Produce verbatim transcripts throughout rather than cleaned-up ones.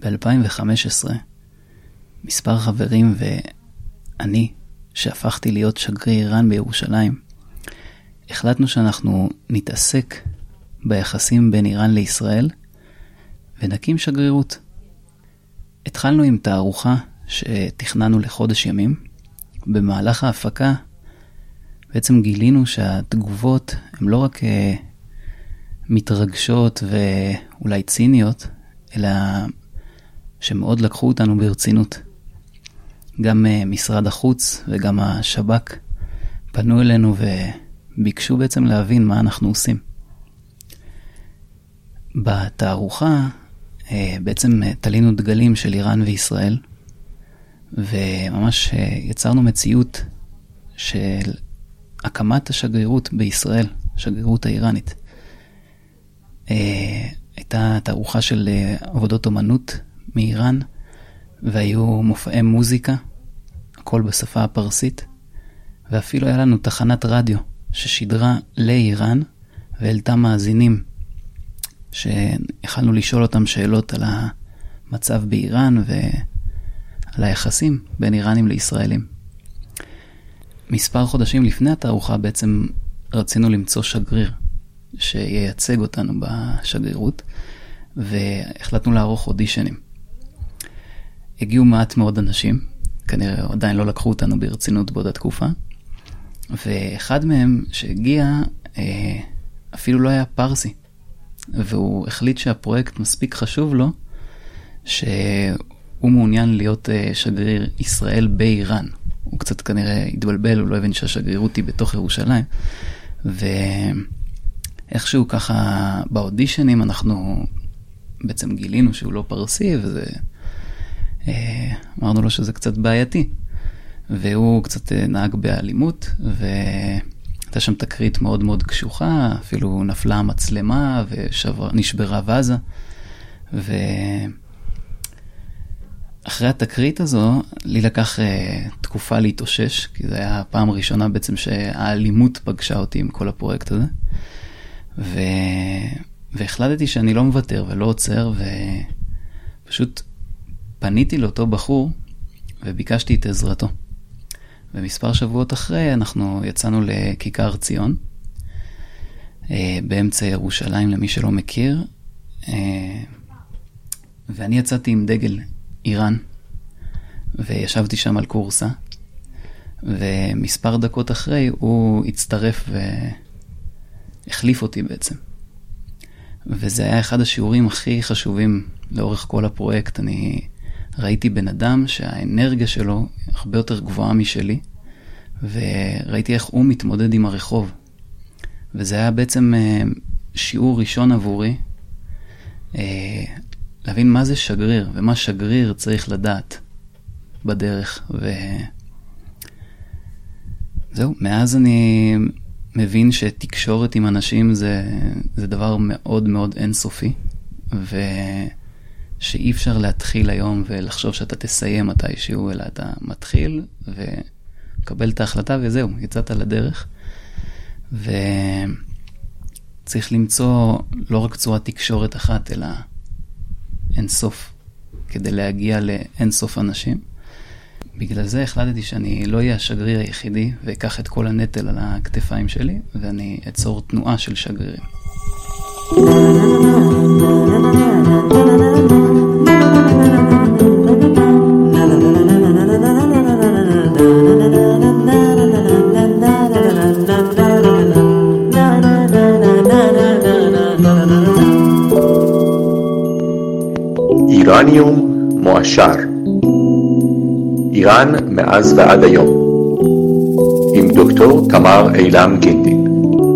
ב-אלפיים וחמש עשרה מספר חברים ואני, שהפכתי להיות שגריר איראן בירושלים, החלטנו שאנחנו נתעסק ביחסים בין איראן לישראל ונקים שגרירות. התחלנו עם תערוכה שתכננו לחודש ימים. במהלך ההפקה בעצם גילינו שהתגובות הן לא רק מתרגשות ואולי ציניות, אלא שמאוד לקחו אותנו ברצינות. גם משרד החוץ וגם השב"כ פנו אלינו וביקשו בעצם להבין מה אנחנו עושים. בתערוכה בעצם תלינו דגלים של איראן וישראל, וממש יצרנו מציאות של הקמת השגרירות בישראל, השגרירות האיראנית. הייתה תערוכה של עבודות אומנות מאיראן, והיו מופעי מוזיקה, הכל בשפה הפרסית, ואפילו היה לנו תחנת רדיו ששידרה לאיראן והעלתה מאזינים, שיכלנו לשאול אותם שאלות על המצב באיראן ועל היחסים בין איראנים לישראלים. מספר חודשים לפני התערוכה בעצם רצינו למצוא שגריר שייצג אותנו בשגרירות, והחלטנו לערוך אודישנים. הגיעו מעט מאוד אנשים, כנראה עדיין לא לקחו אותנו ברצינות באותה תקופה, ואחד מהם שהגיע אפילו לא היה פרסי, והוא החליט שהפרויקט מספיק חשוב לו, שהוא מעוניין להיות שגריר ישראל באיראן. הוא קצת כנראה התבלבל, הוא לא הבין שהשגרירות היא בתוך ירושלים, ואיכשהו ככה באודישנים אנחנו בעצם גילינו שהוא לא פרסי, וזה אמרנו לו שזה קצת בעייתי, והוא קצת נהג באלימות, והייתה שם תקרית מאוד מאוד קשוחה, אפילו נפלה המצלמה ונשברה וזה, ואחרי התקרית הזו לי לקח תקופה להתאושש, כי זה היה הפעם הראשונה בעצם שהאלימות פגשה אותי עם כל הפרויקט הזה, ו... והחלטתי שאני לא מוותר ולא עוצר, ופשוט פניתי לאותו בחור וביקשתי את עזרתו. ומספר שבועות אחרי אנחנו יצאנו לכיכר ציון, באמצע ירושלים למי שלא מכיר, ואני יצאתי עם דגל איראן, וישבתי שם על קורסה, ומספר דקות אחרי הוא הצטרף והחליף אותי בעצם. וזה היה אחד השיעורים הכי חשובים לאורך כל הפרויקט. אני ראיתי בן אדם שהאנרגיה שלו הרבה יותר גבוהה משלי, וראיתי איך הוא מתמודד עם הרחוב. וזה היה בעצם שיעור ראשון עבורי, להבין מה זה שגריר, ומה שגריר צריך לדעת בדרך. וזהו, מאז אני מבין שתקשורת עם אנשים זה, זה דבר מאוד מאוד אינסופי, ושאי אפשר להתחיל היום ולחשוב שאתה תסיים מתישהו, אלא אתה מתחיל וקבל את ההחלטה וזהו, יצאת לדרך. וצריך למצוא לא רק צורת תקשורת אחת, אלא אינסוף, כדי להגיע לאינסוף אנשים. בגלל זה החלטתי שאני לא אהיה השגריר היחידי, ואקח את כל הנטל על הכתפיים שלי, ואני אצור תנועה של שגרירים. איראניום מועשר, איראן מאז ועד היום, עם דוקטור תמר אילם גינדין.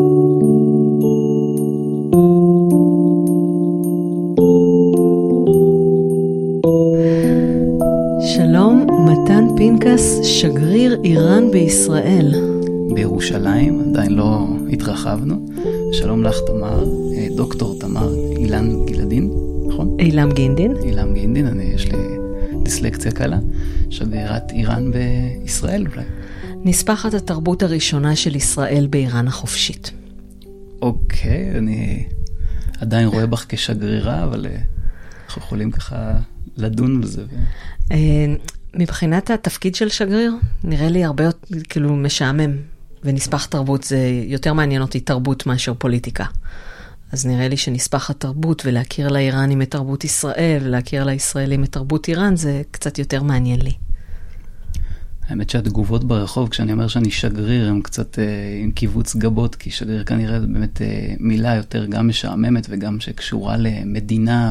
שלום, מתן פינקס, שגריר איראן בישראל. בירושלים, עדיין לא התרחבנו. שלום לך תמר, דוקטור תמר אילם גלדין, נכון? אילם גינדין. אילם גינדין, אני, יש לי דיסלקציה קלה. שגרירת איראן בישראל אולי. נספחת התרבות הראשונה של ישראל באיראן החופשית. אוקיי, אני עדיין רואה בך כשגרירה, אבל אנחנו יכולים ככה לדון בזה. מבחינת התפקיד של שגריר, נראה לי הרבה כאילו משעמם, ונספח תרבות זה יותר מעניין אותי תרבות מאשר פוליטיקה. אז נראה לי שנספח התרבות ולהכיר לאיראנים את תרבות ישראל, ולהכיר לישראלים את תרבות איראן, זה קצת יותר מעניין לי. האמת שהתגובות ברחוב, כשאני אומר שאני שגריר, הם קצת אה, עם קיבוץ גבות, כי שגריר כנראה באמת אה, מילה יותר גם משעממת, וגם שקשורה למדינה,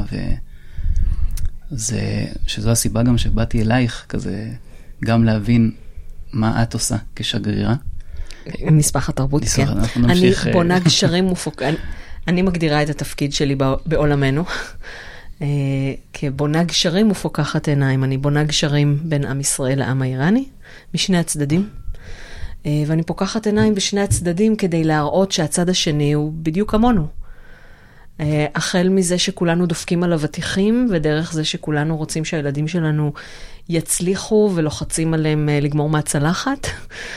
וזה, שזו הסיבה גם שבאתי אלייך, כזה, גם להבין מה את עושה כשגרירה. נספח התרבות, כן. אני בונה גשרים מופוק... אני מגדירה את התפקיד שלי בעולמנו, כבונה גשרים ופוקחת עיניים. אני בונה גשרים בין עם ישראל לעם האיראני, משני הצדדים, ואני פוקחת עיניים בשני הצדדים כדי להראות שהצד השני הוא בדיוק כמונו. החל מזה שכולנו דופקים על אבטיחים, ודרך זה שכולנו רוצים שהילדים שלנו יצליחו ולוחצים עליהם לגמור מהצלחת.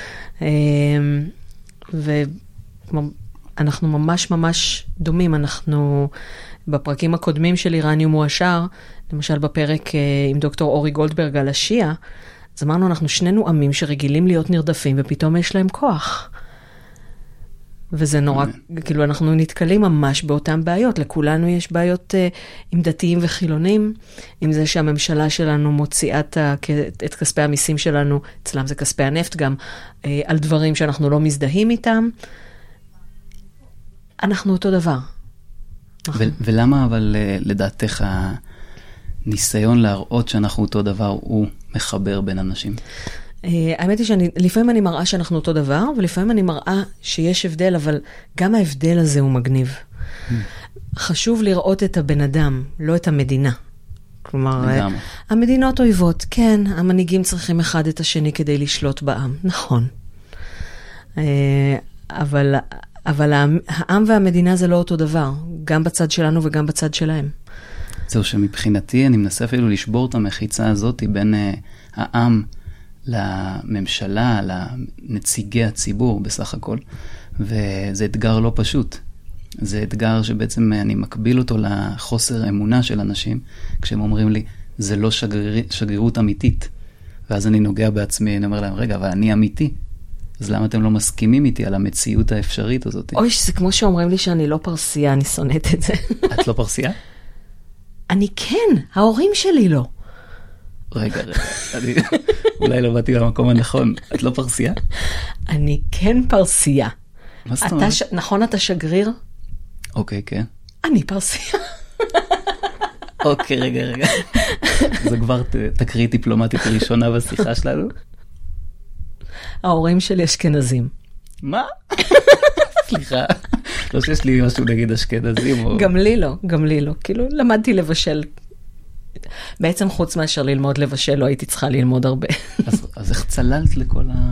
ואנחנו ממש ממש דומים. אנחנו בפרקים הקודמים של איראניום מועשר, למשל בפרק עם דוקטור אורי גולדברג על השיעה, אז אמרנו, אנחנו שנינו עמים שרגילים להיות נרדפים, ופתאום יש להם כוח. וזה נורא, כאילו אנחנו נתקלים ממש באותן בעיות. לכולנו יש בעיות uh, עם דתיים וחילונים, עם זה שהממשלה שלנו מוציאה את כספי המיסים שלנו, אצלם זה כספי הנפט גם, uh, על דברים שאנחנו לא מזדהים איתם. אנחנו אותו דבר. ו- ולמה אבל uh, לדעתך הניסיון להראות שאנחנו אותו דבר הוא מחבר בין אנשים? האמת היא שלפעמים אני מראה שאנחנו אותו דבר, ולפעמים אני מראה שיש הבדל, אבל גם ההבדל הזה הוא מגניב. חשוב לראות את הבן אדם, לא את המדינה. כלומר, המדינות אויבות, כן, המנהיגים צריכים אחד את השני כדי לשלוט בעם, נכון. אבל, אבל העם והמדינה זה לא אותו דבר, גם בצד שלנו וגם בצד שלהם. זהו שמבחינתי אני מנסה אפילו לשבור את המחיצה הזאת בין העם לממשלה, לנציגי הציבור בסך הכל, וזה אתגר לא פשוט. זה אתגר שבעצם אני מקביל אותו לחוסר אמונה של אנשים, כשהם אומרים לי, זה לא שגריר, שגרירות אמיתית. ואז אני נוגע בעצמי, אני אומר להם, רגע, אבל אני אמיתי. אז למה אתם לא מסכימים איתי על המציאות האפשרית הזאת? אוי, זה כמו שאומרים לי שאני לא פרסייה, אני שונאת את זה. את לא פרסייה? אני כן, ההורים שלי לא. רגע, רגע, אני אולי לא באתי למקום הנכון. את לא פרסייה? אני כן פרסייה. מה זאת אומרת? נכון, אתה שגריר? אוקיי, כן. אני פרסייה. אוקיי, רגע, רגע. זו כבר תקרית דיפלומטית ראשונה בשיחה שלנו. ההורים שלי אשכנזים. מה? סליחה. לא שיש לי משהו נגיד אשכנזים או... גם לי לא, גם לי לא. כאילו, למדתי לבשל. בעצם חוץ מאשר ללמוד לבשל, לא הייתי צריכה ללמוד הרבה. אז, אז איך צללת לכל ה...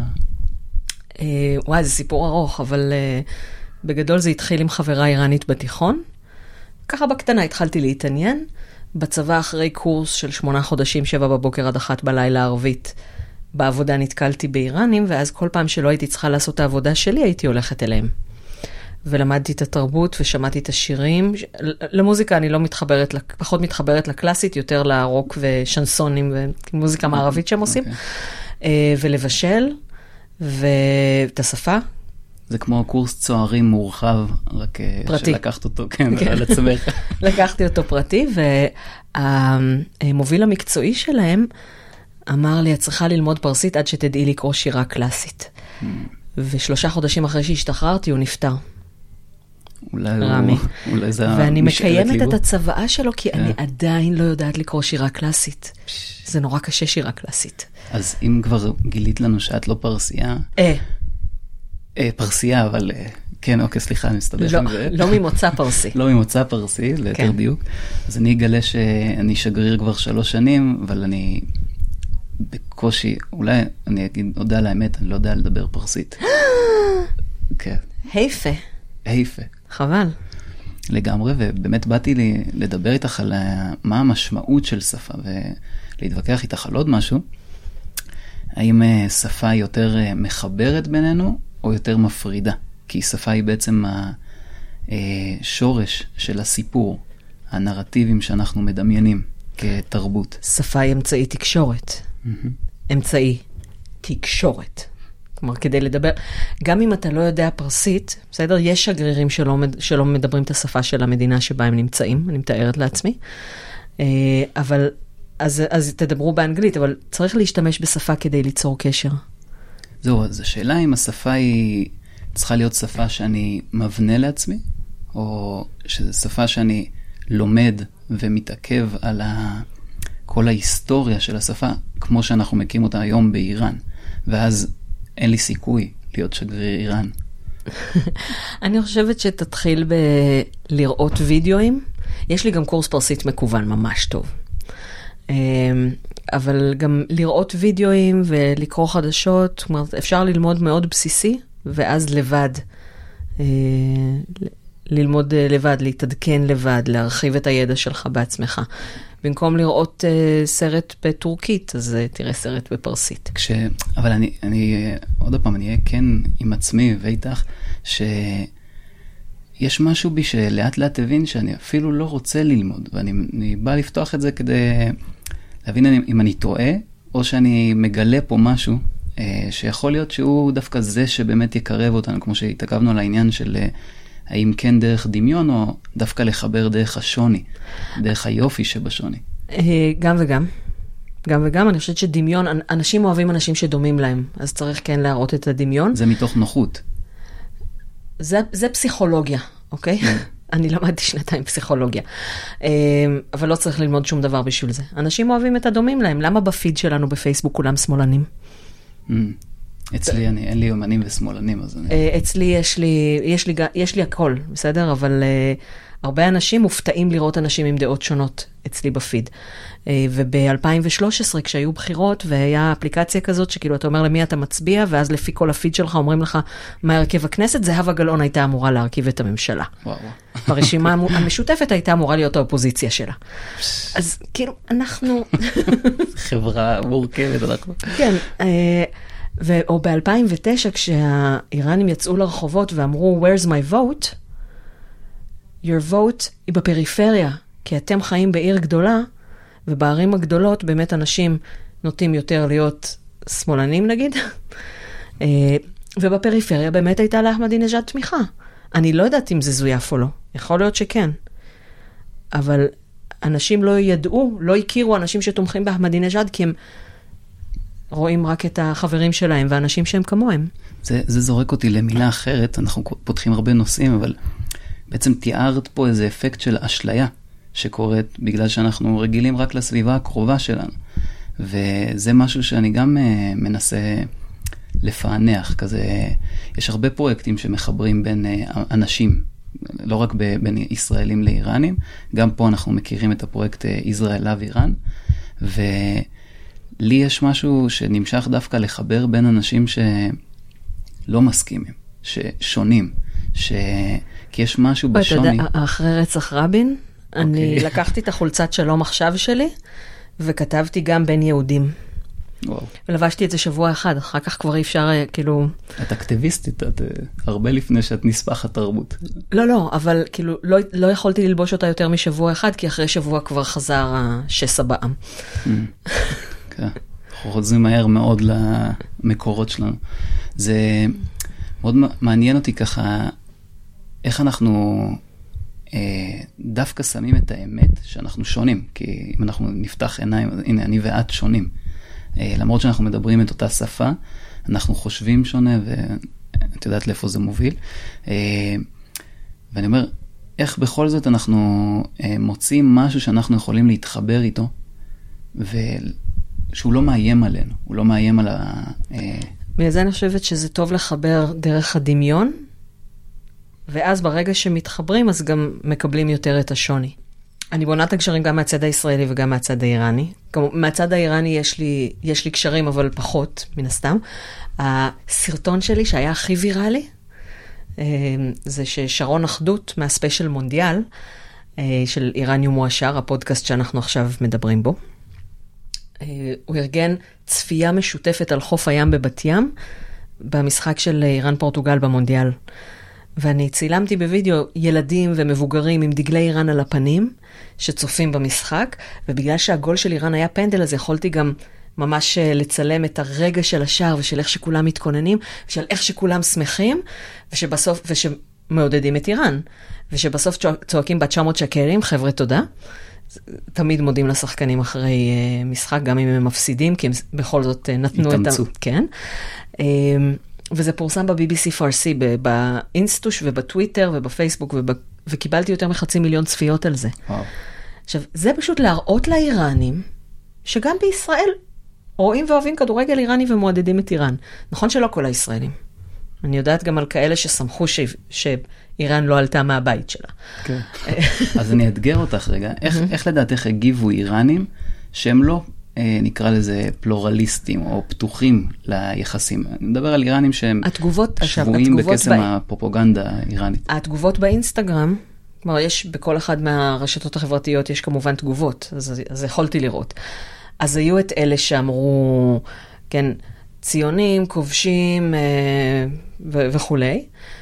וואי, זה סיפור ארוך, אבל בגדול זה התחיל עם חברה איראנית בתיכון. ככה בקטנה התחלתי להתעניין. בצבא אחרי קורס של שמונה חודשים, שבע בבוקר עד אחת בלילה ערבית, בעבודה נתקלתי באיראנים, ואז כל פעם שלא הייתי צריכה לעשות את העבודה שלי, הייתי הולכת אליהם. ולמדתי את התרבות ושמעתי את השירים. למוזיקה אני לא מתחברת, פחות מתחברת לקלאסית, יותר לרוק ושנסונים ומוזיקה מערבית שהם עושים. ולבשל, ואת השפה. זה כמו קורס צוערים מורחב, רק שלקחת אותו, כן, על עצמך. לקחתי אותו פרטי, והמוביל המקצועי שלהם אמר לי, את צריכה ללמוד פרסית עד שתדעי לקרוא שירה קלאסית. ושלושה חודשים אחרי שהשתחררתי, הוא נפטר. אולי הוא... אולי זה... ואני מקיימת את הצוואה שלו, כי אני עדיין לא יודעת לקרוא שירה קלאסית. זה נורא קשה שירה קלאסית. אז אם כבר גילית לנו שאת לא פרסייה... אה. פרסייה, אבל... כן, אוקיי, סליחה, אני מסתדש עם זה. לא ממוצא פרסי. לא ממוצא פרסי, ליתר דיוק. אז אני אגלה שאני שגריר כבר שלוש שנים, אבל אני בקושי, אולי אני אגיד, יודע לאמת, אני לא יודע לדבר פרסית. כן. היפה. היפה. חבל. לגמרי, ובאמת באתי לי לדבר איתך על מה המשמעות של שפה, ולהתווכח איתך על עוד משהו. האם שפה יותר מחברת בינינו, או יותר מפרידה? כי שפה היא בעצם השורש של הסיפור. הנרטיבים שאנחנו מדמיינים כתרבות. שפה היא אמצעי תקשורת. Mm-hmm. אמצעי תקשורת. כלומר, כדי לדבר, גם אם אתה לא יודע פרסית, בסדר? יש שגרירים שלא, שלא מדברים את השפה של המדינה שבה הם נמצאים, אני מתארת לעצמי. אבל, אז, אז תדברו באנגלית, אבל צריך להשתמש בשפה כדי ליצור קשר. זהו, אז השאלה אם השפה היא צריכה להיות שפה שאני מבנה לעצמי, או שזו שפה שאני לומד ומתעכב על ה... כל ההיסטוריה של השפה, כמו שאנחנו מכירים אותה היום באיראן. ואז אין לי סיכוי להיות שגריר איראן. אני חושבת שתתחיל בלראות וידאוים. יש לי גם קורס פרסית מקוון ממש טוב. אבל גם לראות וידאוים ולקרוא חדשות, זאת אומרת, אפשר ללמוד מאוד בסיסי, ואז לבד. ללמוד לבד, להתעדכן לבד, להרחיב את הידע שלך בעצמך. במקום לראות uh, סרט בטורקית, אז uh, תראה סרט בפרסית. כש... אבל אני, אני, עוד פעם, אני אהיה כן עם עצמי ואיתך, שיש משהו בי שלאט לאט הבין שאני אפילו לא רוצה ללמוד, ואני אני בא לפתוח את זה כדי להבין אם אני טועה, או שאני מגלה פה משהו, uh, שיכול להיות שהוא דווקא זה שבאמת יקרב אותנו, כמו שהתעכבנו על העניין של... Uh, האם כן דרך דמיון, או דווקא לחבר דרך השוני, דרך היופי שבשוני? גם וגם. גם וגם, אני חושבת שדמיון, אנשים אוהבים אנשים שדומים להם, אז צריך כן להראות את הדמיון. זה מתוך נוחות. זה, זה פסיכולוגיה, אוקיי? אני למדתי שנתיים פסיכולוגיה. אבל לא צריך ללמוד שום דבר בשביל זה. אנשים אוהבים את הדומים להם. למה בפיד שלנו בפייסבוק כולם שמאלנים? אצלי אני, אין לי יומנים ושמאלנים, אז אני... אצלי יש לי, יש לי, יש לי הכל, בסדר? אבל uh, הרבה אנשים מופתעים לראות אנשים עם דעות שונות אצלי בפיד. Uh, וב-אלפיים ושלוש עשרה, כשהיו בחירות, והיה אפליקציה כזאת, שכאילו אתה אומר למי אתה מצביע, ואז לפי כל הפיד שלך אומרים לך מה הרכב הכנסת, זהבה גלאון הייתה אמורה להרכיב את הממשלה. וואו. ברשימה המשותפת הייתה אמורה להיות האופוזיציה שלה. אז כאילו, אנחנו... חברה מורכבת, אנחנו... כן, uh, ו- או ב-אלפיים ותשע, כשהאיראנים יצאו לרחובות ואמרו, where's my vote? Your vote היא בפריפריה, כי אתם חיים בעיר גדולה, ובערים הגדולות באמת אנשים נוטים יותר להיות שמאלנים נגיד, ובפריפריה באמת הייתה לאחמדינג'אד תמיכה. אני לא יודעת אם זה זויף או לא, יכול להיות שכן, אבל אנשים לא ידעו, לא הכירו אנשים שתומכים באחמדינג'אד, כי הם רואים רק את החברים שלהם ואנשים שהם כמוהם. זה, זה זורק אותי למילה אחרת, אנחנו פותחים הרבה נושאים, אבל בעצם תיארת פה איזה אפקט של אשליה שקורית בגלל שאנחנו רגילים רק לסביבה הקרובה שלנו. וזה משהו שאני גם uh, מנסה לפענח, כזה, יש הרבה פרויקטים שמחברים בין uh, אנשים, לא רק ב, בין ישראלים לאיראנים, גם פה אנחנו מכירים את הפרויקט uh, ישראל לב איראן, ו... לי יש משהו שנמשך דווקא לחבר בין אנשים שלא מסכימים, ששונים, ש... כי יש משהו בשוני. אתה יודע, אחרי רצח רבין, okay. אני לקחתי את החולצת שלום עכשיו שלי, וכתבתי גם בין יהודים. וואו. ולבשתי את זה שבוע אחד, אחר כך כבר אי אפשר, כאילו... את אקטיביסטית, את הרבה לפני שאת נספחת תרבות. לא, לא, אבל כאילו, לא, לא יכולתי ללבוש אותה יותר משבוע אחד, כי אחרי שבוע כבר חזר השסע בעם. אנחנו חוזרים מהר מאוד למקורות שלנו. זה מאוד מעניין אותי ככה, איך אנחנו אה, דווקא שמים את האמת שאנחנו שונים, כי אם אנחנו נפתח עיניים, הנה, אני ואת שונים. אה, למרות שאנחנו מדברים את אותה שפה, אנחנו חושבים שונה, ואת יודעת לאיפה זה מוביל. אה, ואני אומר, איך בכל זאת אנחנו אה, מוצאים משהו שאנחנו יכולים להתחבר איתו, ו... שהוא לא מאיים עלינו, הוא לא מאיים על ה... בגלל זה אני חושבת שזה טוב לחבר דרך הדמיון, ואז ברגע שמתחברים, אז גם מקבלים יותר את השוני. אני בונה את הקשרים גם מהצד הישראלי וגם מהצד האיראני. מהצד האיראני יש לי, יש לי קשרים, אבל פחות, מן הסתם. הסרטון שלי שהיה הכי ויראלי, זה ששרון אחדות מהספיישל מונדיאל, של איראניום מואשר, הפודקאסט שאנחנו עכשיו מדברים בו. הוא ארגן צפייה משותפת על חוף הים בבת ים, במשחק של איראן פורטוגל במונדיאל. ואני צילמתי בווידאו ילדים ומבוגרים עם דגלי איראן על הפנים, שצופים במשחק, ובגלל שהגול של איראן היה פנדל, אז יכולתי גם ממש לצלם את הרגע של השער, ושל איך שכולם מתכוננים, ושל איך שכולם שמחים, ושבסוף, ושמעודדים את איראן, ושבסוף צועקים בת תשע מאות שקלים, חבר'ה תודה. תמיד מודים לשחקנים אחרי משחק, גם אם הם מפסידים, כי הם בכל זאת נתנו התאמצו. את ה... כן. וזה פורסם ב-בי בי סי פרסי, באינסטוש ובטוויטר ובפייסבוק, וב... וקיבלתי יותר מחצי מיליון צפיות על זה. וואו. עכשיו, זה פשוט להראות לאיראנים, שגם בישראל רואים ואוהבים כדורגל איראני ומועדדים את איראן. נכון שלא כל הישראלים. אני יודעת גם על כאלה ששמחו ש... שאיראן לא עלתה מהבית שלה. כן. אז אני אתגר אותך רגע. איך, איך לדעתך הגיבו איראנים שהם לא, אה, נקרא לזה, פלורליסטים או פתוחים ליחסים? אני מדבר על איראנים שהם התגובות, שבויים התגובות בקסם ב... הפרופוגנדה האיראנית. התגובות באינסטגרם, כלומר, יש בכל אחד מהרשתות החברתיות, יש כמובן תגובות, אז, אז יכולתי לראות. אז היו את אלה שאמרו, כן, ציונים, כובשים ו- וכולי,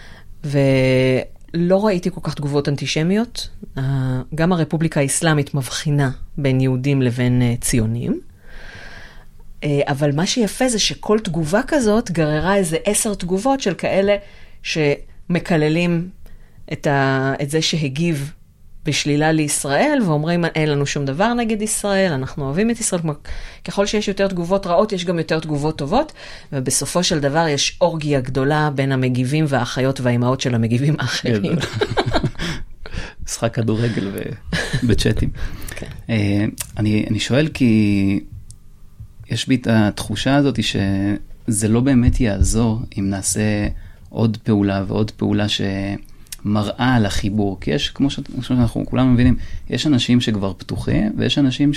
ולא ראיתי כל כך תגובות אנטישמיות. גם הרפובליקה האסלאמית מבחינה בין יהודים לבין ציונים, אבל מה שיפה זה שכל תגובה כזאת גררה איזה עשר תגובות של כאלה שמקללים את, ה... את זה שהגיב בשלילה לישראל, ואומרים, אין לנו שום דבר נגד ישראל, אנחנו אוהבים את ישראל. ככל שיש יותר תגובות רעות, יש גם יותר תגובות טובות, ובסופו של דבר יש אורגיה גדולה בין המגיבים והאחיות והאימהות של המגיבים האחרים. משחק כדורגל ובצ'אטים. אני, אני שואל כי יש בי את התחושה הזאת שזה לא באמת יעזור אם נעשה עוד פעולה ועוד פעולה ש... מראה על החיבור, כי יש, כמו שאנחנו כולם מבינים, יש אנשים שכבר פתוחים, ויש אנשים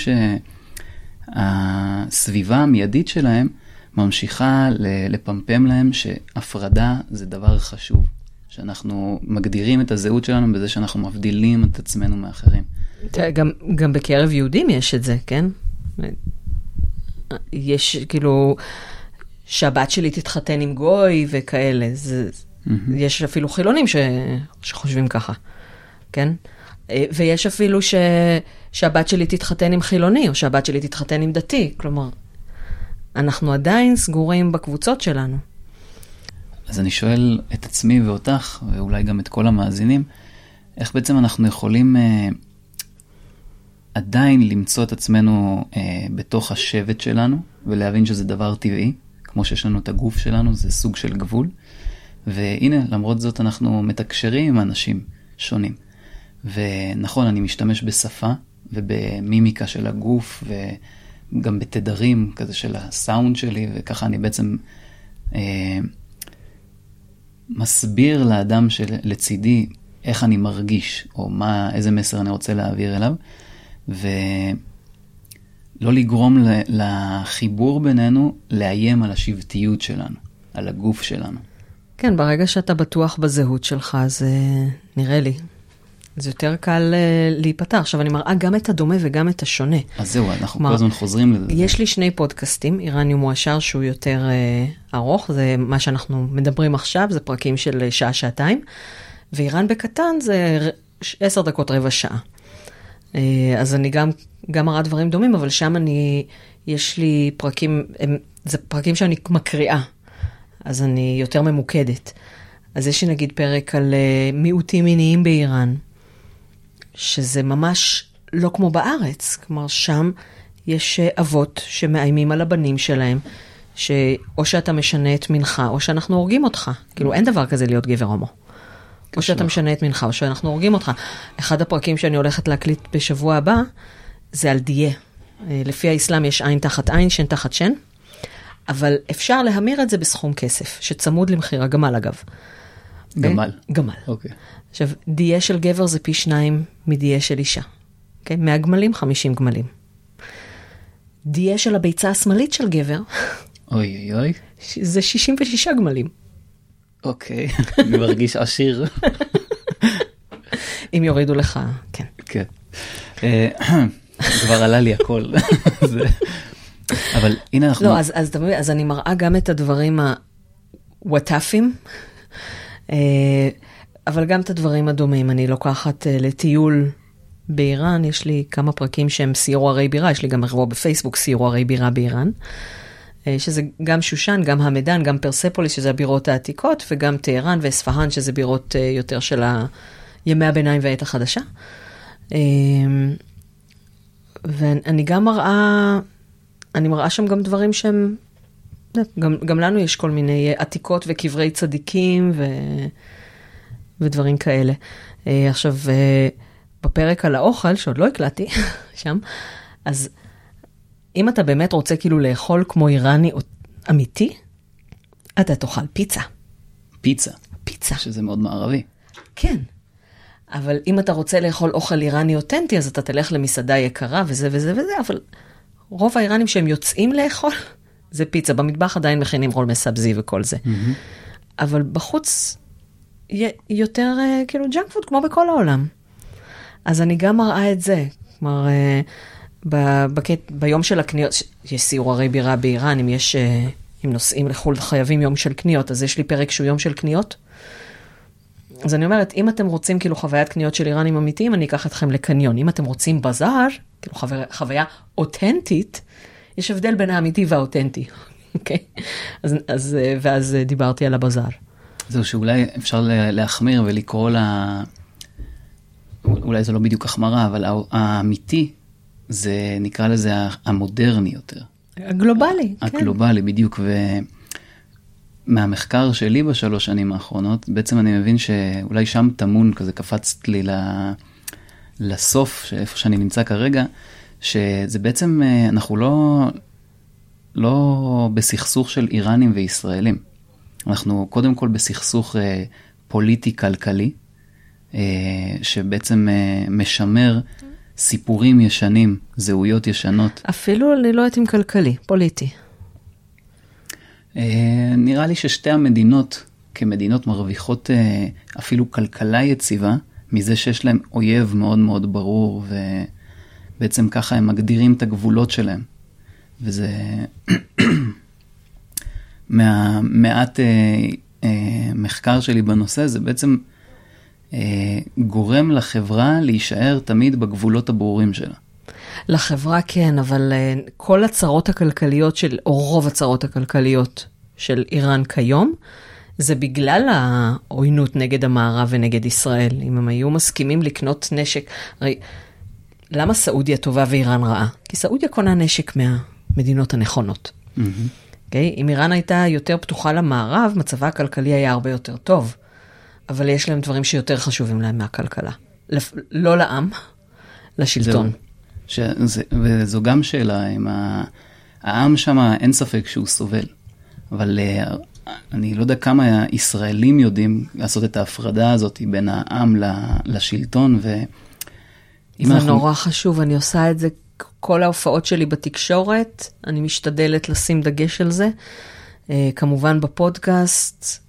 שהסביבה המיידית שלהם ממשיכה לפמפם להם שהפרדה זה דבר חשוב, שאנחנו מגדירים את הזהות שלנו בזה שאנחנו מבדילים את עצמנו מאחרים. גם, גם בקרב יהודים יש את זה, כן? יש כאילו, שהבת שלי תתחתן עם גוי וכאלה, זה... יש אפילו חילונים ש... שחושבים ככה, כן? ויש אפילו ש... שהבת שלי תתחתן עם חילוני, או שהבת שלי תתחתן עם דתי. כלומר, אנחנו עדיין סגורים בקבוצות שלנו. אז אני שואל את עצמי ואותך, ואולי גם את כל המאזינים, איך בעצם אנחנו יכולים אה, עדיין למצוא את עצמנו אה, בתוך השבט שלנו, ולהבין שזה דבר טבעי, כמו שיש לנו את הגוף שלנו, זה סוג של גבול. והנה, למרות זאת אנחנו מתקשרים עם אנשים שונים. ונכון, אני משתמש בשפה ובמימיקה של הגוף, וגם בתדרים כזה של הסאונד שלי, וככה אני בעצם אה, מסביר לאדם שלצידי איך אני מרגיש, או מה, איזה מסר אני רוצה להעביר אליו, ולא לגרום לחיבור בינינו לאיים על השבטיות שלנו, על הגוף שלנו. כן, ברגע שאתה בטוח בזהות שלך, זה נראה לי, זה יותר קל להיפתח. עכשיו, אני מראה גם את הדומה וגם את השונה. אז זהו, אנחנו כל הזמן חוזרים לזה. יש לי שני פודקאסטים, איראני ומועשר, שהוא יותר ארוך, זה מה שאנחנו מדברים עכשיו, זה פרקים של שעה-שעתיים, ואיראן בקטן זה עשר דקות רבע שעה. אז אני גם, גם מראה דברים דומים, אבל שם אני, יש לי פרקים, זה פרקים שאני מקריאה. אז אני יותר ממוקדת. אז יש לי נגיד פרק על uh, מיעוטים מיניים באיראן, שזה ממש לא כמו בארץ. כלומר, שם יש uh, אבות שמאיימים על הבנים שלהם, שאו שאתה משנה את מנחה, או שאנחנו הורגים אותך. כאילו, אין דבר כזה להיות גבר הומו. או שאתה משנה את מנחה, או שאנחנו הורגים אותך. אחד הפרקים שאני הולכת להקליט בשבוע הבא, זה על דיה. Uh, לפי האסלאם יש עין תחת עין, שן תחת שן. אבל אפשר להמיר את זה בסכום כסף, שצמוד למחיר הגמל אגב. גמל? גמל. אוקיי. עכשיו, דיה של גבר זה פי שניים מדיה של אישה. אוקיי? מאה גמלים, חמישים גמלים. דיה של הביצה השמאלית של גבר, אוי אוי אוי. זה שישים ושישה גמלים. אוקיי, אני מרגיש עשיר. אם יורידו לך, כן. כן. כבר עלה לי הכל. אבל הנה אנחנו... לא, אז, אז, אז אני מראה גם את הדברים הוואטאפים, אבל גם את הדברים הדומים. אני לוקחת uh, לטיול באיראן, יש לי כמה פרקים שהם סיור ערי בירה, יש לי גם אירוע בפייסבוק סיור ערי בירה באיראן, uh, שזה גם שושן, גם המדן, גם פרספוליס, שזה הבירות העתיקות, וגם טהרן ואספהאן, שזה בירות uh, יותר של ימי הביניים והעת החדשה. Uh, ואני גם מראה, אני מראה שם גם דברים שהם, גם, גם לנו יש כל מיני עתיקות וקברי צדיקים ו, ודברים כאלה. עכשיו, בפרק על האוכל, שעוד לא הקלטתי שם, אז אם אתה באמת רוצה כאילו לאכול כמו איראני אמיתי, אתה תאכל פיצה. פיצה. פיצה. שזה מאוד מערבי. כן. אבל אם אתה רוצה לאכול אוכל איראני אותנטי, אז אתה תלך למסעדה יקרה וזה וזה וזה, אבל רוב האיראנים שהם יוצאים לאכול, זה פיצה. במטבח עדיין מכינים רול מסבזי וכל זה. Mm-hmm. אבל בחוץ יותר כאילו ג'אנק פוד, כמו בכל העולם. אז אני גם מראה את זה. כלומר, ב- בקט, ביום של הקניות, יש סיור הרי בירה באיראן, אם יש, אם נוסעים לחול חייבים יום של קניות, אז יש לי פרק שהוא יום של קניות. אז אני אומרת, אם אתם רוצים כאילו חוויית קניות של איראנים אמיתיים, אני אקח אתכם לקניון. אם אתם רוצים בזאר, כאילו חוויה, חוויה אותנטית, יש הבדל בין האמיתי והאותנטי. אוקיי? אז, אז, ואז דיברתי על הבזאר. זהו, שאולי אפשר להחמיר ולקרוא לה, אולי זה לא בדיוק החמרה, אבל האמיתי, זה נקרא לזה המודרני יותר. הגלובלי, כן. הגלובלי, בדיוק, ומהמחקר שלי בשלוש שנים האחרונות, בעצם אני מבין שאולי שם תמון, כזה קפצת לי לסוף, איפה שאני נמצא כרגע, שזה בעצם, אנחנו לא, לא בסכסוך של איראנים וישראלים. אנחנו קודם כל בסכסוך פוליטי-כלכלי, שבעצם משמר סיפורים ישנים, זהויות ישנות. אפילו אני לא יודעת אם כלכלי, פוליטי. נראה לי ששתי המדינות, כמדינות מרוויחות אפילו כלכלה יציבה, מזה שיש להם אויב מאוד מאוד ברור, ובעצם ככה הם מגדירים את הגבולות שלהם. וזה מהמעט מחקר שלי בנושא, זה בעצם גורם לחברה להישאר תמיד בגבולות הברורים שלה. לחברה כן, אבל כל הצרות הכלכליות של, או רוב הצרות הכלכליות של איראן כיום, זה בגלל העוינות נגד המערב ונגד ישראל. אם הם היו מסכימים לקנות נשק, הרי למה סעודיה טובה ואיראן רעה? כי סעודיה קונה נשק מהמדינות הנכונות. Mm-hmm. Okay? אם איראן הייתה יותר פתוחה למערב, מצבה הכלכלי היה הרבה יותר טוב. אבל יש להם דברים שיותר חשובים להם מהכלכלה. לא לעם, לשלטון. שזה, וזו גם שאלה, עם העם שם אין ספק שהוא סובל. אבל אני לא יודע כמה ישראלים יודעים לעשות את ההפרדה הזאת בין העם לשלטון. ו... זה אנחנו... נורא חשוב, אני עושה את זה, כל ההופעות שלי בתקשורת, אני משתדלת לשים דגש על זה. כמובן בפודקאסט,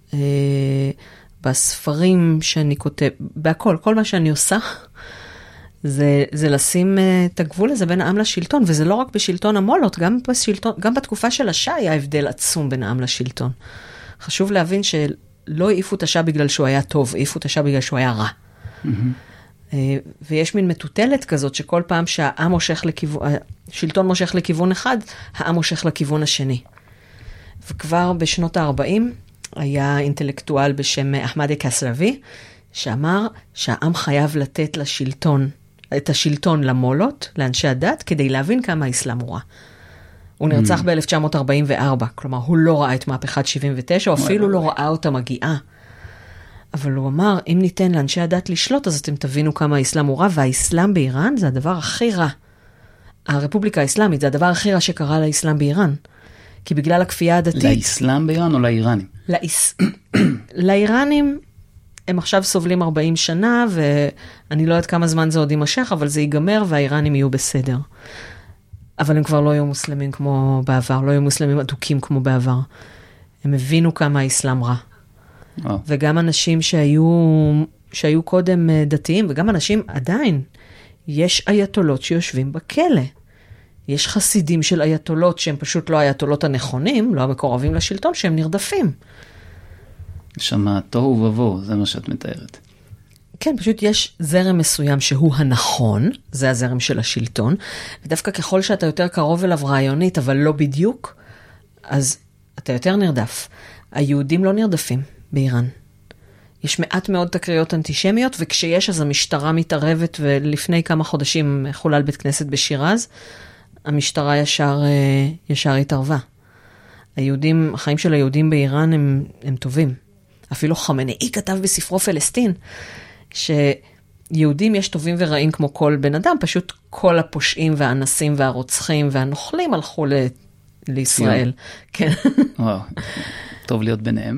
בספרים שאני כותב, בהכל, כל מה שאני עושה, זה, זה לשים את הגבול הזה בין העם לשלטון, וזה לא רק בשלטון המולות, גם בשלטון, גם בתקופה של השעה היה הבדל עצום בין העם לשלטון. חשוב להבין שלא העיפו את השעה בגלל שהוא היה טוב, העיפו את השעה בגלל שהוא היה רע. Mm-hmm. ויש מין מטוטלת כזאת, שכל פעם שהעם מושך לכיוון, השלטון מושך לכיוון אחד, העם מושך לכיוון השני. וכבר בשנות ה-ארבעים, היה אינטלקטואל בשם אחמד קסרבי, שאמר שהעם חייב לתת לשלטון, את השלטון למולות, לאנשי הדת, כדי להבין כמה האסלאם הוא רע. הוא נרצח ב-אלף תשע מאות ארבעים וארבע, כלומר, הוא לא ראה את מהפכת שבעים ותשע, או אפילו לא ראה אותה מגיעה. אבל הוא אמר, אם ניתן לאנשי הדת לשלוט, אז אתם תבינו כמה האסלאם הוא רע, והאסלאם באיראן זה הדבר הכי רע. הרפובליקה האסלאמית זה הדבר הכי רע שקרה לאסלאם באיראן. כי בגלל הכפייה הדתית... לאסלאם באיראן או לאיראנים? לאס... לאיראנים, הם עכשיו סובלים ארבעים שנה, ואני לא יודעת כמה זמן זה עוד יימשך, אבל זה ייגמר, והאיראנים יהיו בסדר. אבל הם כבר לא יהיו מוסלמים כמו בעבר, לא יהיו מוסלמים אדוקים כמו בעבר. הם הבינו כמה האסלאם רע. Oh. וגם אנשים שהיו, שהיו קודם דתיים, וגם אנשים עדיין, יש אייתולות שיושבים בכלא. יש חסידים של אייתולות שהם פשוט לא האייתולות הנכונים, לא המקורבים לשלטון, שהם נרדפים. שמה תוהו ובוהו, זה מה שאת מתארת. כן, פשוט יש זרם מסוים שהוא הנכון, זה הזרם של השלטון, ודווקא ככל שאתה יותר קרוב אליו רעיונית, אבל לא בדיוק, אז אתה יותר נרדף. היהודים לא נרדפים באיראן. יש מעט מאוד תקריות אנטישמיות, וכשיש אז המשטרה מתערבת, ולפני כמה חודשים חולל בית כנסת בשירז, המשטרה ישר, ישר התערבה. היהודים, החיים של היהודים באיראן הם, הם טובים. אפילו חמנאי כתב בספרו פלסטין, שיהודים יש טובים ורעים כמו כל בן אדם, פשוט כל הפושעים והאנסים והרוצחים והנוכלים הלכו ל... לישראל. כן. וואו, טוב להיות ביניהם.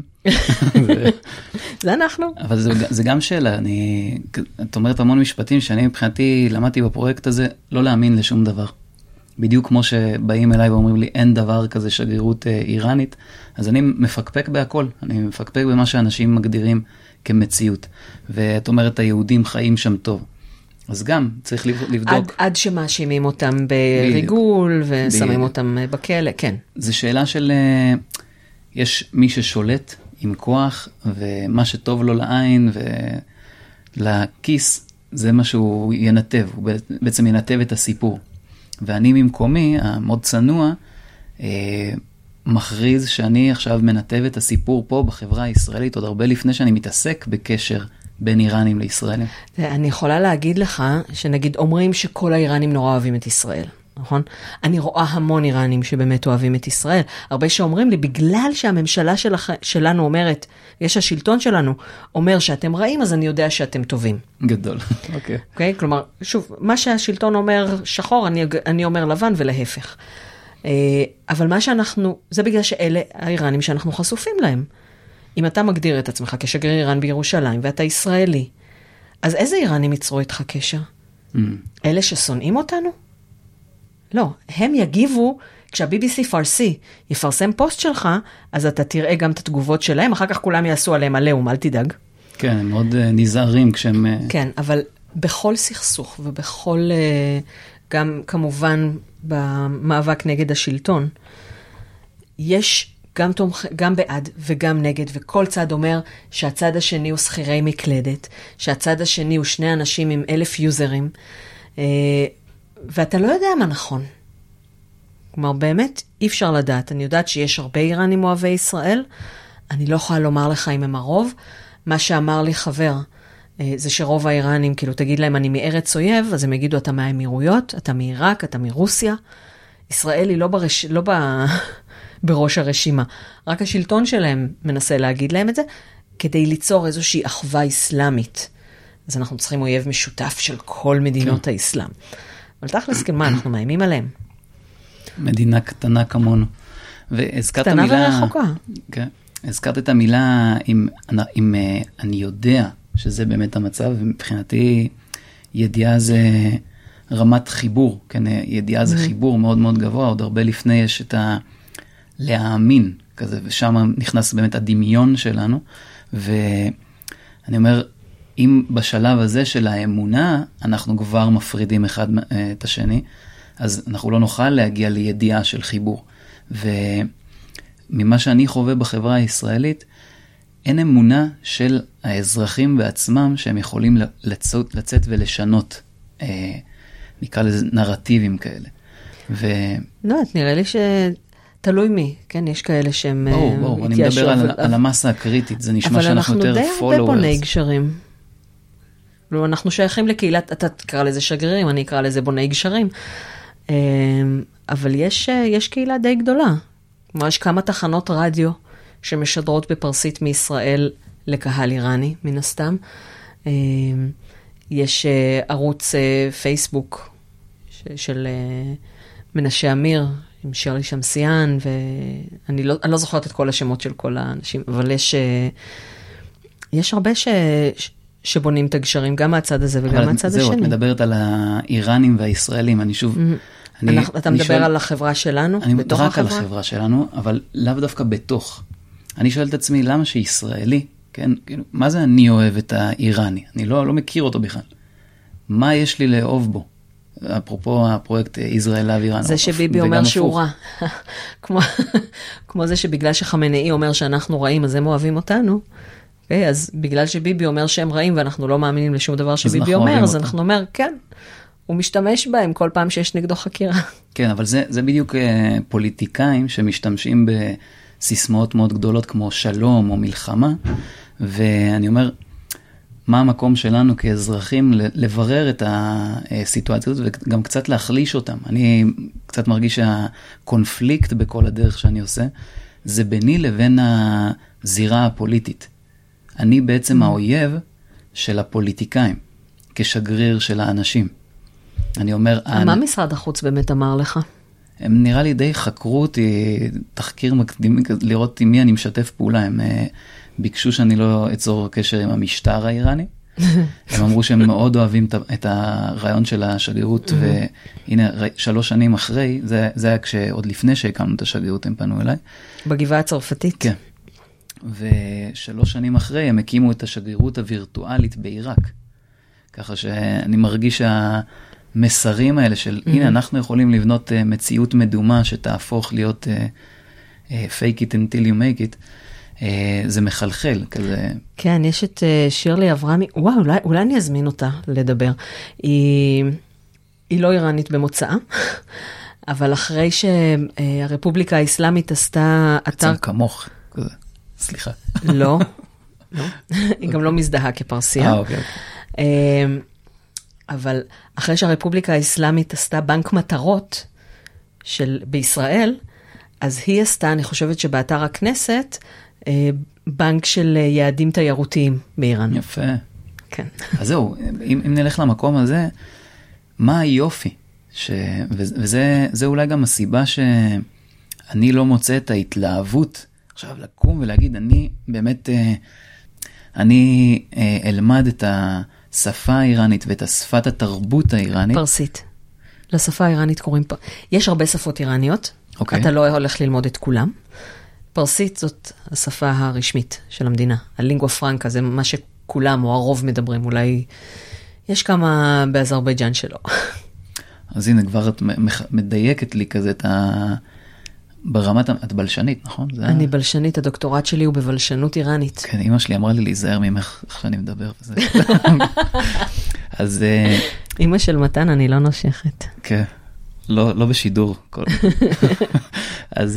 זה אנחנו. אבל זה, זה גם שאלה, אני, את אומרת המון משפטים שאני מבחינתי למדתי בפרויקט הזה לא להאמין לשום דבר. בדיוק כמו שבאים אליי ואומרים לי אין דבר כזה שגרירות איראנית, אז אני מפקפק בהכל, אני מפקפק במה שאנשים מגדירים כמציאות. ואת אומרת היהודים חיים שם טוב. אז גם צריך לבדוק. עד, עד שמאשימים אותם בריגול ושמים בדיוק. אותם בכלא, כן. זו שאלה של, יש מי ששולט עם כוח, ומה שטוב לו לעין ולכיס, זה מה שהוא ינתב, הוא בעצם ינתב את הסיפור. ואני ממקומי, המאוד צנוע, מכריז שאני עכשיו מנתב את הסיפור פה בחברה הישראלית, עוד הרבה לפני שאני מתעסק בקשר בין איראנים לישראלים. אני יכולה להגיד לך, שנגיד אומרים שכל האיראנים נורא אוהבים את ישראל, נכון? אני רואה המון איראנים שבאמת אוהבים את ישראל. הרבה שאומרים לי, בגלל שהממשלה שלח, שלנו אומרת, יש השלטון שלנו, אומר שאתם רעים, אז אני יודע שאתם טובים. גדול. אוקיי. אוקיי? כלומר, שוב, מה שהשלטון אומר שחור, אני, אני אומר לבן ולהפך. אבל מה שאנחנו, זה בגלל שאלה האיראנים שאנחנו חשופים להם. אם אתה מגדיר את עצמך כשגריר איראן בירושלים, ואתה ישראלי, אז איזה איראנים ייצרו איתך קשר? Mm. אלה ששונאים אותנו? לא, הם יגיבו, כשה-בי בי סי פרסי יפרסם פוסט שלך, אז אתה תראה גם את התגובות שלהם, אחר כך כולם יעשו עליהם עליהם, אל תדאג. כן, הם מאוד uh, נזהרים כשהם... כן, אבל בכל סכסוך, ובכל, uh, גם כמובן במאבק נגד השלטון, יש... גם, תומך, גם בעד וגם נגד, וכל צד אומר שהצד השני הוא שכירי מקלדת, שהצד השני הוא שני אנשים עם אלף יוזרים, ואתה לא יודע מה נכון. כלומר, באמת אי אפשר לדעת. אני יודעת שיש הרבה איראנים אוהבי ישראל, אני לא יכולה לומר לך אם הם הרוב. מה שאמר לי חבר, זה שרוב האיראנים, כאילו תגיד להם אני מארץ אויב, אז הם יגידו אתה מהאמירויות, אתה מעיראק, אתה מרוסיה. ישראל היא לא ברש... לא ב... בראש הרשימה. רק השלטון שלהם מנסה להגיד להם את זה, כדי ליצור איזושהי אחווה אסלאמית. אז אנחנו צריכים אויב משותף של כל מדינות האסלאם. אבל תכלס, מה, אנחנו מאיימים עליהם. מדינה קטנה כמונו. והזכרת קטנה המילה... ורחוקה. כן. הזכרת את המילה, אם, אם אני יודע שזה באמת המצב, ומבחינתי ידיעה זה רמת חיבור, כן? ידיעה זה חיבור מאוד מאוד גבוה, עוד הרבה לפני יש את ה... להאמין כזה, ושם נכנס באמת הדמיון שלנו, ואני אומר, אם בשלב הזה של האמונה, אנחנו כבר מפרידים אחד את השני, אז אנחנו לא נוכל להגיע לידיעה של חיבור. וממה שאני חווה בחברה הישראלית, אין אמונה של האזרחים בעצמם, שהם יכולים לצאת, לצאת ולשנות, אה, נקרא לזה נרטיבים כאלה. ו... לא, נראה לי ש... תלוי מי, כן? יש כאלה שהם... ברור, ברור, אני מדבר על, על המסה הקריטית, זה נשמע שאנחנו יותר followers. אבל אנחנו די הרבה בוני גשרים. אנחנו שייכים לקהילת, אתה תקרא לזה שגרירים, אני אקרא לזה בוני גשרים. אבל יש, יש קהילה די גדולה. כלומר, יש כמה תחנות רדיו שמשדרות בפרסית מישראל לקהל איראני, מן הסתם. יש ערוץ פייסבוק של מנשה אמיר, עם שירלי שמסיין, ואני לא, אני לא זוכרת את כל השמות של כל האנשים, אבל יש, יש הרבה ש, שבונים את הגשרים, גם מהצד הזה וגם מהצד השני. זהו, את מדברת על האיראנים והישראלים, אני שוב... Mm-hmm. אני, אתה אני מדבר שואל, על החברה שלנו? אני מדבר רק החברה? על החברה שלנו, אבל לאו דווקא בתוך. אני שואל את עצמי, למה שישראלי, כן, מה זה אני אוהב את האיראני? אני לא, לא מכיר אותו בכלל. מה יש לי לאהוב בו? אפרופו הפרויקט ישראל לאווירן. זה שביבי אומר שהוא רע. כמו, כמו זה שבגלל שחמנאי אומר שאנחנו רעים, אז הם אוהבים אותנו. אוקיי? אז בגלל שביבי אומר שהם רעים, ואנחנו לא מאמינים לשום דבר שביבי אומר, אז אנחנו אומר, כן, הוא משתמש בהם כל פעם שיש נגדו חקירה. כן, אבל זה, זה בדיוק פוליטיקאים שמשתמשים בסיסמאות מאוד גדולות כמו שלום או מלחמה, ואני אומר, מה המקום שלנו כאזרחים לברר את הסיטואציה הזאת וגם קצת להחליש אותם. אני קצת מרגיש שהקונפליקט בכל הדרך שאני עושה, זה ביני לבין הזירה הפוליטית. אני בעצם האויב של הפוליטיקאים, כשגריר של האנשים. אני אומר... מה משרד החוץ באמת אמר לך? הם נראה לי די חקרו אותי, תחקיר מקדים, לראות עם מי אני משתף פעולה. הם ביקשו שאני לא אצור קשר עם המשטר האיראני. הם אמרו שהם מאוד אוהבים את הרעיון של השגרירות, והנה, שלוש שנים אחרי, זה, זה היה כשעוד לפני שהקמנו את השגרירות, הם פנו אליי. בגבעה הצרפתית? כן. ושלוש שנים אחרי, הם הקימו את השגרירות הווירטואלית בעיראק. ככה שאני מרגיש שהמסרים האלה של, הנה, אנחנו יכולים לבנות מציאות מדומה שתהפוך להיות fake it until you make it, זה מחלחל כזה. כן, יש את שירלי אברהמי, וואו, אולי, אולי אני אזמין אותה לדבר. היא, היא לא איראנית במוצאה, אבל אחרי שהרפובליקה האסלאמית עשתה אתר... בעצם כמוך, כזה. סליחה. לא, לא. היא גם לא מזדהה כפרסיה. אה, אוקיי. אבל אחרי שהרפובליקה האסלאמית עשתה בנק מטרות של, בישראל, אז היא עשתה, אני חושבת שבאתר הכנסת, בנק של יעדים תיירותיים באיראן. יפה. כן. אז זהו, אם, אם נלך למקום הזה, מה היופי? ש... וזה זה אולי גם הסיבה שאני לא מוצא את ההתלהבות, עכשיו לקום ולהגיד, אני באמת, אני אלמד את השפה האיראנית ואת השפת התרבות האיראנית. פרסית. לשפה האיראנית קוראים פר... יש הרבה שפות איראניות. Okay. אתה לא הולך ללמוד את כולם. פרסית זאת השפה הרשמית של המדינה. הלינגואה פרנקה זה מה שכולם או הרוב מדברים. אולי יש כמה באזרבייג'אן שלא. אז הנה כבר את מדייקת לי כזה את ה... ברמת, את בלשנית, נכון? אני בלשנית, הדוקטורט שלי הוא בבלשנות איראנית. כן, אמא שלי אמרה לי להיזהר ממך איך שאני מדבר. אז... אמא של מתן, אני לא נושכת. כן, לא בשידור. אז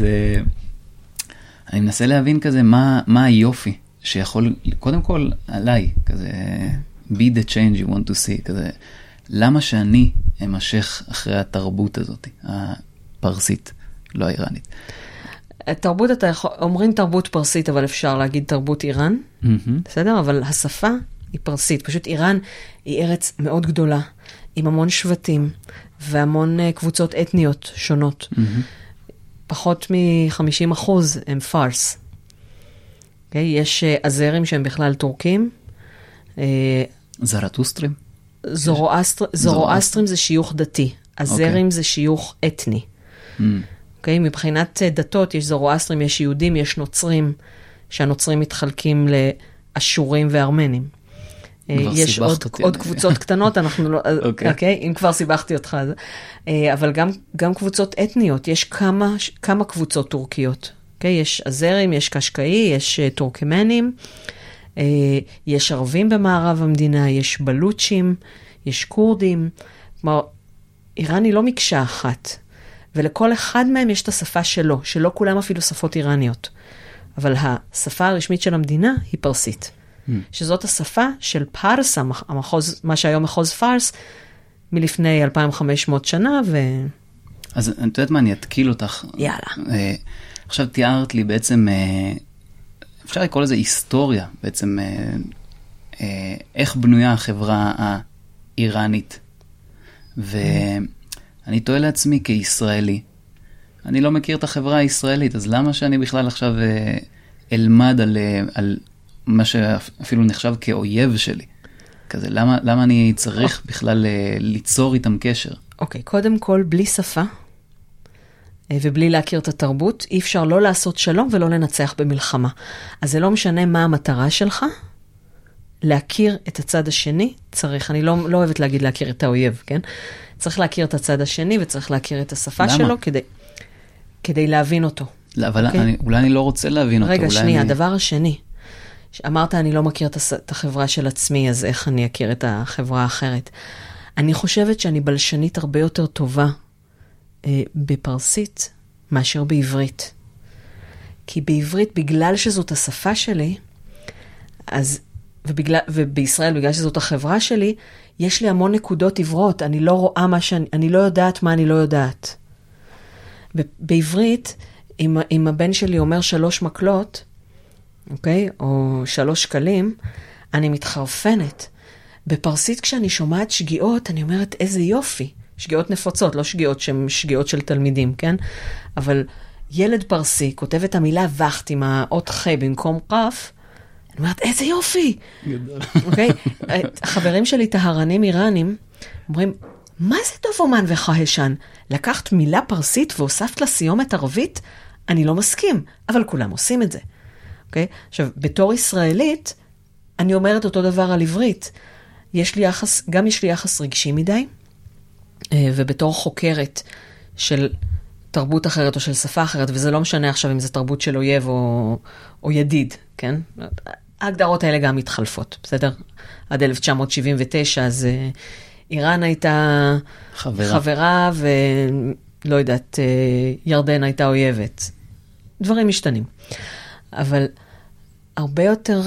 אני מנסה להבין כזה, מה היופי שיכול, קודם כל עליי, כזה, be the change you want to see, כזה, למה שאני אמשך אחרי התרבות הזאת, הפרסית? לא האיראנית. תרבות, אתה יכול, אומרים תרבות פרסית, אבל אפשר להגיד תרבות איראן, mm-hmm. בסדר? אבל השפה היא פרסית. פשוט איראן היא ארץ מאוד גדולה, עם המון שבטים, והמון uh, קבוצות אתניות שונות. Mm-hmm. פחות מ-חמישים אחוז הם פארס. Okay? יש uh, אזרים שהם בכלל טורקים. Uh, זרטוסטרים? זורואסטר, זורואסטרים זה שיוך דתי. אזרים okay. זה שיוך אתני. Mm. Okay, מבחינת דתות, יש זורואסטרים, יש יהודים, יש נוצרים, שהנוצרים מתחלקים לאשורים וארמנים. יש עוד, עוד קבוצות קטנות, אנחנו לא, okay. Okay, אם כבר סיבכתי אותך, אבל גם, גם קבוצות אתניות, יש כמה, כמה קבוצות טורקיות. Okay, יש אזרים, יש קשקאי, יש טורקמנים, יש ערבים במערב המדינה, יש בלוצ'ים, יש קורדים. כלומר, איראן היא לא מקשה אחת. ולכל אחד מהם יש את השפה שלו, שלא כולם אפילו שפות איראניות. אבל השפה הרשמית של המדינה היא פרסית. Mm. שזאת השפה של פארס, המחוז, מה שהיום מחוז פארס, מלפני אלפיים וחמש מאות שנה, ו... אז אני יודעת מה, אני אתקיל אותך. יאללה. אה, עכשיו תיארת לי בעצם, אה, אפשר לקרוא לזה היסטוריה, בעצם, אה, אה, איך בנויה החברה האיראנית. ו... Mm. אני טועה לעצמי כישראלי. אני לא מכיר את החברה הישראלית, אז למה שאני בכלל עכשיו אלמד על, על מה שאפילו נחשב כאויב שלי? כזה, למה, למה אני צריך בכלל ליצור איתם קשר? אוקיי, okay, קודם כל, בלי שפה, ובלי להכיר את התרבות, אי אפשר לא לעשות שלום ולא לנצח במלחמה. אז זה לא משנה מה המטרה שלך, להכיר את הצד השני, צריך, אני לא, לא אוהבת להגיד להכיר את האויב, כן? צריך להכיר את הצד השני, וצריך להכיר את השפה למה? שלו, כדי, כדי להבין אותו. לא, אבל okay? אני, אולי אני לא רוצה להבין רגע, אותו. רגע, שנייה, אני... הדבר השני, אמרת, אני לא מכיר את החברה של עצמי, אז איך אני אכיר את החברה האחרת? אני חושבת שאני בלשנית הרבה יותר טובה אה, בפרסית מאשר בעברית. כי בעברית, בגלל שזאת השפה שלי, אז, ובגלל, ובישראל, בגלל שזאת החברה שלי, יש לי המון נקודות עברות. אני לא רואה מה שאני, אני לא יודעת מה אני לא יודעת. ב, בעברית, אם, אם הבן שלי אומר שלוש מקלות, אוקיי? או שלוש שקלים, אני מתחרפנת. בפרסית, כשאני שומעת שגיאות, אני אומרת, איזה יופי. שגיאות נפוצות, לא שגיאות שהן שגיאות של תלמידים, כן? אבל ילד פרסי כותב את המילה וחט עם האות חי במקום קף, אני אומרת, איזה יופי. גדול. אוקיי? החברים שלי, טהרנים איראנים, אומרים, מה זה טוב אומן וחהשן? לקחת מילה פרסית והוספת לה סיומת ערבית? אני לא מסכים, אבל כולם עושים את זה. אוקיי? עכשיו, בתור ישראלית, אני אומרת אותו דבר על עברית. יש לי יחס, גם יש לי יחס רגשי מדי, ובתור חוקרת של תרבות אחרת או של שפה אחרת, וזה לא משנה עכשיו אם זה תרבות של אויב או, או ידיד, כן? ההגדרות האלה גם מתחלפות, בסדר? עד אלף תשע מאות שבעים ותשע, אז איראן הייתה חברה, חברה ולא יודעת, ירדן הייתה אויבת. דברים משתנים. אבל הרבה יותר,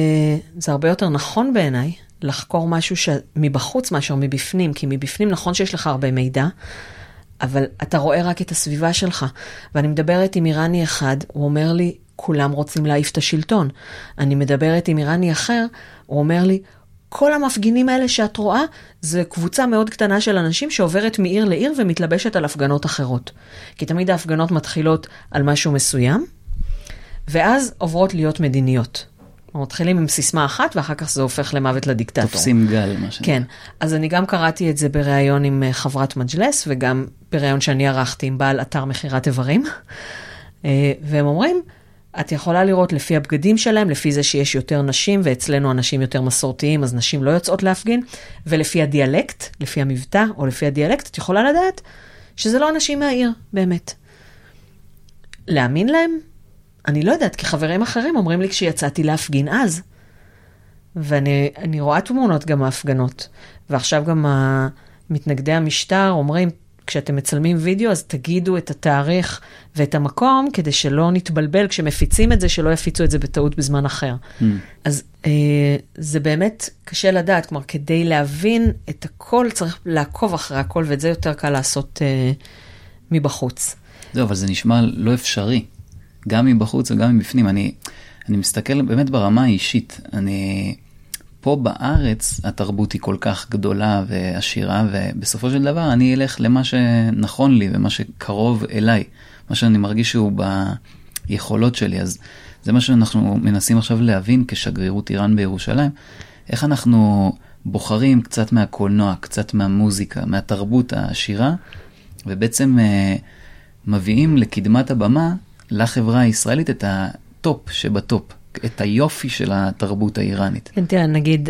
זה הרבה יותר נכון בעיניי, לחקור משהו מבחוץ, משהו מבפנים, כי מבפנים נכון שיש לך הרבה מידע, אבל אתה רואה רק את הסביבה שלך. ואני מדברת עם איראני אחד, הוא אומר לי, כולם רוצים להעיף את השלטון. אני מדברת עם איראני אחר, הוא אומר לי, כל המפגינים האלה שאת רואה, זה קבוצה מאוד קטנה של אנשים שעוברת מעיר לעיר ומתלבשת על הפגנות אחרות. כי תמיד ההפגנות מתחילות על משהו מסוים, ואז עוברות להיות מדיניות. מתחילים עם סיסמה אחת, ואחר כך זה הופך למוות לדיקטטור. תופסים גל, מה שנקרא. כן. אז אני גם קראתי את זה בריאיון עם חברת מג'לס, וגם בריאיון שאני ערכתי עם בעל אתר מחירת איברים. והם אומרים, את יכולה לראות לפי הבגדים שלהם, לפי זה שיש יותר נשים, ואצלנו אנשים יותר מסורתיים, אז נשים לא יוצאות להפגין, ולפי הדיאלקט, לפי המבטא, או לפי הדיאלקט, את יכולה לדעת שזה לא אנשים מהעיר, באמת. להאמין להם? אני לא יודעת, כי חברים אחרים אומרים לי כשיצאתי להפגין אז. ואני אני רואה תמונות גם מההפגנות. ועכשיו גם מתנגדי המשטר אומרים, כשאתם מצלמים וידאו, אז תגידו את התאריך ואת המקום, כדי שלא נתבלבל, כשמפיצים את זה, שלא יפיצו את זה בטעות בזמן אחר. Mm. אז אה, זה באמת קשה לדעת, כלומר, כדי להבין את הכל, צריך לעקוב אחרי הכל, ואת זה יותר קל לעשות אה, מבחוץ. זהו, אבל זה נשמע לא אפשרי. גם מבחוץ וגם מבפנים. אני, אני מסתכל באמת ברמה האישית. אני, פה בארץ התרבות היא כל כך גדולה ועשירה, ובסופו של דבר אני אלך למה שנכון לי ומה שקרוב אליי. מה שאני מרגיש שהוא ביכולות שלי. אז זה מה שאנחנו מנסים עכשיו להבין כשגרירות איראן בירושלים. איך אנחנו בוחרים קצת מהקולנוע, קצת מהמוזיקה, מהתרבות העשירה, ובעצם מביאים לקדמת הבמה לחברה הישראלית את הטופ שבטופ, את היופי של התרבות האיראנית. כן, תראה, נגיד,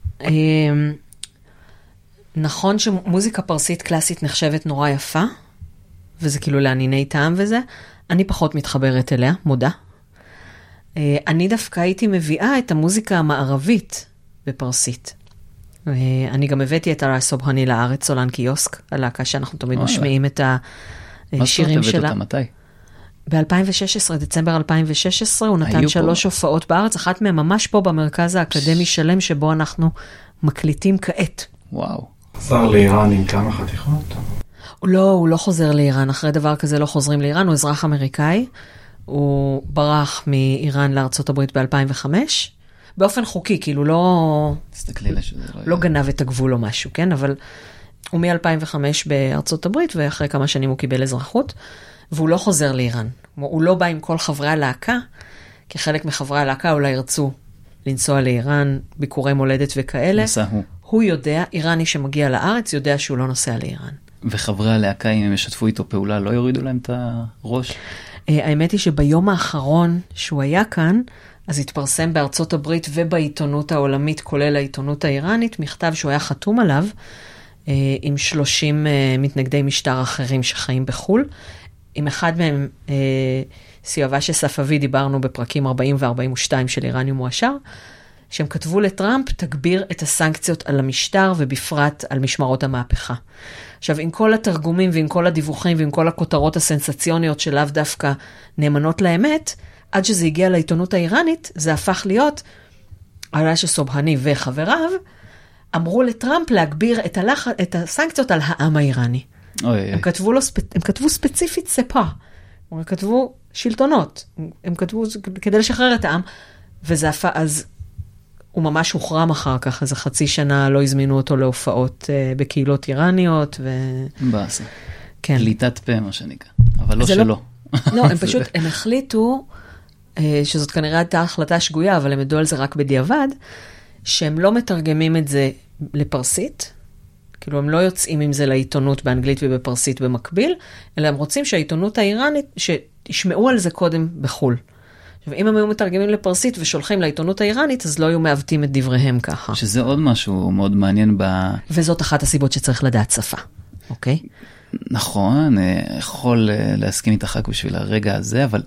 נכון שמוזיקה פרסית קלאסית נחשבת נורא יפה, וזה כאילו לענייני טעם וזה, אני פחות מתחברת אליה, מודה. אני דווקא הייתי מביאה את המוזיקה המערבית בפרסית. אני גם הבאתי את הרי סובהני לארץ, סולן קיוסק, הלהקה שאנחנו תמיד משמיעים את השירים שלה. מה שאתה הבאת אותה, מתי? ב-אלפיים ושש עשרה, דצמבר אלפיים ושש עשרה, הוא נתן שלוש הופעות בארץ, אחת מהן ממש פה במרכז האקדמי שלם, שבו אנחנו מקליטים כעת. וואו. חזר לאיראן עם כמה חתיכות? לא, הוא לא חוזר לאיראן, אחרי דבר כזה לא חוזרים לאיראן, הוא אזרח אמריקאי, הוא ברח מאיראן לארצות הברית ב-אלפיים וחמש, באופן חוקי, כאילו לא... תסתכלי לשזה. לא גנב את הגבול או משהו, כן? אבל הוא מ-אלפיים וחמש בארצות הברית, ואחרי כמה שנים הוא קיבל אזרחות, והוא לא חוזר לאיראן. הוא לא בא עם כל חברי הלהקה, כי חלק מחברי הלהקה אולי ירצו לנסוע לאיראן, ביקורי מולדת וכאלה. נסע הוא. הוא יודע, איראני שמגיע לארץ, יודע שהוא לא נוסע לאיראן. וחברי הלהקה, אם הם ישתפו איתו פעולה, לא יורידו להם את הראש? האמת היא שביום האחרון שהוא היה כאן, אז התפרסם בארצות הברית ובעיתונות העולמית, כולל העיתונות האיראנית, מכתב שהוא היה חתום עליו, עם שלושים מתנגדי משטר אחרים שחיים בחול. עם אחד מהם, אה, סיובש ספאבי, דיברנו בפרקים ארבעים ו-ארבעים ושתיים של איראניום מועשר, שהם כתבו לטראמפ, תגביר את הסנקציות על המשטר, ובפרט על משמרות המהפכה. עכשיו, עם כל התרגומים, ועם כל הדיווחים, ועם כל הכותרות הסנסציוניות שלאו דווקא נאמנות לאמת, עד שזה הגיע לעיתונות האיראנית, זה הפך להיות, עלה שסובהני וחבריו, אמרו לטראמפ להגביר את, הלח... את הסנקציות על העם האיראני. אוי, הם כתבו, לו, הם כתבו ספציפית ספה, הם כתבו שלטונות, הם כתבו כדי לשחרר את העם, וזה הפך, אז הוא ממש הוחרם אחר כך, איזה חצי שנה לא הזמינו אותו להופעות uh, בקהילות איראניות, ו... בעשה. כן. פליטת פה, מה שנקרא, אבל לא זה שלא. לא, לא, הם פשוט, הם החליטו, uh, שזאת כנראה הייתה החלטה שגויה, אבל הם ידעו על זה רק בדיעבד, שהם לא מתרגמים את זה לפרסית, כאילו הם לא יוצאים עם זה לעיתונות באנגלית ובפרסית במקביל, אלא הם רוצים שהעיתונות האיראנית, שישמעו על זה קודם בחול. ואם הם היו מתרגמים לפרסית ושולחים לעיתונות האיראנית, אז לא היו מעוותים את דבריהם ככה. שזה עוד משהו מאוד מעניין ב... וזאת אחת הסיבות שצריך לדעת שפה, אוקיי? נכון, יכול להסכים איתך רק בשביל הרגע הזה, אבל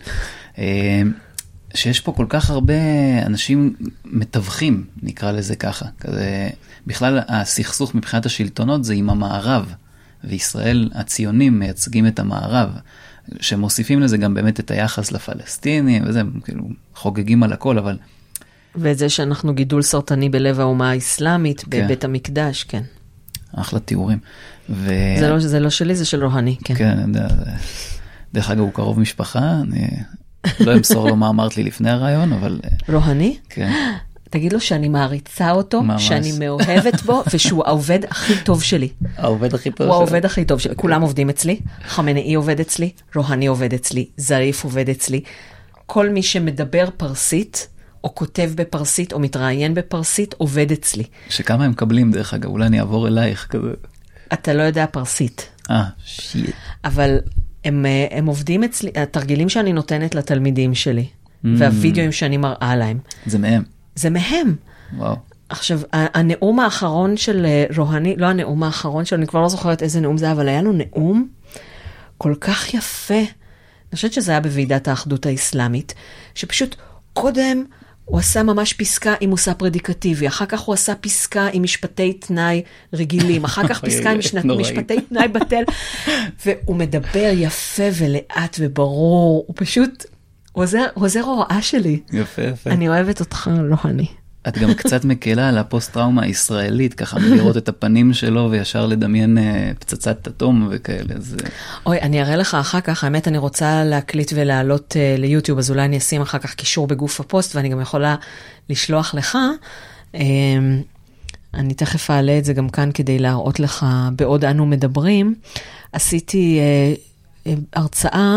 שיש פה כל כך הרבה אנשים מתווכים, נקרא לזה ככה. כזה, בכלל הסכסוך מבחינת השלטונות זה עם המערב, וישראל הציונים מייצגים את המערב, שמוסיפים לזה גם באמת את היחס לפלסטינים, וזה כאילו חוגגים על הכל, אבל... ואת זה שאנחנו גידול סרטני בלב האומה האסלאמית, כן. בבית המקדש, כן. אחלה תיאורים. ו... זה, לא, זה לא שלי, זה של רוהני, כן. כן, אני יודע, זה... דרך אגב הוא קרוב משפחה, אני לא אמסור לו מה אמרת לי לפני הרעיון, אבל... רוהני? כן. תגיד לו שאני מעריצה אותו, ממש. שאני מאוהבת בו, ושהוא העובד הכי טוב שלי. העובד הכי טוב הוא שלי. העובד הכי טוב שלי. כולם עובדים אצלי, חמנאי עובד אצלי, רוהני עובד אצלי, זריף עובד אצלי. כל מי שמדבר פרסית, או כותב בפרסית, או מתראיין בפרסית, עובד אצלי. שכמה הם מקבלים דרך אגב, אולי אני אעבור אלייך כזה. אתה לא יודע פרסית. אה, שיט. אבל הם, הם עובדים אצלי, התרגילים שאני נותנת לתלמידים שלי, והווידאוים שאני מראה להם. זה מהם. זה מהם. וואו. עכשיו, הנאום האחרון של רוהני, לא הנאום האחרון שלו, אני כבר לא זוכרת איזה נאום זה, אבל היה לו נאום כל כך יפה. אני חושבת שזה היה בוועידת האחדות האסלאמית, שפשוט קודם הוא עשה ממש פסקה עם מושא פרדיקטיבי, אחר כך הוא עשה פסקה עם משפטי תנאי רגילים, אחר כך פסקה עם משנת, משפטי תנאי בטל, והוא מדבר יפה ולאט וברור, הוא פשוט... הוא עוזר הוראה שלי. יפה, יפה. אני אוהבת אותך, לא אני. את גם קצת מקלה על הפוסט-טראומה הישראלית, ככה לראות את הפנים שלו וישר לדמיין פצצת אטום וכאלה. זה... אוי, אני אראה לך אחר כך, האמת אני רוצה להקליט ולהעלות uh, ליוטיוב, אז אולי אני אשים אחר כך קישור בגוף הפוסט, ואני גם יכולה לשלוח לך. Um, אני תכף אעלה את זה גם כאן כדי להראות לך בעוד אנו מדברים. עשיתי uh, uh, הרצאה,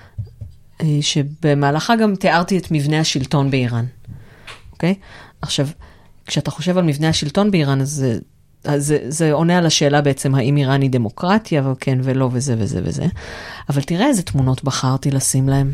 שבמהלכה גם תיארתי את מבנה השלטון באיראן. אוקיי? עכשיו, כשאתה חושב על מבנה השלטון באיראן, אז זה, אז זה, זה עונה על השאלה בעצם, האם איראן היא דמוקרטיה, וכן ולא, וזה וזה וזה. אבל תראה איזה תמונות בחרתי לשים להם.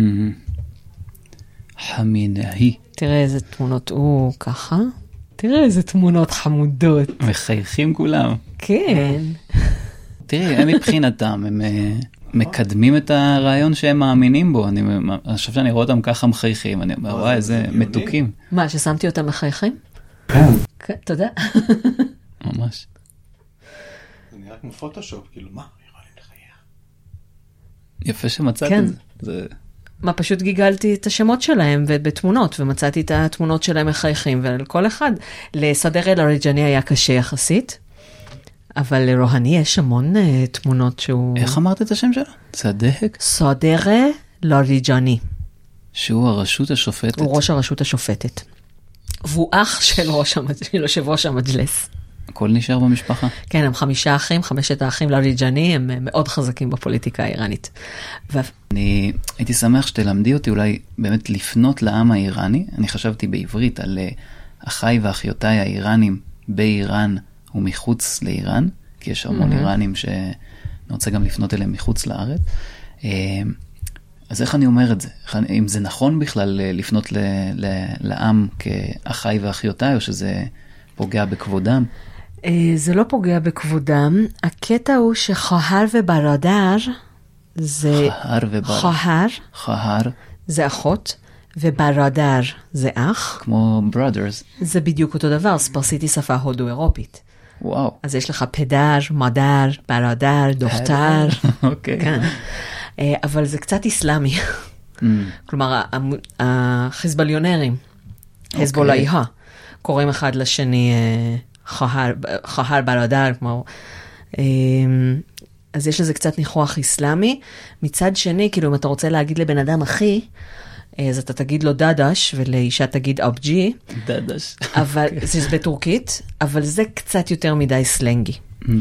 חמינאי. תראה איזה תמונות, הוא ככה. תראה איזה תמונות חמודות. מחייכים כולם. כן. תראי, הם מבחינתם, הם... מקדמים את הרעיון שהם מאמינים בו. אני חושב שאני רואה אותם ככה מחייכים. אני אומר, וואי, איזה מתוקים. מה, ששמתי אותם מחייכים? כן. תודה. ממש. זה נראה כמו פוטושופ, כאילו, מה? נראה לי לחייך. יפה שמצאתי את זה. מה, פשוט גיגלתי את השמות שלהם בתמונות, ומצאתי את התמונות שלהם מחייכים, ולכל אחד. לסדר אל הרג'ני היה קשה יחסית. אבל לרוהני יש המון uh, תמונות שהוא... איך אמרת את השם שלו? צדק? סודרה לוריג'ני. שהוא הרשות השופטת. הוא ראש הרשות השופטת. והוא אח של ראש המג'לס, יושב ראש המג'לס. הכל נשאר במשפחה. כן, הם חמישה אחים, חמשת האחים לוריג'ני, הם מאוד חזקים בפוליטיקה האיראנית. ו... אני הייתי שמח שתלמדי אותי אולי באמת לפנות לעם האיראני. אני חשבתי בעברית על uh, אחיי ואחיותיי האיראנים באיראן, ומחוץ לאיראן, כי יש המון mm-hmm. איראנים שאני רוצה גם לפנות אליהם מחוץ לארץ. אז איך אני אומר את זה? אם זה נכון בכלל לפנות ל, ל, לעם כאחיי ואחיותיי, או שזה פוגע בכבודם? זה לא פוגע בכבודם. הקטע הוא שחוהר וברדר זה חהר ובר. חהר, חהר, זה אחות, וברדר זה אח. כמו brothers. זה בדיוק אותו דבר, ספרסית היא שפה הודו-אירופית. וואו. אז יש לך פדר, מדר, ברדר, דוכתר. אוקיי. כן. אה, אבל זה קצת איסלאמי. Mm. כלומר, ה- ה- החיזבאליונרים, חיזבאללה, קוראים אחד לשני אה, חהר, חהר ברדר, כמו... אה, אז יש לזה קצת ניחוח איסלאמי. מצד שני, כאילו, אם אתה רוצה להגיד לבן אדם אחי, אז אתה תגיד לו דדש, ולאישה תגיד אבג'י, דדש. אבל זה בטורקית, אבל זה קצת יותר מדי סלנגי.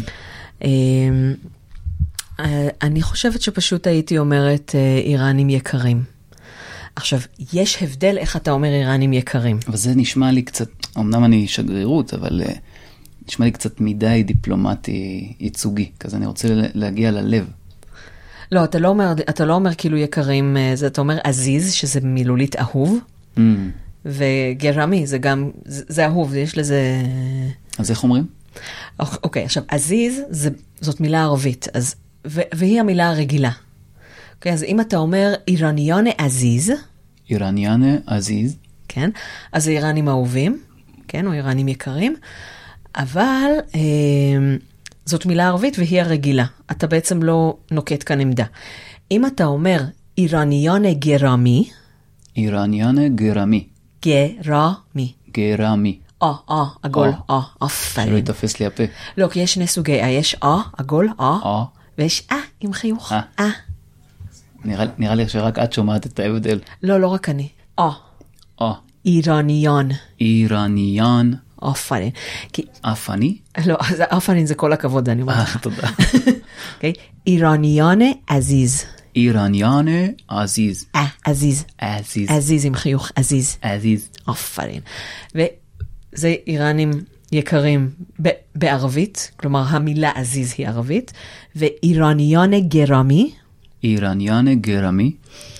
אני חושבת שפשוט הייתי אומרת איראנים יקרים. עכשיו, יש הבדל איך אתה אומר איראנים יקרים. אבל זה נשמע לי קצת, אמנם אני שגרירות, אבל uh, נשמע לי קצת מדי דיפלומטי ייצוגי, כזה אני רוצה להגיע ללב. לא, אתה לא אומר, אתה לא אומר כאילו יקרים, זה, אתה אומר עזיז, שזה מילולית אהוב, Mm. וגרמי, זה גם, זה, זה אהוב, יש לזה... אז איך אומרים? אוקיי, עכשיו, עזיז, זה, זאת מילה ערבית, אז, ו, והיא המילה הרגילה. אוקיי, אז אם אתה אומר איראניאנה עזיז, איראניאנה עזיז. כן, אז זה איראנים אהובים, כן, או איראנים יקרים, אבל אה, זאת מילה ערבית והיא הרגילה. אתה בעצם לא נוקט כאן עמדה. אם אתה אומר איראניאנה גרמי, איראניאנה גרמי. גרמי. גרמי. אה, אה, עגול, אה. אה, שלא אפילו. יתפס לי הפה. לא, כי יש שני סוגי, אה, יש אה, עגול, אה, אה. ויש אה, עם חיוך, אה. אה. נראה, נראה לי שרק את שומעת את ההבדל. לא, לא רק אני. אה, אה. איראניון. איראניאן. אפילו. כי, אפני? לא, אז אפילו זה כל הכבוד, אני אומרת. אה, תודה. אוקיי? איראניאנה עזיז. איראניאנה עזיז. אה, עזיז. עזיז. עזיז עם חיוך, עזיז. עזיז. אפילו. וזה איראנים יקרים ב- בערבית, כלומר המילה עזיז היא ערבית, ואיראניאנה גרמי, איראניאנה גרמי.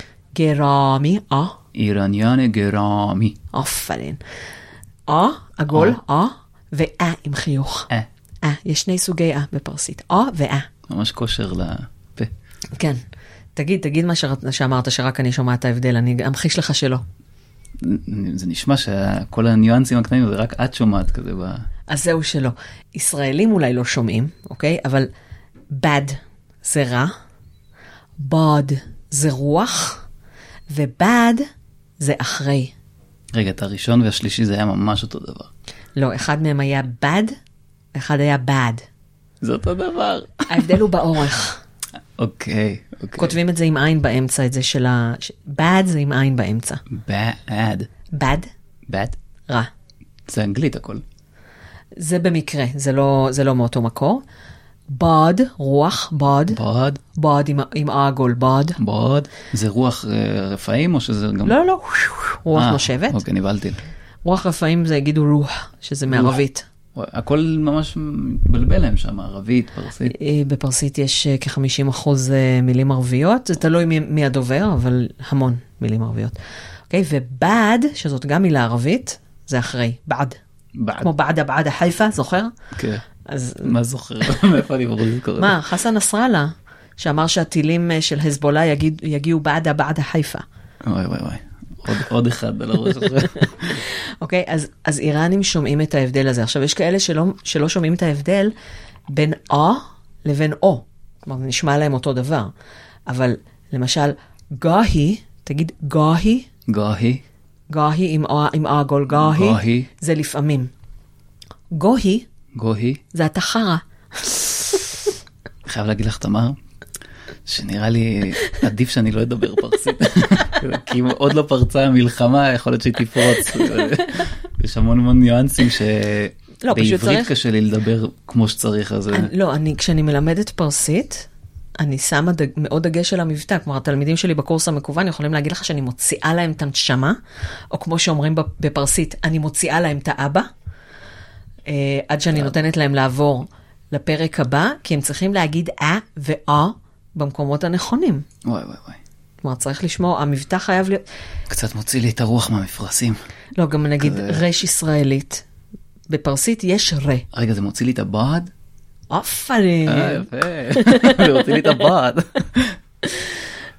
גרמי, אה, איראניאנה גרמי. אפילו. אה, עגול, אה, ואה עם חיוך. אה. אה, יש שני סוגי אה בפרסית, אה ואה. ממש כושר לפה. כן. תגיד, תגיד מה שרת- שאמרת, שרק אני שומעת את ההבדל, אני אמחיש לך שלא. זה נשמע שכל הניואנסים הקטנים זה רק את שומעת כזה ב... אז זהו שלא. ישראלים אולי לא שומעים, אוקיי? אבל בד זה רע, בוד זה רוח, ובד זה אחרי. רגע, את הראשון והשלישי זה היה ממש אותו דבר. לא, אחד מהם היה בד, אחד היה בד. זה אותו דבר. ההבדל הוא באורך. אוקיי, אוקיי. כותבים את זה עם עין באמצע, את זה של ה... ש- בד זה עם עין באמצע. bad. בד, bad? רע. זה אנגלית הכל. זה במקרה, זה לא, זה לא מאותו מקור. בוד, רוח, בוד. בוד. בוד עם, עם עגול, בוד. בוד. זה רוח אה, רפאים או שזה גם... לא, לא, רוח אה, נושבת. אוקיי, נבלתי. רוח רפאים זה יגידו רוח, שזה מערבית. וואי, הכל ממש מתבלבל להם שם, ערבית, פרסית. אה, בפרסית יש אה, כ-חמישים אחוז אה, מילים ערביות, זה תלוי מי, מי הדובר, אבל המון מילים ערביות. אוקיי, ובעד, שזאת גם מילה ערבית, זה אחרי, בעד. בעד. כמו בעדה בעדה חיפה, זוכר? כן. אז מה זוכר? מאיפה אני ברור זה קורה? מה, חסן נסראללה, שאמר שהטילים אה, של חזבאללה יגיד, יגיעו בעדה בעדה חיפה. וואי וואי וואי. עוד, עוד אחד על הראש הזה. אוקיי, אז, אז איראנים שומעים את ההבדל הזה. עכשיו, יש כאלה שלא, שלא שומעים את ההבדל בין אה לבין או. כלומר, זה נשמע להם אותו דבר. אבל, למשל, גאהי, תגיד גאהי, גאהי. גאהי עם אה, עם אה גול, גאהי, גאהי. זה לפעמים. גוהי, גאהי. זה התחרה. חייב להגיד לך, תמר, שנראה לי עדיף שאני לא אדבר פרסית. כי אם עוד לא פרצה המלחמה, יכול להיות שהיא תפרוץ. יש המון המון ניואנסים לא, פשוט שבעברית צריך- קשה לי לדבר כמו שצריך. אז אני, לא, אני, כשאני מלמדת פרסית, אני שמה דג, מאוד דגש על המבטא. כלומר, התלמידים שלי בקורס המקוון יכולים להגיד לך שאני מוציאה להם את הנשמה, או כמו שאומרים בפרסית, אני מוציאה להם את האבא, אה, עד שאני נותנת להם לעבור לפרק הבא, כי הם צריכים להגיד אה ואה במקומות הנכונים. וואי וואי וואי. כלומר, צריך לשמוע, המבטא חייב להיות... קצת מוציא לי את הרוח מהמפרסים. לא, גם נגיד כזה- רש ישראלית. בפרסית יש רה. רגע, זה מוציא לי את הבעד? אפרים. אה, יפה. זה מוציא לי את הבעד.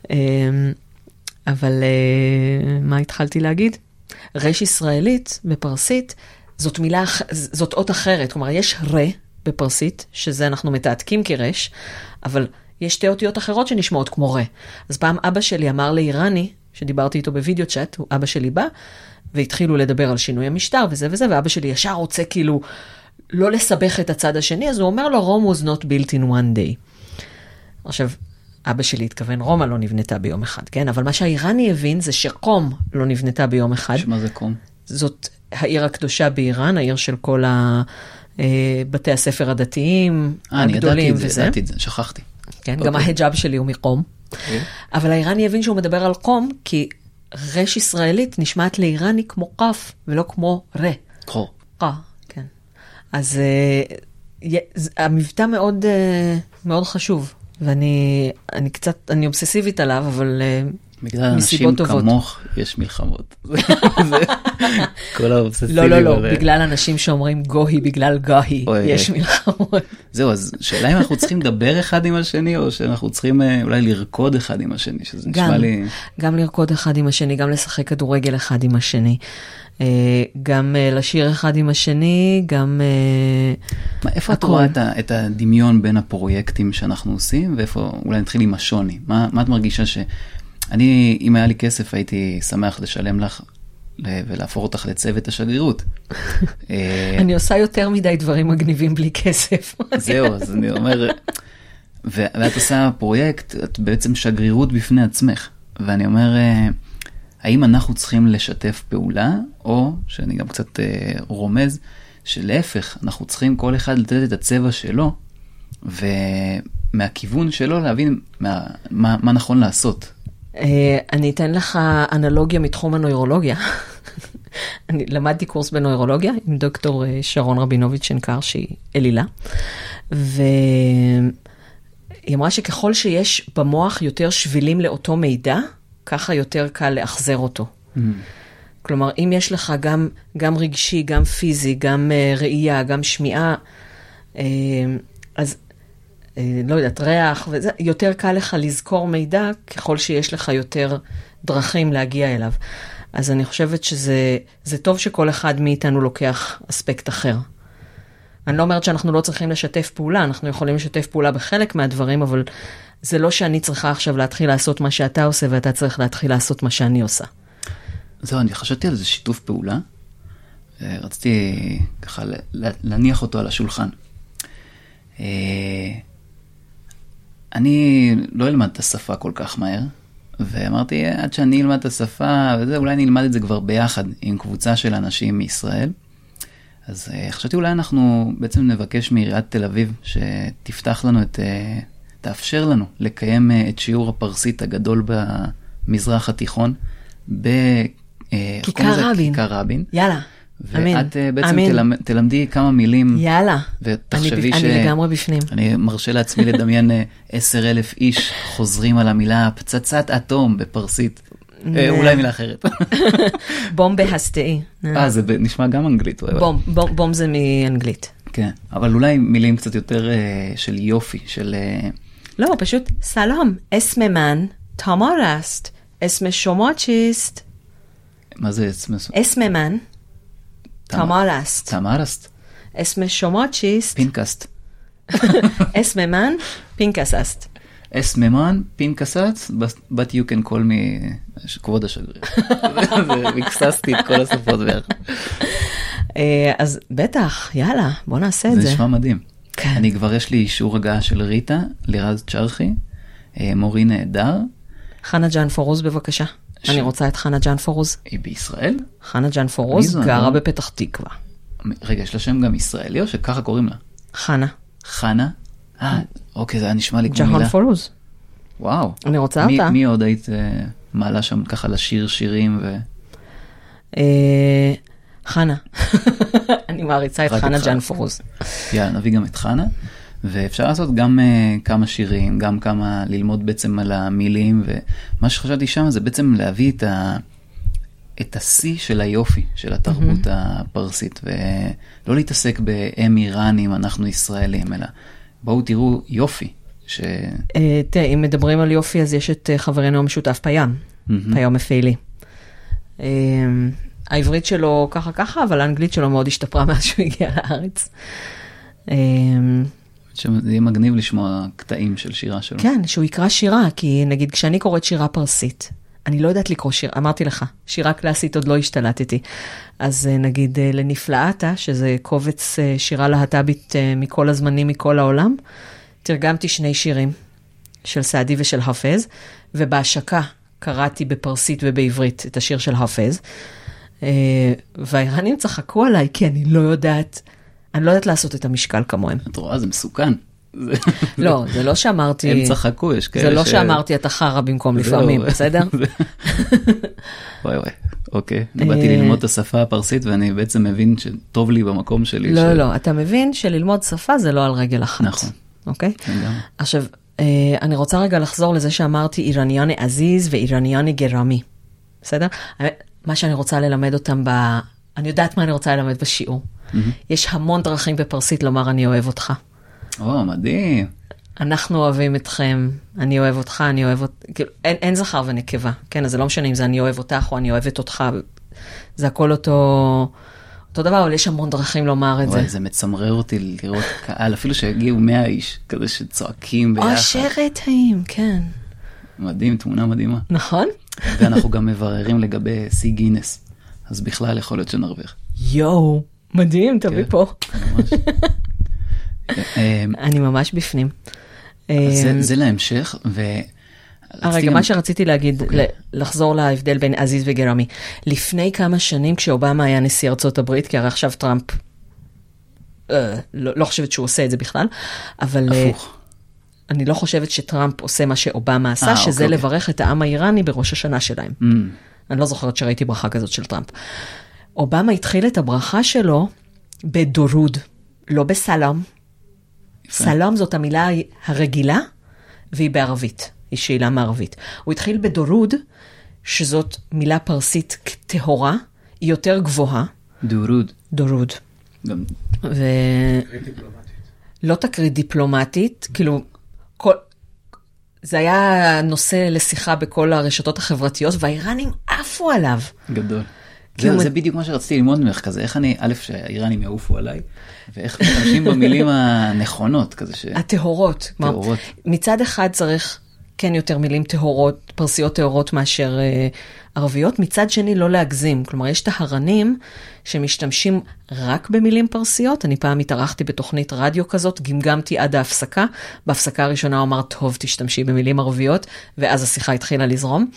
אבל מה התחלתי להגיד? רש ישראלית בפרסית, זאת מילה, זאת אות אחרת. כלומר, יש רה בפרסית, שזה אנחנו מתעתקים כרש, אבל יש שתי אותיות אחרות שנשמעות כמו רה. אז פעם אבא שלי אמר לאיראני, שדיברתי איתו בווידאו צ'אט, אבא שלי בא, והתחילו לדבר על שינוי המשטר וזה וזה, ואבא שלי ישר רוצה כאילו לא לסבך את הצד השני, אז הוא אומר לו, Rome was not built in one day. עכשיו, אבא שלי התכוון, רומא לא נבנתה ביום אחד, כן? אבל מה שהאיראני הבין זה שקום לא נבנתה ביום אחד. שמה זה קום? זאת העיר הקדושה באיראן, העיר של כל בתי הספר הדתיים, הגדולים וזה. אני ידעתי את זה, ידעתי את זה, שכחתי. כן, גם ההיג'אב שלי הוא מקום. אבל האיראני הבין שהוא מדבר על קום, כי רש ישראלית נשמעת לאיראני כמו קף, ולא כמו רה. קו. קה, כן. אז המבטא מאוד מאוד חשוב, ואני אני קצת, אני אובססיבית עליו, אבל בגלל אנשים כמוך יש מלחמות. כל האובססיביים. לא, לא, לא, בגלל אנשים שאומרים גוהי, בגלל גוהי, יש מלחמות. זהו, אז שאלה אם אנחנו צריכים לדבר אחד עם השני, או שאנחנו צריכים אולי לרקוד אחד עם השני, שזה נשמע לי... גם לרקוד אחד עם השני, גם לשחק כדורגל אחד עם השני. גם לשיר אחד עם השני, גם... איפה את רואה את הדמיון בין הפרויקטים שאנחנו עושים, ואיפה אולי נתחיל עם השוני? מה את מרגישה ש... אני, אם היה לי כסף, הייתי שמח לשלם לך ולהפוך אותך לצוות השגרירות. אני עושה יותר מדי דברים מגניבים בלי כסף. זהו, אז אני אומר, ואת עושה פרויקט, את בעצם שגרירות בפני עצמך. ואני אומר, האם אנחנו צריכים לשתף פעולה, או שאני גם קצת רומז, שלהפך, אנחנו צריכים כל אחד לתת את הצבע שלו, ומהכיוון שלו להבין מה, מה, מה נכון לעשות. אני אתן לך אנלוגיה מתחום הנוירולוגיה. אני למדתי קורס בנוירולוגיה עם דוקטור שרון רבינוביץ' שנקר, שהיא אלילה. והיא אמרה שככל שיש במוח יותר שבילים לאותו מידע, ככה יותר קל לאחזר אותו. Mm. כלומר, אם יש לך גם, גם רגשי, גם פיזי, גם uh, ראייה, גם שמיעה, uh, אז uh, לא יודעת, ריח, וזה, יותר קל לך לזכור מידע, ככל שיש לך יותר דרכים להגיע אליו. אז אני חושבת שזה זה טוב שכל אחד מאיתנו לוקח אספקט אחר. אני לא אומרת שאנחנו לא צריכים לשתף פעולה, אנחנו יכולים לשתף פעולה בחלק מהדברים, אבל זה לא שאני צריכה עכשיו להתחיל לעשות מה שאתה עושה, ואתה צריך להתחיל לעשות מה שאני עושה. זהו, אני חשבתי על זה שיתוף פעולה. רציתי ככה להניח אותו על השולחן. אני לא אלמד את השפה כל כך מהר, ואמרתי, עד שאני אלמד את השפה, וזה, אולי אני אלמד את זה כבר ביחד עם קבוצה של אנשים מישראל. אז חשבתי אולי אנחנו בעצם נבקש מעיריית תל אביב, שתפתח לנו את, תאפשר לנו לקיים את שיעור הפרסית הגדול במזרח התיכון, בכיכר רבין. כיכר רבין. יאללה. אמן. ואת בעצם תלמד, תלמדי כמה מילים. יאללה. ותחשבי אני, ש... אני לגמרי בפנים. אני מרשה לעצמי לדמיין עשר אלף איש חוזרים על המילה פצצת אטום בפרסית. אולי מילה אחרת. בום בהסתאי. אה, זה נשמע גם אנגלית. בום, בום, בום זה מאנגלית. כן, אבל אולי מילים קצת יותר של יופי, של... לא, פשוט סלום, אסמה מן, תמרסט, אסמה שומוצ'יסט. מה זה אסמה? אסמה מן. תמרסט. תמרסט. אסמה שומוצ'יסט. פינקסט. אסמה מן, פינקססט. אסממן, פינקססט, but you can call me כבוד השגריר. והקססתי את כל השפות ביחד. אז בטח, יאללה, בוא נעשה את זה. זה נשמע מדהים. אני כבר יש לי אישור הגעה של ריטה, לירז צ'רחי, מורי נהדר. חנה ג'אן פורוז, בבקשה. אני רוצה את חנה ג'אן פורוז. היא בישראל? חנה ג'אן פורוז גרה בפתח תקווה. רגע, יש לה שם גם ישראלי או שככה קוראים לה? חנה. חנה? אה, אוקיי, זה היה נשמע לי כמו מילה. ג'אן פורוז. וואו. אני רוצה אותה. מי עוד היית מעלה שם ככה לשיר שירים ו... חנה. אני מעריצה את חנה ג'אן פורוז. יאללה, נביא גם את חנה. ואפשר לעשות גם uh, כמה שירים, גם כמה ללמוד בעצם על המילים, ומה שחשבתי שם זה בעצם להביא את, ה, את השיא של היופי של התרבות mm-hmm. הפרסית, ולא להתעסק בהם איראנים, אנחנו ישראלים, אלא בואו תראו יופי ש... תראה, אם מדברים על יופי, אז יש את חברנו המשותף פיאם, פיאם מפעילי. העברית שלו ככה ככה, אבל האנגלית שלו מאוד השתפרה מאז שהוא הגיע לארץ. זה יהיה מגניב לשמוע קטעים של שירה שלו. כן, שהוא יקרא שירה, כי נגיד כשאני קוראת שירה פרסית, אני לא יודעת לקרוא שירה, אמרתי לך, שירה קלאסית עוד לא השתלטתי. אז נגיד לנפלאתה, שזה קובץ שירה להט"בית מכל הזמנים, מכל העולם, תרגמתי שני שירים של סעדי ושל חפז, ובהשקה קראתי בפרסית ובעברית את השיר של חפז, והאיראנים צחקו עליי, כי אני לא יודעת, אני לא יודעת לעשות את המשקל כמוהם. את רואה, זה מסוכן. לא, זה לא שאמרתי... הם צחקו, יש כאלה ש... זה לא שאמרתי את החרה במקום לפעמים, בסדר? וואי וואי, אוקיי. אני באתי ללמוד את השפה הפרסית, ואני בעצם מבין שטוב לי במקום שלי. לא, לא, אתה מבין שללמוד שפה זה לא על רגל אחת. נכון. אוקיי? עכשיו, אני רוצה רגע לחזור לזה שאמרתי איראניאני עזיז ואיראניאני גרמי. בסדר? מה שאני רוצה ללמד אותם ב... אני יודעת מה אני רוצה ללמד בשיעור. יש המון דרכים בפרסית לומר אני אוהב אותך. או, מדהים. אנחנו אוהבים אתכם, אני אוהב אותך, אני אוהב אותך, כאילו, אין, אין זכר ונקבה, כן, אז זה לא משנה אם זה אני אוהב אותך או אני אוהבת אותך, זה הכל אותו, אותו דבר, אבל יש המון דרכים לומר את וואי, זה. זה מצמרר אותי לראות קהל, אפילו שהגיעו מאה איש, כזה שצועקים ביחד. או שרת טעים, כן. מדהים, תמונה מדהימה. נכון? ואנחנו גם מבררים לגבי סי גינס, אז בכלל יכול להיות שנרוויח. יואו, מדהים, תביא פה. ממש. אני ממש בפנים. זה להמשך, ו... רגע, מה שרציתי להגיד, לחזור להבדל בין עזיז וגרמי. לפני כמה שנים, כשאובמה היה נשיא ארצות הברית, כי הרי עכשיו טראמפ, לא חושבת שהוא עושה את זה בכלל, אבל... הפוך. אני לא חושבת שטראמפ עושה מה שאובמה עשה, שזה לברך את העם האיראני בראש השנה שלהם. אני לא זוכרת שראיתי ברכה כזאת של טראמפ. אובמה התחיל את הברכה שלו בדורוד, לא בסלאם. סלאם זאת המילה הרגילה, והיא בערבית, היא שאלה מערבית. הוא התחיל בדורוד, שזאת מילה פרסית טהורה, היא יותר גבוהה. דורוד. דורוד. גם... ו... תקרית דיפלומטית. לא תקרית דיפלומטית, כאילו, כל... זה היה נושא לשיחה בכל הרשתות החברתיות, והאיראנים עפו עליו. גדול. זה, זה בדיוק מה שרציתי ללמוד ממך כזה, איך אני, א', שהאיראנים יעופו עליי, ואיך משתמשים במילים הנכונות, כזה ש... הטהורות. טהורות. מצד אחד צריך כן יותר מילים טהורות, פרסיות טהורות מאשר אה, ערביות, מצד שני לא להגזים. כלומר, יש טהרנים שמשתמשים רק במילים פרסיות. אני פעם התארחתי בתוכנית רדיו כזאת, גמגמתי עד ההפסקה. בהפסקה הראשונה הוא אמר, טוב, תשתמשי במילים ערביות, ואז השיחה התחילה לזרום.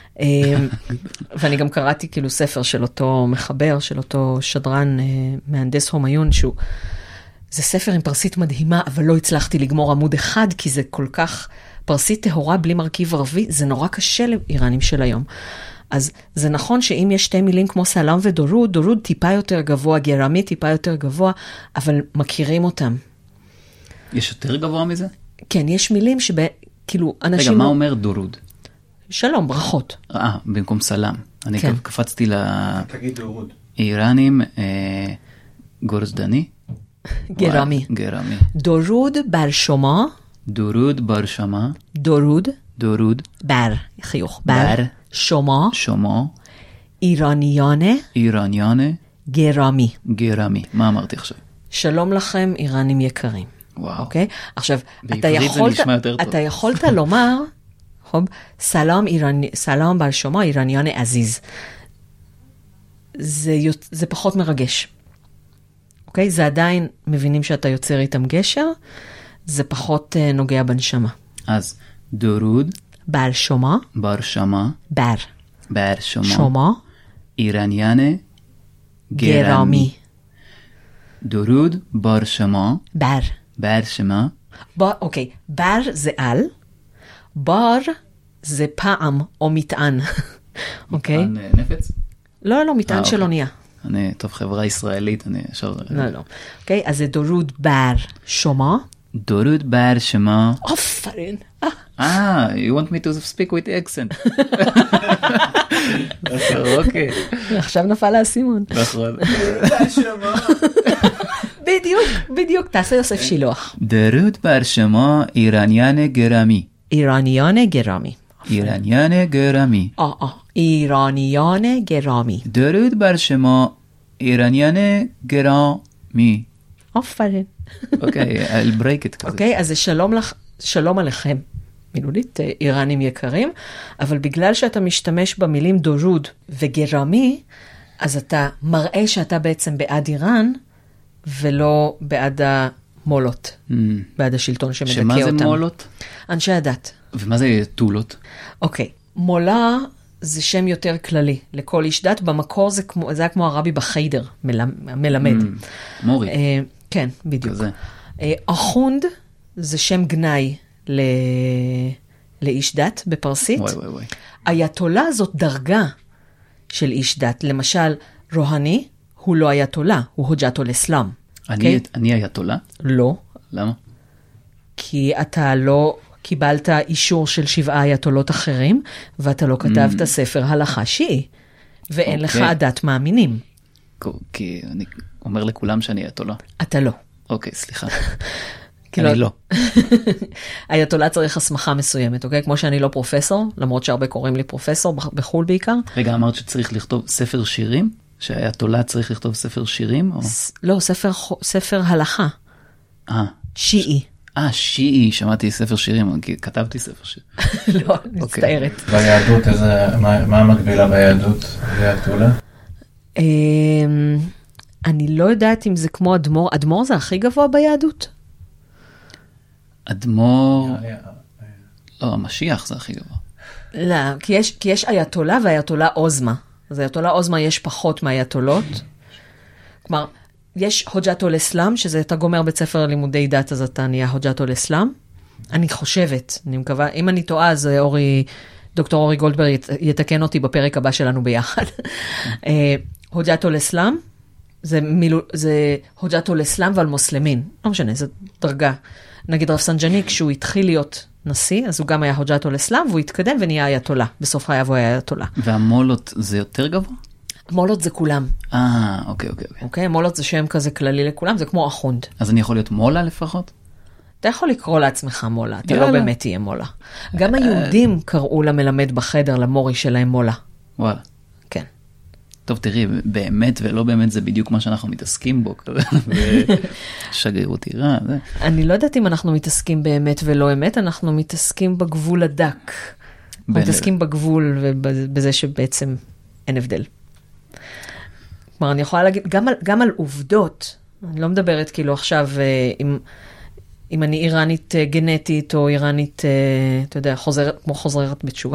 ואני גם קראתי כאילו ספר של אותו מחבר, של אותו שדרן, מהנדס הומיון, שהוא, זה ספר עם פרסית מדהימה, אבל לא הצלחתי לגמור עמוד אחד, כי זה כל כך, פרסית טהורה בלי מרכיב ערבי, זה נורא קשה לאיראנים של היום. אז זה נכון שאם יש שתי מילים כמו סלאם ודורוד, דורוד טיפה יותר גבוה, גרמי טיפה יותר גבוה, אבל מכירים אותם. יש יותר גבוה מזה? כן, יש מילים שבה, כאילו, אנשים... רגע, מה אומר דורוד? שלום, ברכות. אה, במקום סלאם. אני כן. קפצתי ל... תגיד דורוד. איראנים, אה, גורזדני? גרמי. גרמי. דורוד בר שמה. דורוד בר שמה. דורוד. דורוד. בר, חיוך. בר. שמה. שמה. איראניאנה. איראניאנה. גרמי. גרמי. מה אמרתי עכשיו? שלום לכם, איראנים יקרים. וואו. אוקיי? עכשיו, אתה בעברית זה יכולת, נשמע יותר טוב. אתה יכולת לומר, חוב, סלאם איראני, סלאם בר שמה, איראניאנה עזיז. זה, זה פחות מרגש. אוקיי? זה עדיין מבינים שאתה יוצר איתם גשר, זה פחות uh, נוגע בנשמה. אז דורוד. בר שמה. בר שמה. בר. בר שמה. שמה. איראניאנה. גרמי. דורוד בר שמה. בר. בר שמה. בר, אוקיי. בר זה על. בר זה פעם או מטען. אוקיי? מטען נפץ? לא, לא, מטען של אונייה. אני, טוב, חברה ישראלית, אני ישר... לא, לא. אוקיי, אז זה דורוד בר שמה. דורוד בר שמה. אופרין. אה, you want me to speak with accent. אוקיי. עכשיו נפל האסימון. נכון. בדיוק. בדיוק, בדיוק, תעשה יוסף שילוח. درود بر شما ایرانیان گرامی. ایرانیان گرامی. ایرانیان گرامی. آه آه ایرانیان گرامی. درود بر شما ایرانیان گرامی. آفرین. אוקיי, על ברקט כזה. אוקיי, אז זה שלום לך, שלום עליכם. מילולית, איראנים יקרים, אבל בגלל שאתה משתמש במילים דורוד וגרמי, אז אתה מראה שאתה בעצם בעד איראן, ולא בעד המולות, mm. בעד השלטון שמדכא אותם. שמה זה מולות? אנשי הדת. ומה זה טולות? אוקיי, מולה זה שם יותר כללי, לכל איש דת, במקור זה, כמו, זה היה כמו הרבי בחיידר, מלמד. Mm. מורי. אה, כן, בדיוק. כזה. אה, אחונד זה שם גנאי, ל... לאיש דת בפרסית. וואי, וואי, וואי. אייתולה זאת דרגה של איש דת. למשל, רוהני הוא לא אייתולה, הוא הוג'אתול אסלאם. אני, okay? אני אייתולה? לא. למה? כי אתה לא קיבלת אישור של שבעה אייתולות אחרים, ואתה לא כתבת mm. ספר הלכה שיעי, ואין okay. לך עדת מאמינים. כי אני אומר לכולם שאני אייתולה. אתה לא. אוקיי, סליחה. אני לא. אייתולה צריך הסמכה מסוימת, אוקיי? כמו שאני לא פרופסור, למרות שהרבה קוראים לי פרופסור, בחול בעיקר. רגע, אמרת שצריך לכתוב ספר שירים? שהאייתולה צריך לכתוב ספר שירים? לא, ספר הלכה. אה. שיעי. אה, שיעי, שמעתי ספר שירים, כתבתי ספר שירים. לא, מצטערת. ביהדות, מה המקבילה ביהדות? אייתולה? אני לא יודעת אם זה כמו אדמו"ר. אדמו"ר זה הכי גבוה ביהדות? אדמו"ר, לא, המשיח זה הכי גבוה. לא, כי יש, כי יש אייתולה ואייתולה עוזמה. אז אייתולה עוזמה יש פחות מהאייתולות. כלומר, יש הוג'אתול אסלאם, שזה אתה גומר בית ספר לימודי דת, אז אתה נהיה הוג'אתול אסלאם. אני חושבת, אני מקווה, אם אני טועה, אז אורי, דוקטור אורי גולדברג יתקן אותי בפרק הבא שלנו ביחד. הוג'אתול אסלאם, זה, מילו, זה הוג'אתול אסלאם ועל מוסלמין. לא משנה, זו דרגה. נגיד רב סנג'ני, כשהוא התחיל להיות נשיא, אז הוא גם היה הוג'אתול אסלאם, והוא התקדם ונהיה אייתולה. בסוף חייו הוא היה אייתולה. והמולות זה יותר גבוה? מולות זה כולם. אה, אוקיי, אוקיי. אוקיי, מולות זה שם כזה כללי לכולם, זה כמו אחונד. אז אני יכול להיות מולה לפחות? אתה יכול לקרוא לעצמך מולה, אתה לא באמת תהיה מולה. גם היהודים קראו למלמד בחדר, למורי שלהם מולה. וואלה. כן. טוב, תראי, באמת ולא באמת זה בדיוק מה שאנחנו מתעסקים בו, שגרירות איראן. אני לא יודעת אם אנחנו מתעסקים באמת ולא אמת, אנחנו מתעסקים בגבול הדק. מתעסקים בגבול ובזה שבעצם אין הבדל. כלומר, אני יכולה להגיד, גם על, גם על עובדות, אני לא מדברת כאילו עכשיו, אם, אם אני איראנית גנטית, או איראנית, אתה יודע, חוזרת, כמו חוזרת בתשובה.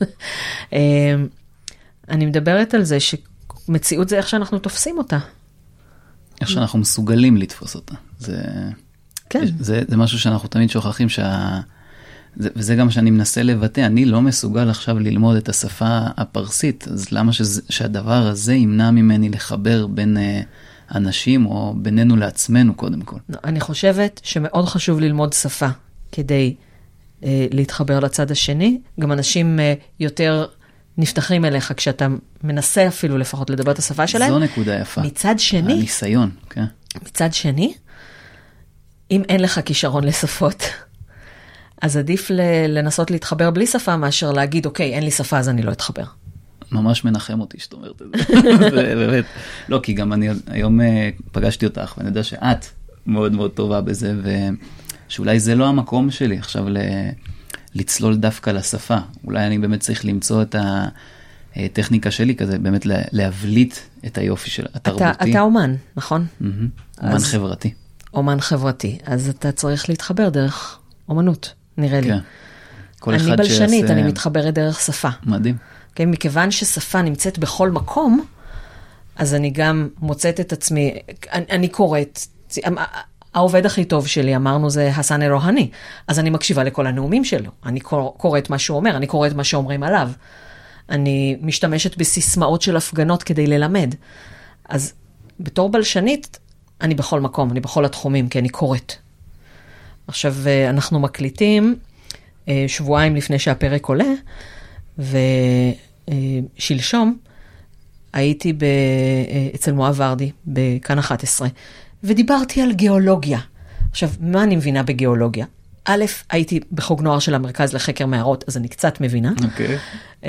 אני מדברת על זה שמציאות זה איך שאנחנו תופסים אותה. איך שאנחנו מסוגלים לתפוס אותה. זה, כן. זה, זה משהו שאנחנו תמיד שוכחים, שה, זה, וזה גם שאני מנסה לבטא, אני לא מסוגל עכשיו ללמוד את השפה הפרסית, אז למה שזה, שהדבר הזה ימנע ממני לחבר בין uh, אנשים, או בינינו לעצמנו קודם כל? לא, אני חושבת שמאוד חשוב ללמוד שפה, כדי uh, להתחבר לצד השני. גם אנשים uh, יותר נפתחים אליך, כשאתה מנסה אפילו לפחות לדבר את השפה שלהם. זו נקודה יפה. מצד שני, הניסיון, כן. מצד שני, אם אין לך כישרון לשפות, אז עדיף לנסות להתחבר בלי שפה, מאשר להגיד, אוקיי, אין לי שפה, אז אני לא אתחבר. ממש מנחם אותי שאת אומרת את זה. באמת. לא, כי גם אני היום פגשתי אותך, ואני יודע שאת מאוד מאוד טובה בזה, ושאולי זה לא המקום שלי עכשיו לצלול דווקא לשפה. אולי אני באמת צריך למצוא את הטכניקה שלי כזה, באמת להבליט את היופי של התרבותי. אתה אומן, נכון? אומן חברתי. אומן חברתי. אז אתה צריך להתחבר דרך אומנות. נראה לי. כן. אני בלשנית, שעשה... אני מתחברת דרך שפה. מדהים. כן, מכיוון ששפה נמצאת בכל מקום, אז אני גם מוצאת את עצמי, אני, אני קוראת, העובד הכי טוב שלי, אמרנו, זה חסן אל-רוהני, אז אני מקשיבה לכל הנאומים שלו, אני קוראת מה שהוא אומר, אני קוראת מה שאומרים עליו, אני משתמשת בסיסמאות של הפגנות כדי ללמד, אז בתור בלשנית, אני בכל מקום, אני בכל התחומים, כי אני קוראת. עכשיו, אנחנו מקליטים שבועיים לפני שהפרק עולה, ושלשום הייתי אצל מואב ורדי, בכאן אחת עשרה, ודיברתי על גיאולוגיה. עכשיו, מה אני מבינה בגיאולוגיה? א', הייתי בחוג נוער של המרכז לחקר מערות, אז אני קצת מבינה. אוקיי.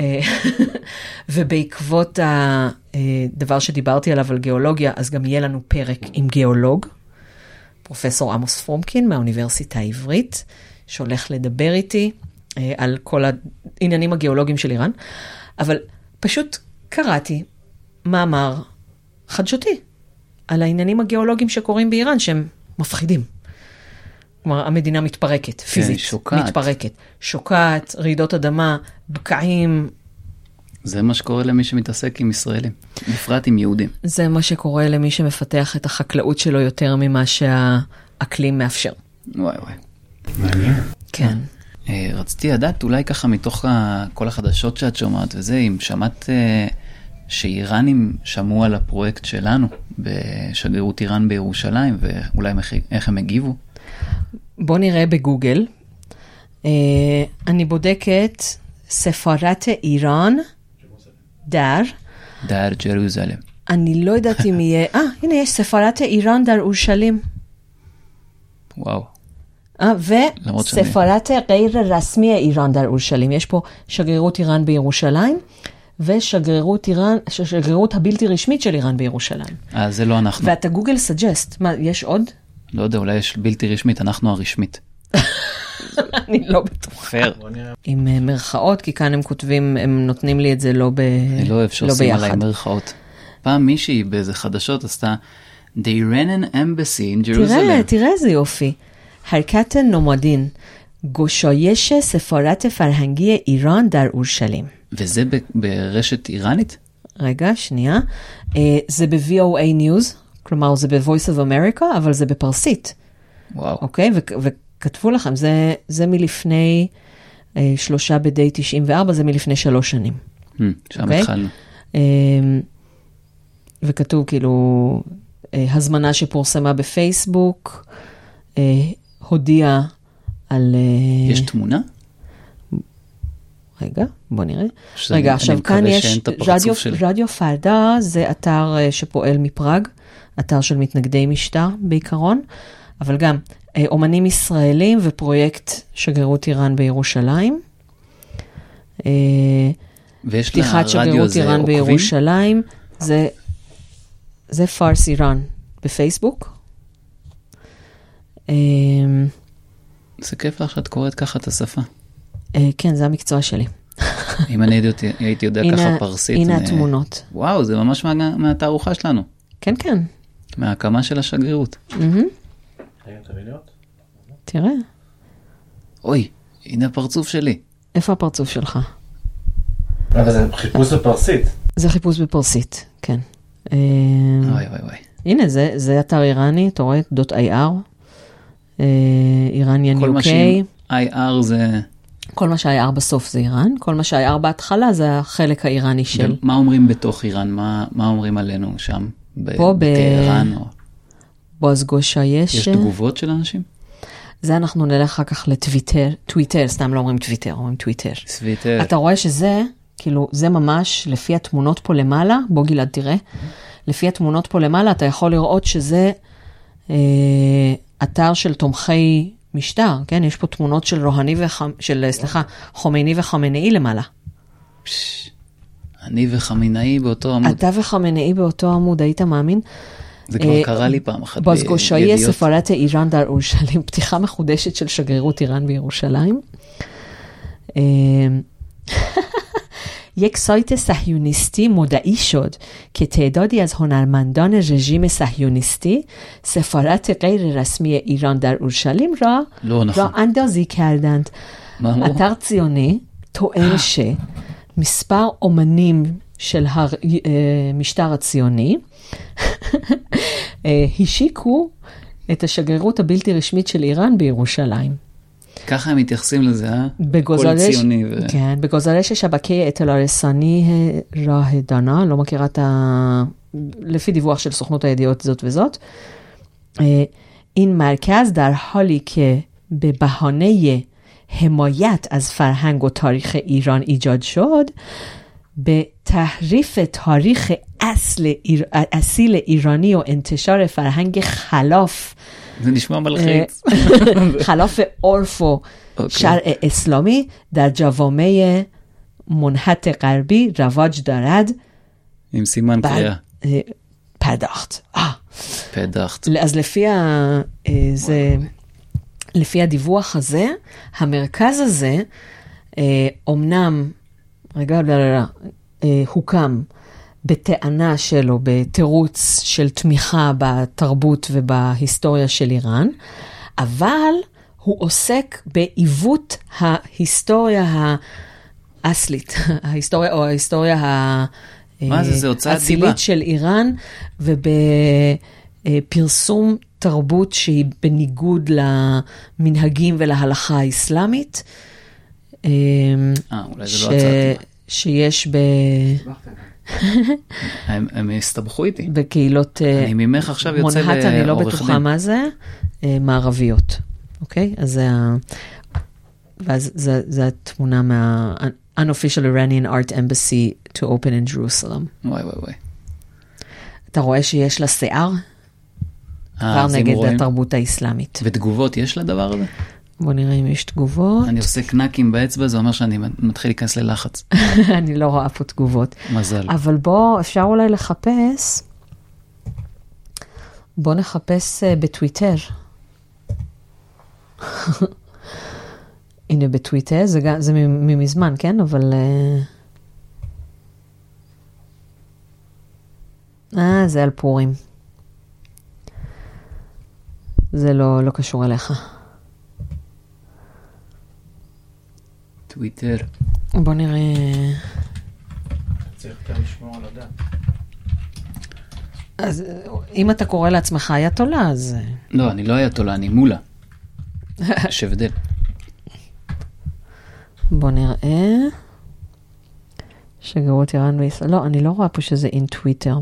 ובעקבות הדבר שדיברתי עליו על גיאולוגיה, אז גם יהיה לנו פרק עם גיאולוג, פרופסור עמוס פרומקין מהאוניברסיטה העברית, שהולך לדבר איתי על כל העניינים הגיאולוגיים של איראן, אבל פשוט קראתי מאמר חדשותי על העניינים הגיאולוגיים שקורים באיראן, שהם מפחידים. כלומר, המדינה מתפרקת, פיזית, שוקעת. מתפרקת. שוקעת, רעידות אדמה, בקעים. זה מה שקורה למי שמתעסק עם ישראלים, בפרט עם יהודים. זה מה שקורה למי שמפתח את החקלאות שלו יותר ממה שהאקלים מאפשר. וואי וואי. מעניין. כן. רציתי לדעת, אולי ככה מתוך כל החדשות שאת שומעת וזה, אם שמעת שאיראנים שמעו על הפרויקט שלנו בשגרירות איראן בירושלים, ואולי איך הם הגיבו? בוא נראה בגוגל. אני בודקת ספרת איראן דר. דר ג'רוזלם. אני לא יודעת אם יהיה... אה, הנה יש ספרת איראן דר אורשלים. וואו. אה, וספרת גיר רסמי איראן דר אורשלים. יש פה שגרירות איראן בירושלים, ושגרירות איראן, שגרירות הבלתי רשמית של איראן בירושלים. אה, זה לא אנחנו. ואתה גוגל סג'סט. מה, יש עוד? לא יודע, אולי יש בלתי רשמית, אנחנו הרשמית. אני לא בטוחה. פייר. עם מרכאות, כי כאן הם כותבים, הם נותנים לי את זה לא ביחד. אני לא אוהב שעושים עליי מרכאות. פעם מישהי באיזה חדשות עשתה, The Iranian Embassy in Jerusalem. תראה, תראה איזה יופי. הרכת נומדין, גושייש ספרת פרהנגי איראן דר אורשלים. וזה ברשת איראנית? רגע, שנייה. זה ב-וי או איי News, כלומר זה ב-Voice of America, אבל זה בפרסית. וואו. אוקיי? וכתבו לכם, זה, זה מלפני אה, שלושה בדי תשעים וארבע, זה מלפני שלוש שנים. Hmm, שם אוקיי? התחלנו. אה, וכתוב כאילו, אה, הזמנה שפורסמה בפייסבוק, אה, הודיע על... אה, יש תמונה? רגע, בוא נראה. שאני, רגע, עכשיו כאן יש רדיו, שלי. רדיו פרדה, זה אתר uh, שפועל מפראג, אתר של מתנגדי משטר בעיקרון, אבל גם uh, אומנים ישראלים ופרויקט שגרירות איראן בירושלים. Uh, ויש פתיחת שגרירות איראן עוקבים? בירושלים, זה, זה פארס איראן בפייסבוק. Uh, זה כיף לך שאת קוראת ככה את השפה. כן, זה המקצוע שלי. אם אני הייתי יודע ככה פרסית. הנה התמונות. וואו, זה ממש מהתערוכה שלנו. כן, כן. מההקמה של השגרירות. תראה. אוי, הנה הפרצוף שלי. איפה הפרצוף שלך? אבל זה חיפוש בפרסית. זה חיפוש בפרסית, כן. אוי, אוי, אוי. הנה, זה אתר איראני, אתה רואה? .ir, איראניאן יו קיי. איי אר זה... כל מה ש-איי אר בסוף זה איראן, כל מה ש-איי אר בהתחלה זה החלק האיראני של... מה אומרים בתוך איראן? מה, מה אומרים עלינו שם? פה בטהרן? ב... בוזגושה יש... יש תגובות של אנשים? זה אנחנו נלך אחר כך לטוויטר, טוויטר, סתם לא אומרים טוויטר, אומרים טוויטר. טוויטר. אתה רואה שזה, כאילו, זה ממש, לפי התמונות פה למעלה, בוא גלעד תראה, לפי התמונות פה למעלה, אתה יכול לראות שזה אה, אתר של תומכי... משטר, כן? יש פה תמונות של רוהני וחמ... של, סליחה, חומייני וחמינאי למעלה. פש, אני וחמינאי באותו עמוד. אתה וחמינאי באותו עמוד, היית מאמין? זה כבר קרה לי פעם אחת בידיעות. בוזגושאי ספרת איראן דר אורשלים, פתיחה מחודשת של שגרירות איראן בירושלים. یک سایت صهیونیستی مدعی شد که تعدادی از هنرمندان رژیم صهیونیستی سفارت غیر رسمی ایران در اورشلیم را راه اندازی کردند. אתר ציוני טוען שמספר אומנים של המשטר הציוני השיקו את השגרירות הבלתי רשמית של איראן בירושלים. ככה הם מתייחסים לזה, אה? כל ציוני. ו... כן, בגוזרש שבקי אטל הרסני רاه דנה, לא מכירה את ה... לפי דיווח של סוכנות הידיעות זאת וזאת. این مرکز در حالی که به بهانه حمایت از فرهنگ و تاریخ ایران ایجاد شد، به تحریف تاریخ اصل ایر... اصیل ایرانی و انتشار فرهنگ خلاف זה נשמע מלחיץ. خلاف عرف و شرع اسلامی در جوامع منحط غربی رواج دارد. עם סימן קריאה. פרדחת. פרדחת. אז לפי, ה... זה... לפי הדיווח הזה, המרכז הזה, אומנם, רגע, לא, לא, לא, הוקם בטענה שלו, בתירוץ של תמיכה בתרבות ובהיסטוריה של איראן, אבל הוא עוסק בעיוות ההיסטוריה האסלית, ההיסטוריה או ההיסטוריה האצילית של איראן, ובפרסום תרבות שהיא בניגוד למנהגים ולהלכה האסלאמית. אה, אולי זה לא הצעתי. שיש ב... הם הסתבכו איתי. בקהילות... אני ממך עכשיו יוצא לעורך דין. אני לא בטוחה מה זה, מערביות. אוקיי? אז זה ה... ואז זה התמונה מה... Unofficial Iranian Art Embassy to open in Jerusalem. וואי וואי וואי. אתה רואה שיש לה שיער? כבר נגד התרבות האסלאמית. ותגובות יש לדבר הזה? בוא נראה אם יש תגובות. אני עושה קנקים באצבע, זה אומר שאני מתחיל להיכנס ללחץ. אני לא רואה פה תגובות. מזל. אבל בוא, אפשר אולי לחפש, בוא נחפש בטוויטר. הנה בטוויטר, זה, זה ממזמן, כן? אבל... אה, זה על פורים. זה לא, לא קשור אליך. טוויטר. בוא נראה... צריך יותר לשמור על הדת. אז אם אתה קורא לעצמך אייתולה, אז... לא, אני לא אייתולה, אני מולה. יש הבדל. בוא נראה... שגרירות איראן בישראל... לא, אני לא רואה פה שזה אין טוויטר.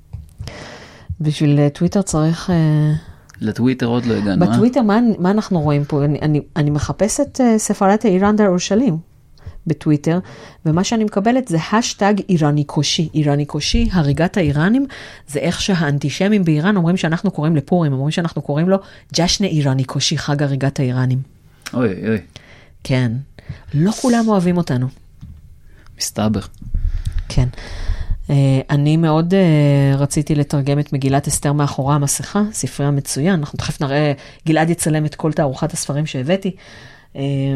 בשביל טוויטר צריך... לטוויטר עוד לא הגענו, אה? בטוויטר, מה, מה אנחנו רואים פה? אני, אני, אני מחפשת uh, ספרת איראן דרושלים בטוויטר, ומה שאני מקבלת זה השטג איראני קושי. איראני קושי, הריגת האיראנים, זה איך שהאנטישמים באיראן אומרים שאנחנו קוראים לפורים, אומרים שאנחנו קוראים לו ג'שנה איראני קושי, חג הריגת האיראנים. אוי, אוי. כן. לא כולם אוהבים אותנו. מסתבר. כן. אני מאוד uh, רציתי לתרגם את מגילת אסתר מאחורי המסכה, ספרי מצוין, אנחנו תכף נראה, גלעד יצלם את כל תערוכת הספרים שהבאתי. Uh,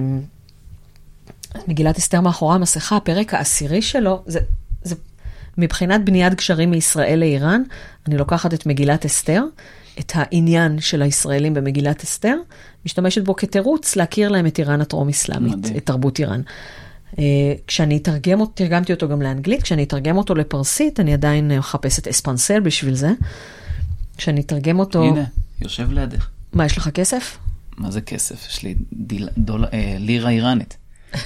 מגילת אסתר מאחורי המסכה, הפרק העשירי שלו, זה, זה מבחינת בניית גשרים מישראל לאיראן, אני לוקחת את מגילת אסתר, את העניין של הישראלים במגילת אסתר, משתמשת בו כתירוץ להכיר להם את איראן הטרום-אסלאמית, את תרבות איראן. Uh, כשאני תרגם אותו, תרגמתי אותו גם לאנגלית, כשאני תרגם אותו לפרסית, אני עדיין מחפשת אספנסל בשביל זה. כשאני תרגם אותו... הנה, יושב לידך. מה, יש לך כסף? מה זה כסף? יש לי דיל, דול, אה, לירה איראנית.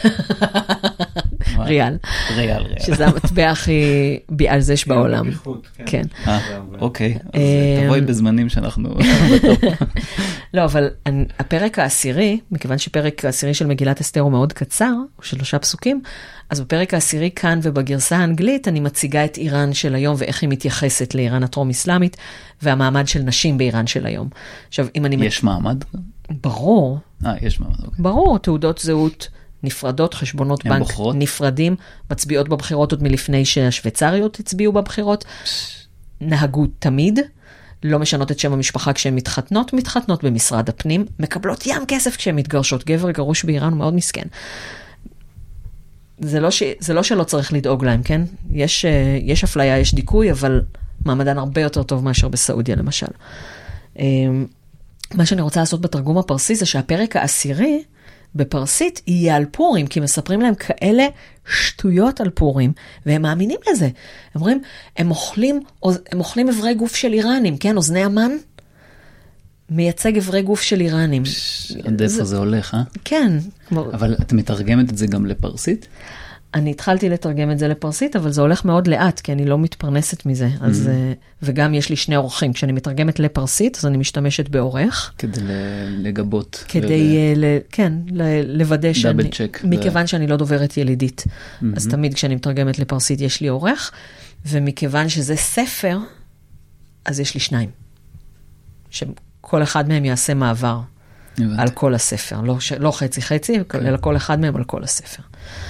ריאל. ריאל, ריאל. שזה המטבע הכי ביעל זה שבעולם. כן. אה, אוקיי. אז תבואי בזמנים שאנחנו... לא, אבל הפרק העשירי, מכיוון שפרק העשירי של מגילת אסתר הוא מאוד קצר, הוא שלושה פסוקים, אז בפרק העשירי כאן ובגרסה האנגלית, אני מציגה את איראן של היום, ואיך היא מתייחסת לאיראן הטרום-אסלאמית, והמעמד של נשים באיראן של היום. עכשיו, אם אני... יש מעמד? ברור. אה, יש מעמד, אוקיי. ברור, תעודות זהות נפרדות, חשבונות בנק בוחרות? נפרדים, מצביעות בבחירות עוד מלפני שהשוויצריות הצביעו בבחירות, נהגות תמיד, לא משנות את שם המשפחה כשהן מתחתנות, מתחתנות במשרד הפנים, מקבלות ים כסף כשהן מתגרשות, גבר גרוש באיראן הוא מאוד מסכן. זה לא, ש... זה לא שלא צריך לדאוג להם, כן? יש, יש אפליה, יש דיכוי, אבל מעמדן הרבה יותר טוב מאשר בסעודיה למשל. מה שאני רוצה לעשות בתרגום הפרסי זה שהפרק העשירי בפרסית יהיה על פורים, כי מספרים להם כאלה שטויות על פורים, והם מאמינים לזה. הם אומרים, הם אוכלים, הם אוכלים אברי גוף של איראנים, כן? אוזני המן מייצג אברי גוף של איראנים. עד איפה זה הולך, אה? כן. אבל את מתרגמת את זה גם לפרסית? אני התחלתי לתרגם את זה לפרסית, אבל זה הולך מאוד לאט, כי אני לא מתפרנסת מזה. אז, וגם יש לי שני עורכים. כשאני מתרגמת לפרסית, אז אני משתמשת בעורך. כדי לגבות. כדי, ל, כן, לוודא שאני, צ'ק מכיוון ו... שאני לא דוברת ילידית. Mm-hmm. אז תמיד כשאני מתרגמת לפרסית יש לי עורך, ומכיוון שזה ספר, אז יש לי שניים. שכל אחד מהם יעשה מעבר הבנתי. על כל הספר. לא, לא חצי חצי, כן. אלא כל אחד מהם על כל הספר.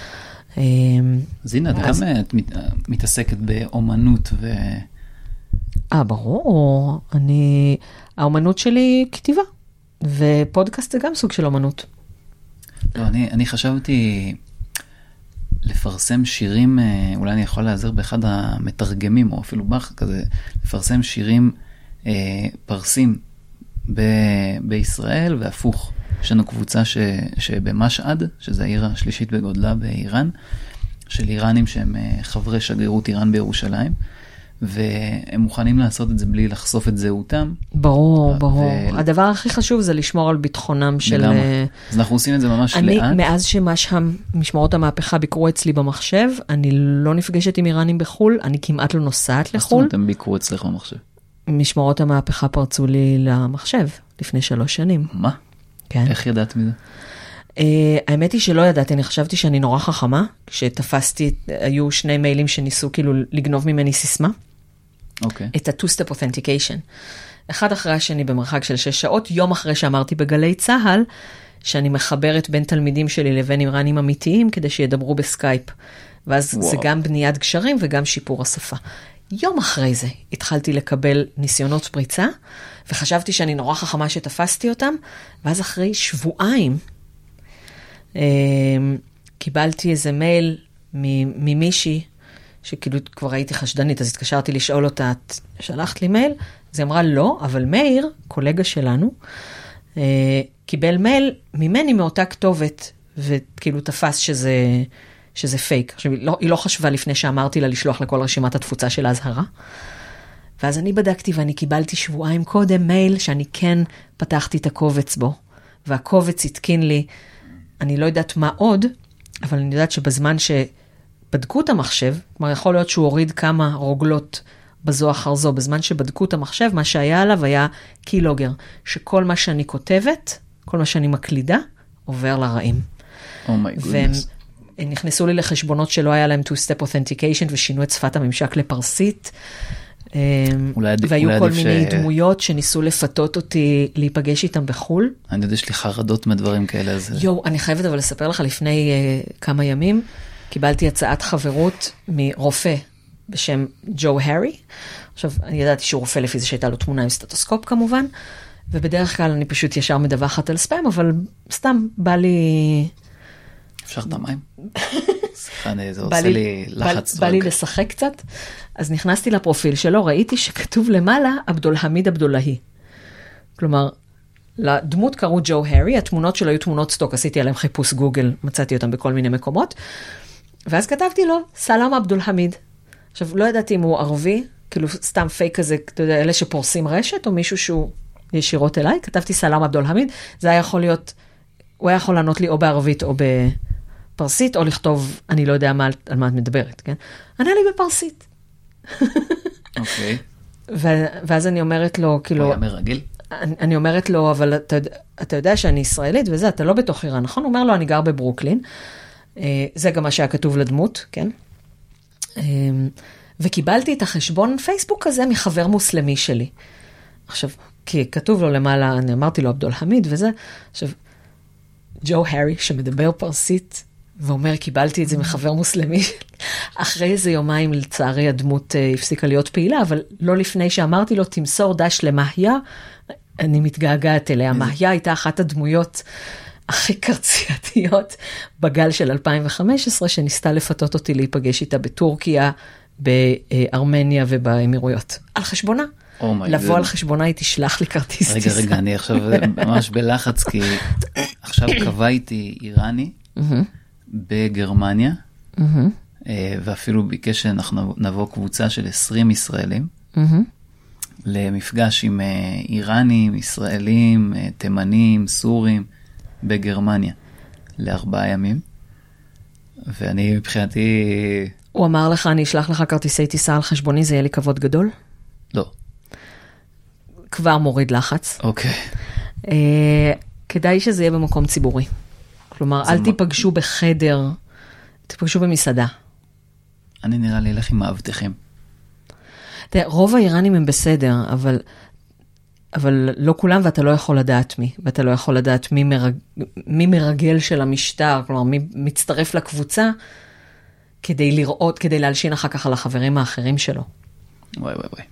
אז הנה, את גם מתעסקת באומנות ו... אה, ברור. אני... האומנות שלי כתיבה, ופודקאסט זה גם סוג של אומנות. לא, אני, אני חשבתי לפרסם שירים, אולי אני יכול לעזר באחד המתרגמים, או אפילו בך כזה, לפרסם שירים אה, פרסים ב, בישראל, והפוך. יש לנו קבוצה ש, שבמשעד, שזו העיר השלישית בגודלה באיראן, של איראנים שהם חברי שגרירות איראן בירושלים, והם מוכנים לעשות את זה בלי לחשוף את זהותם. ברור, ברור. ו... הדבר הכי חשוב זה לשמור על ביטחונם של... לגמרי. אז אנחנו עושים את זה ממש אני, לאט. מאז שמשמרות המהפכה ביקרו אצלי במחשב, אני לא נפגשת עם איראנים בחול, אני כמעט לא נוסעת לחול. זאת אומרת, הם ביקרו אצלך במחשב. משמרות המהפכה פרצו לי למחשב לפני שלוש שנים. מה? כן. איך ידעת מזה? Uh, האמת היא שלא ידעתי, אני חשבתי שאני נורא חכמה, כשתפסתי, היו שני מיילים שניסו כאילו לגנוב ממני סיסמה. אוקיי. Okay. את ה-two-step authentication. אחד אחרי השני במרחק של שש שעות, יום אחרי שאמרתי בגלי צהל, שאני מחברת בין תלמידים שלי לבין איראנים אמיתיים, כדי שידברו בסקייפ. ואז וואו. זה גם בניית גשרים וגם שיפור השפה. יום אחרי זה התחלתי לקבל ניסיונות פריצה, וחשבתי שאני נורא חכמה שתפסתי אותם, ואז אחרי שבועיים, קיבלתי איזה מייל ממישהי, שכאילו כבר הייתי חשדנית, אז התקשרתי לשאול אותה, שלחת לי מייל? אז היא אמרה לא, אבל מאיר, קולגה שלנו, קיבל מייל ממני מאותה כתובת, וכאילו תפס שזה, שזה פייק. עכשיו, היא לא, היא לא חשבה לפני שאמרתי לה לשלוח לכל רשימת התפוצה של ההזהרה. ואז אני בדקתי ואני קיבלתי שבועיים קודם מייל שאני כן פתחתי את הקובץ בו, והקובץ התקין לי, אני לא יודעת מה עוד, אבל אני יודעת שבזמן שבדקו את המחשב, כלומר יכול להיות שהוא הוריד כמה רוגלות בזו אחר זו, בזמן שבדקו את המחשב, מה שהיה עליו היה קיילוגר, שכל מה שאני כותבת, כל מה שאני מקלידה, עובר לרעים. Oh my goodness. והם נכנסו לי לחשבונות שלא היה להם two-step authentication, ושינו את שפת הממשק לפרסית, והיו כל מיני דמויות שניסו לפתות אותי להיפגש איתם בחול. אני יודע, יש לי חרדות מדברים כאלה. יו, אני חייבת אבל לספר לך, לפני כמה ימים, קיבלתי הצעת חברות מרופא בשם ג'ו הרי. עכשיו, אני ידעתי שהוא רופא לפי זה שהייתה לו תמונה עם סטטוסקופ כמובן, ובדרך כלל אני פשוט ישר מדווחת על ספאם, אבל סתם בא לי... אפשר את המים? סליחה, זה עושה לי לחץ. בא לי לשחק קצת. אז נכנסתי לפרופיל שלו, ראיתי שכתוב למעלה, עבדול חמיד עבדולהי. כלומר, לדמות קראו ג'ו הרי, התמונות שלו היו תמונות סטוק, עשיתי עליהם חיפוש גוגל, מצאתי אותם בכל מיני מקומות, ואז כתבתי לו, סלאם עבדול חמיד. עכשיו, לא ידעתי אם הוא ערבי, כאילו סתם פייק כזה, אתה יודע, אלה שפורסים רשת, או מישהו שהוא ישירות אליי, כתבתי סלאם עבדול חמיד, זה היה יכול להיות, הוא היה יכול לענות לי או בערבית או בפרסית, או לכתוב, אני לא יודע מה, על מה את מדברת, כן? ענה לי בפרסית. אוקיי. ואז אני אומרת לו, כאילו... הוא היה מרגיל? אני, אני אומרת לו, אבל אתה, אתה יודע שאני ישראלית, וזה, אתה לא בתוך איראן, נכון? הוא אומר לו, אני גר בברוקלין. זה גם מה שהיה כתוב לדמות, כן? וקיבלתי את החשבון פייסבוק הזה מחבר מוסלמי שלי. עכשיו, כי כתוב לו למעלה, אני אמרתי לו, עבדול חמיד וזה. עכשיו, ג'ו הרי, שמדבר פרסית, ואומר, קיבלתי את זה מחבר מוסלמי. אחרי איזה יומיים, לצערי, הדמות הפסיקה להיות פעילה, אבל לא לפני שאמרתי לו, תמסור דש למהיה, אני מתגעגעת אליה. מהיה הייתה אחת הדמויות הכי קרצייתיות בגל של אלפיים וחמש עשרה, שניסתה לפתות אותי להיפגש איתה בטורקיה, בארמניה ובאמירויות. על חשבונה. לבוא על חשבונה, היא תשלח לי כרטיס טיסה. רגע, רגע, אני עכשיו ממש בלחץ, כי עכשיו קבעתי איראני בגרמניה, ואפילו ביקש שאנחנו נבוא קבוצה של עשרים ישראלים, למפגש עם איראנים, ישראלים, תימנים, סורים, בגרמניה, לארבעה ימים. ואני מבחינתי... הוא אמר לך, אני אשלח לך כרטיסי טיסה על חשבוני, זה יהיה לי כבוד גדול? לא. כבר מוריד לחץ. אוקיי. אה, כדאי שזה יהיה במקום ציבורי. כלומר, אל תיפגשו בחדר, תיפגשו במסעדה. אני נראה לי אלך עם מאבטחים. תראה, רוב האיראנים הם בסדר, אבל, אבל לא כולם, ואתה לא יכול לדעת מי. ואתה לא יכול לדעת מי, מרג, מי מרגל של המשטר, כלומר, מי מצטרף לקבוצה, כדי לראות, כדי להלשין אחר כך על החברים האחרים שלו. וואי וואי וואי.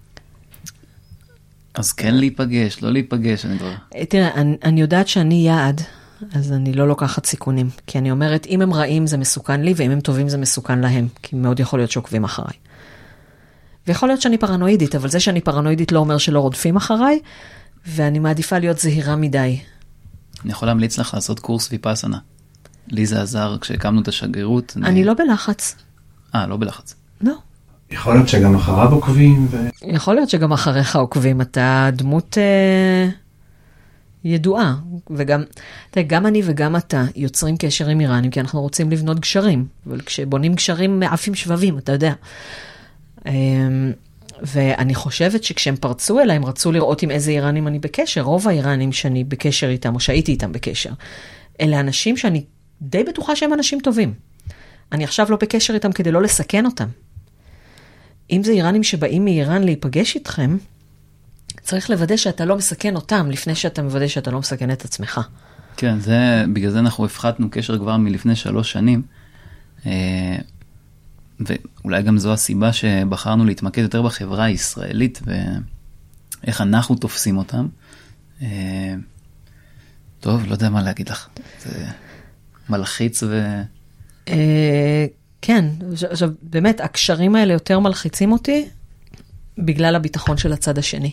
אז כן להיפגש, לא להיפגש, אני דבר. תראה, אני, אני יודעת שאני יעד, אז אני לא לוקחת סיכונים. כי אני אומרת, אם הם רעים זה מסוכן לי, ואם הם טובים זה מסוכן להם. כי מאוד יכול להיות שעוקבים אחריי. ויכול להיות שאני פרנואידית, אבל זה שאני פרנואידית לא אומר שלא רודפים אחריי, ואני מעדיפה להיות זהירה מדי. אני יכול להמליץ לך לעשות קורס ויפאסנה. לי זה עזר כשהקמנו את השגרירות. אני, אני לא בלחץ. אה, לא בלחץ. לא. יכול להיות שגם אחריו עוקבים. ו... יכול להיות שגם אחריך עוקבים. אתה דמות אה, ידועה. וגם, אתה, גם אני וגם אתה יוצרים קשר עם איראנים, כי אנחנו רוצים לבנות גשרים. אבל כשבונים גשרים מעפים שבבים, אתה יודע. ואני חושבת שכשהם פרצו אליי, הם רצו לראות עם איזה איראנים אני בקשר. רוב האיראנים שאני בקשר איתם, או שהייתי איתם בקשר, אלה אנשים שאני די בטוחה שהם אנשים טובים. אני עכשיו לא בקשר איתם כדי לא לסכן אותם. אם זה איראנים שבאים מאיראן להיפגש איתכם, צריך לוודא שאתה לא מסכן אותם, לפני שאתה מוודא שאתה לא מסכן את עצמך. כן, זה, בגלל זה אנחנו הפחתנו קשר כבר מלפני שלוש שנים. ואולי גם זו הסיבה שבחרנו להתמקד יותר בחברה הישראלית, ואיך אנחנו תופסים אותם. טוב, לא יודע מה להגיד לך. זה מלחיץ ו... כן, עכשיו באמת, הקשרים האלה יותר מלחיצים אותי, בגלל הביטחון של הצד השני.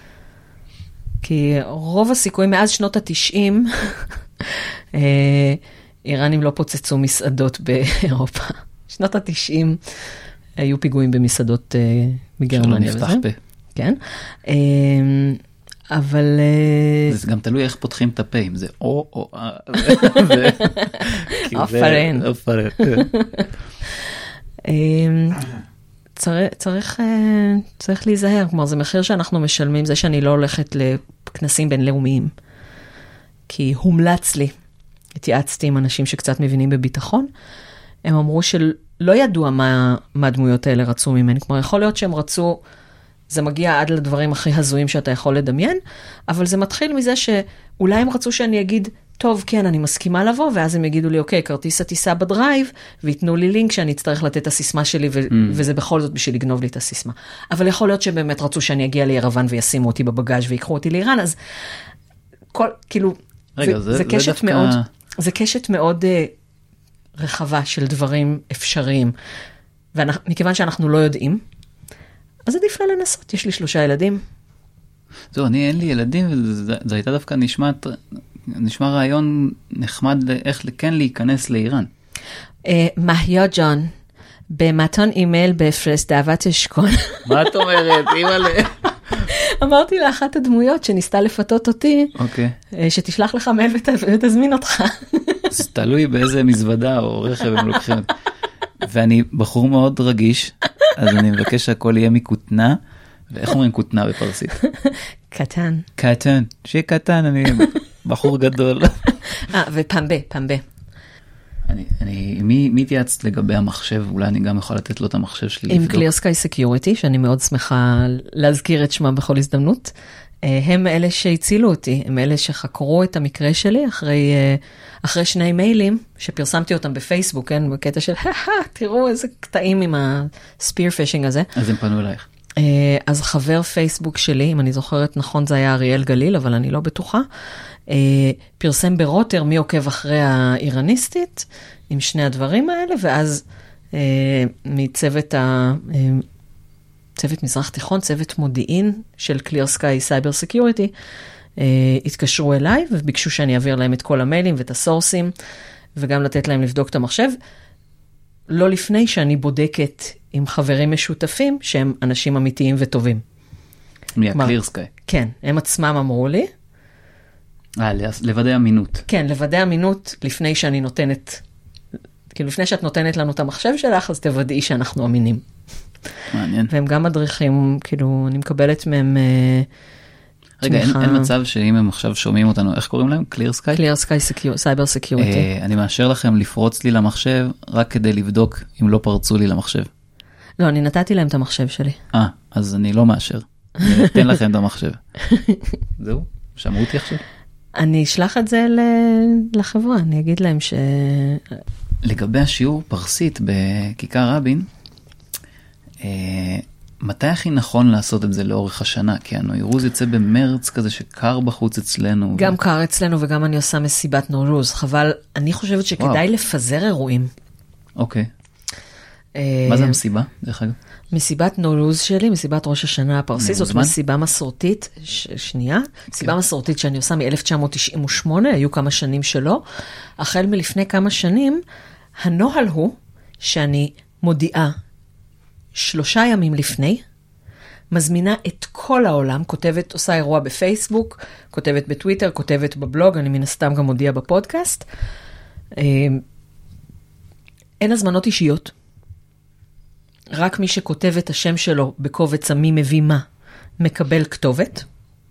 כי רוב הסיכויים, מאז שנות התשעים, איראנים לא פוצצו מסעדות באירופה. שנות התשעים היו פיגועים במסעדות בגרמניה. שלא נפתח פה. כן. אבל... זה גם תלוי איך פותחים את הפה, אם זה או או או פרן. או פרן. צריך, צריך להיזהר, כלומר, זה מחיר שאנחנו משלמים, זה שאני לא הולכת לכנסים בינלאומיים, כי הומלץ לי, התייעצתי עם אנשים שקצת מבינים בביטחון, הם אמרו שלא ידוע מה, מה הדמויות האלה רצו ממני, כלומר, יכול להיות שהם רצו, זה מגיע עד לדברים הכי הזויים שאתה יכול לדמיין, אבל זה מתחיל מזה שאולי הם רצו שאני אגיד, טוב, כן, אני מסכימה לבוא, ואז הם יגידו לי, אוקיי, כרטיס הטיסה בדרייב, ויתנו לי לינק שאני אצטרך לתת את הסיסמה שלי, ו- mm. וזה בכל זאת בשביל לגנוב לי את הסיסמה. אבל יכול להיות שבאמת רצו שאני אגיע לירוון וישימו אותי בבגאז' ויקחו אותי לאיראן, אז כל, כאילו, רגע, זה, זה, זה קשת דווקא... מאוד, זה קשת מאוד uh, רחבה של דברים אפשריים, ומכיוון שאנחנו לא יודעים, אז עדיף לה לנסות, יש לי שלושה ילדים. זו, אני אין לי ילדים, וזה הייתה דווקא נשמעת... נשמע רעיון נחמד איך כן להיכנס לאיראן. מהיה ג'ון, במתון אימייל בהפרש דאבת אשכון. מה את אומרת? אימא'לה. אמרתי לאחת הדמויות שניסתה לפתות אותי, שתשלח לך מייל ותזמין אותך. זה תלוי באיזה מזוודה או רכב הם לוקחים. ואני בחור מאוד רגיש, אז אני מבקש שהכל יהיה מקוטנה, ואיך אומרים קוטנה בפרסית? קטן. קטן, שיהיה קטן, אני בחור גדול. אה, ופמבה, פמבה. אני, אני, מי, מי תייעצת לגבי המחשב? אולי אני גם יכול לתת לו את המחשב שלי עם לבדוק. Clear Sky Security, שאני מאוד שמחה להזכיר את שמם בכל הזדמנות. הם אלה שהצילו אותי, הם אלה שחקרו את המקרה שלי אחרי, אחרי שני מיילים, שפרסמתי אותם בפייסבוק, כן? בקטע של, תראו איזה קטעים עם הספיר פישינג הזה. אז הם פנו אלייך. אז חבר פייסבוק שלי, אם אני זוכרת נכון, זה היה אריאל גליל, אבל אני לא בטוחה, פרסם ברוטר מי עוקב אחרי האיראניסטית, עם שני הדברים האלה, ואז מצוות ה... צוות מזרח תיכון, צוות מודיעין של Clear Sky Cyber Security, התקשרו אליי וביקשו שאני אעביר להם את כל המיילים ואת הסורסים, וגם לתת להם לבדוק את המחשב, לא לפני שאני בודקת עם חברים משותפים, שהם אנשים אמיתיים וטובים. מה-Clear Sky. כן, הם עצמם אמרו לי. אה, לוודא אמינות. כן, לוודא אמינות לפני שאני נותנת כאילו לפני שאת נותנת לנו את המחשב שלך, אז תוודאי שאנחנו אמינים. מעניין. והם גם מדריכים, כאילו, אני מקבלת מהם רגע, אין, אין מצב שאם הם עכשיו שומעים אותנו, איך קוראים להם? Clear Sky? Clear Sky Cyber Security. אה, אני מאשר לכם לפרוץ לי למחשב, רק כדי לבדוק אם לא פרצו לי למחשב. לא, אני נתתי להם את המחשב שלי. אה, אז אני לא מאשר. אני אתן לכם את המחשב. זהו? שמעו אותי עכשיו? אני אשלח את זה לחברה, אני אגיד להם ש... לגבי השיעור פרסית בכיכר רבין, אה, מתי הכי נכון לעשות את זה לאורך השנה? כי הנוירוז יוצא במרץ כזה שקר בחוץ אצלנו. גם ו... קר אצלנו וגם אני עושה מסיבת נוירוז. חבל, אני חושבת שכדאי וואו. לפזר אירועים. אוקיי. אה... מה זה המסיבה, דרך אגב? מסיבת נוירוז שלי, מסיבת ראש השנה הפרסית, זאת מסיבה מסורתית, ש... שנייה, מסיבה מסורתית שאני עושה מ-אלף תשע מאות תשעים ושמונה, היו כמה שנים שלו. החל מלפני כמה שנים, הנוהל הוא שאני מודיעה, שלושה ימים לפני, מזמינה את כל העולם, כותבת, עושה אירוע בפייסבוק, כותבת בטוויטר, כותבת בבלוג, אני מן הסתם גם מודיעה בפודקאסט. אין הזמנות אישיות. רק מי שכותב את השם שלו בקובץ המי מביא מה, מקבל כתובת.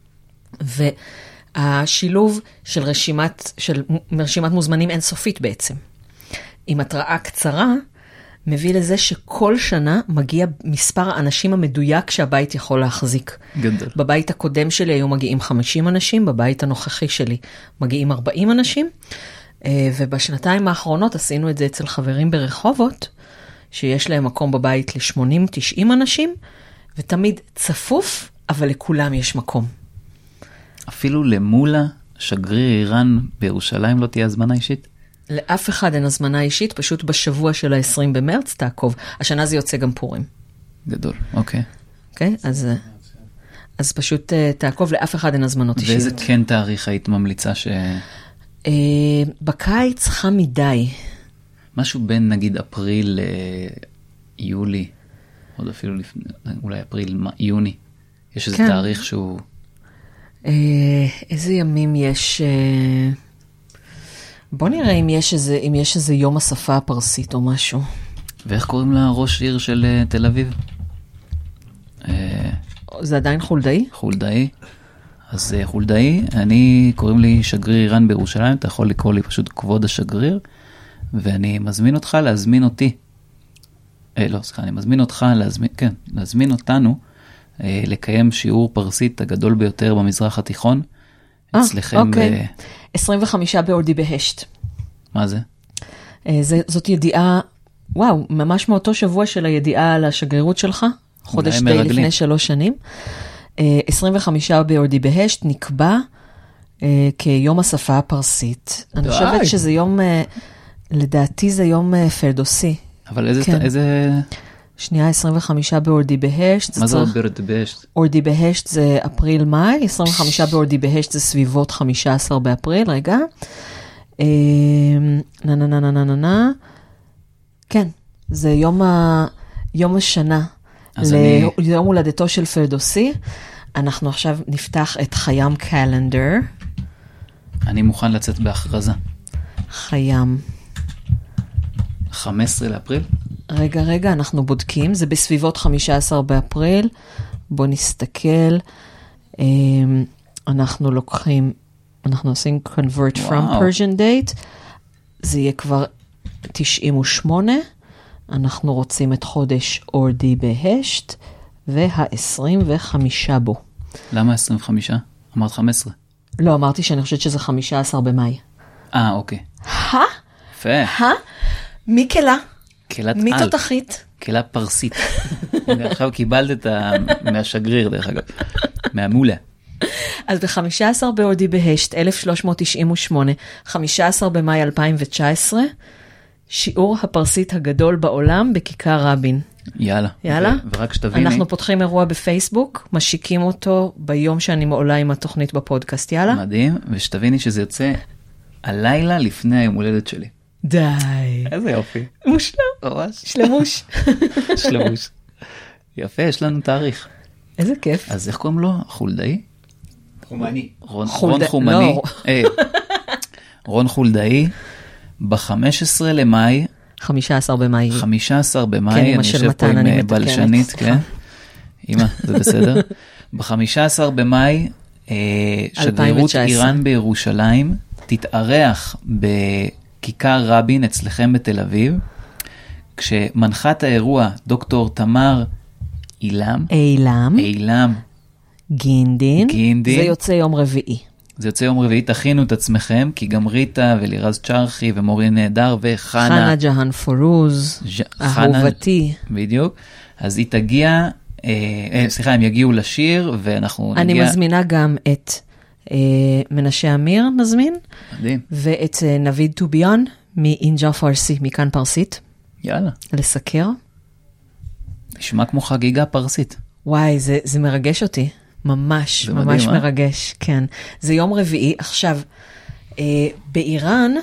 והשילוב של רשימת, של רשימת מוזמנים אינסופית בעצם. עם התראה קצרה, מביא לזה שכל שנה מגיע מספר האנשים המדויק שהבית יכול להחזיק. גדל. בבית הקודם שלי היו מגיעים חמישים אנשים, בבית הנוכחי שלי מגיעים ארבעים אנשים, ובשנתיים האחרונות עשינו את זה אצל חברים ברחובות, שיש להם מקום בבית ל-שמונים תשעים אנשים, ותמיד צפוף, אבל לכולם יש מקום. אפילו למולה שגריר איראן בירושלים לא תהיה הזמנה אישית? לאף אחד אין הזמנה אישית, פשוט בשבוע של ה-עשרים במרץ תעקוב. השנה זה יוצא גם פורים. גדול, אוקיי. אוקיי, אז, אז פשוט תעקוב, לאף אחד אין הזמנות אישיות. ואיזה כן תאריך היית ממליצה ש... בקיץ חם מדי. משהו בין נגיד אפריל ליולי, עוד אפילו לפני, אולי אפריל, יוני. יש איזה כן. תאריך שהוא... איזה ימים יש... בוא נראה אם יש איזה, אם יש איזה יום השפה הפרסית או משהו. ואיך קוראים לה ראש עיר של תל אביב? זה עדיין חולדאי? חולדאי. אז חולדאי, אני, קוראים לי שגריר איראן בירושלים, אתה יכול לקרוא לי פשוט כבוד השגריר, ואני מזמין אותך להזמין אותי. אה, לא, סליחה, אני מזמין אותך להזמין, כן, להזמין אותנו, אה, לקיים שיעור פרסית הגדול ביותר במזרח התיכון, אצלכם אוקיי. ב... עשרים וחמישה באורדי בהשט. מה זה? זה? זאת ידיעה, וואו, ממש מאותו שבוע של הידיעה על השגרירות שלך, חודש די מרגלים. לפני שלוש שנים. עשרים וחמישה באורדי בהשט נקבע כיום השפה הפרסית. אני חושבת שזה יום, לדעתי זה יום פרדוסי. אבל איזה... כן. איזה... שנייה, עשרים וחמישה באורדי בהשט. מה זה עוד באורדי בהשט? אורדי בהשט זה אפריל-מאי, עשרים וחמישה באורדי בהשט זה סביבות חמישה עשר באפריל, רגע. נה נה נה נה נה נה. כן, זה יום, ה... יום השנה. ל... אני... יום הולדתו של פרדוסי. אנחנו עכשיו נפתח את חיים קלנדר. אני מוכן לצאת בהכרזה. חיים. חמישה עשר לאפריל? רגע, רגע, אנחנו בודקים. זה בסביבות חמישה עשר באפריל. בוא נסתכל. אנחנו לוקחים, אנחנו עושים convert from Persian date. זה יהיה כבר תשעים ושמונה. אנחנו רוצים את חודש אורדי בהשט, וה-עשרים וחמישה בו. למה עשרים וחמישה? אמרת חמש עשרה. לא, אמרתי שאני חושבת שזה חמישה עשר במאי. אה, אוקיי. הא? יפה. הא? מי כלה? כלת על. מי תותחית? כלה פרסית. עכשיו קיבלת את ה... מהשגריר, דרך אגב. מהמולה. אז ב-חמישה עשר באורדי בהשט, אלף שלוש מאות תשעים ושמונה, חמישה עשר במאי אלפיים תשע עשרה, שיעור הפרסית הגדול בעולם בכיכר רבין. יאללה. יאללה. ו- ורק שתביני. אנחנו פותחים אירוע בפייסבוק, משיקים אותו ביום שאני מעולה עם התוכנית בפודקאסט. יאללה. מדהים, ושתביני שזה יוצא הלילה לפני היום הולדת שלי. די. איזה יופי. מושלם. ממש. שלמוש. שלמוש. יפה, יש לנו תאריך. איזה כיף. אז איך קוראים לו? חולדאי? חומני. רון, רון חומני. לא. Hey, רון חולדאי. ב-חמישה עשר למאי חמישה עשר במאי. חמישה עשר במאי, כן, אני אמא של יושב פה מתן, עם אני אה, מתקנת. בלשנית, כן. אמא, זה בסדר. ב-חמישה עשר במאי, אה, שגרירות אלפיים תשע עשרה. איראן בירושלים תתארח בכיכר רבין אצלכם בתל אביב, כשמנחת האירוע דוקטור תמר אילם, אילם, אילם, גינדין, גינדין. זה יוצא יום רביעי. זה יוצא יום רביעי, תכינו את עצמכם, כי גם ריטה ולירז צ'רחי ומורי נהדר וחנה, חנה ג'האן פורוז, ז'- חנה- אהובתי. בדיוק, אז היא תגיע, אה, אה, סליחה, הם יגיעו לשיר, ואנחנו אני נגיע, מזמינה גם את אה, מנשה אמיר, נזמין, מדהים, ואת אה, נביד טוביון מאינג'ה פרסי, מכאן פרסית, יאללה, לסקר. נשמע כמו חגיגה פרסית. וואי, זה, זה מרגש אותי. ממש, זה ממש מדהים, אה? מרגש, כן. זה יום רביעי. עכשיו, אה, באיראן,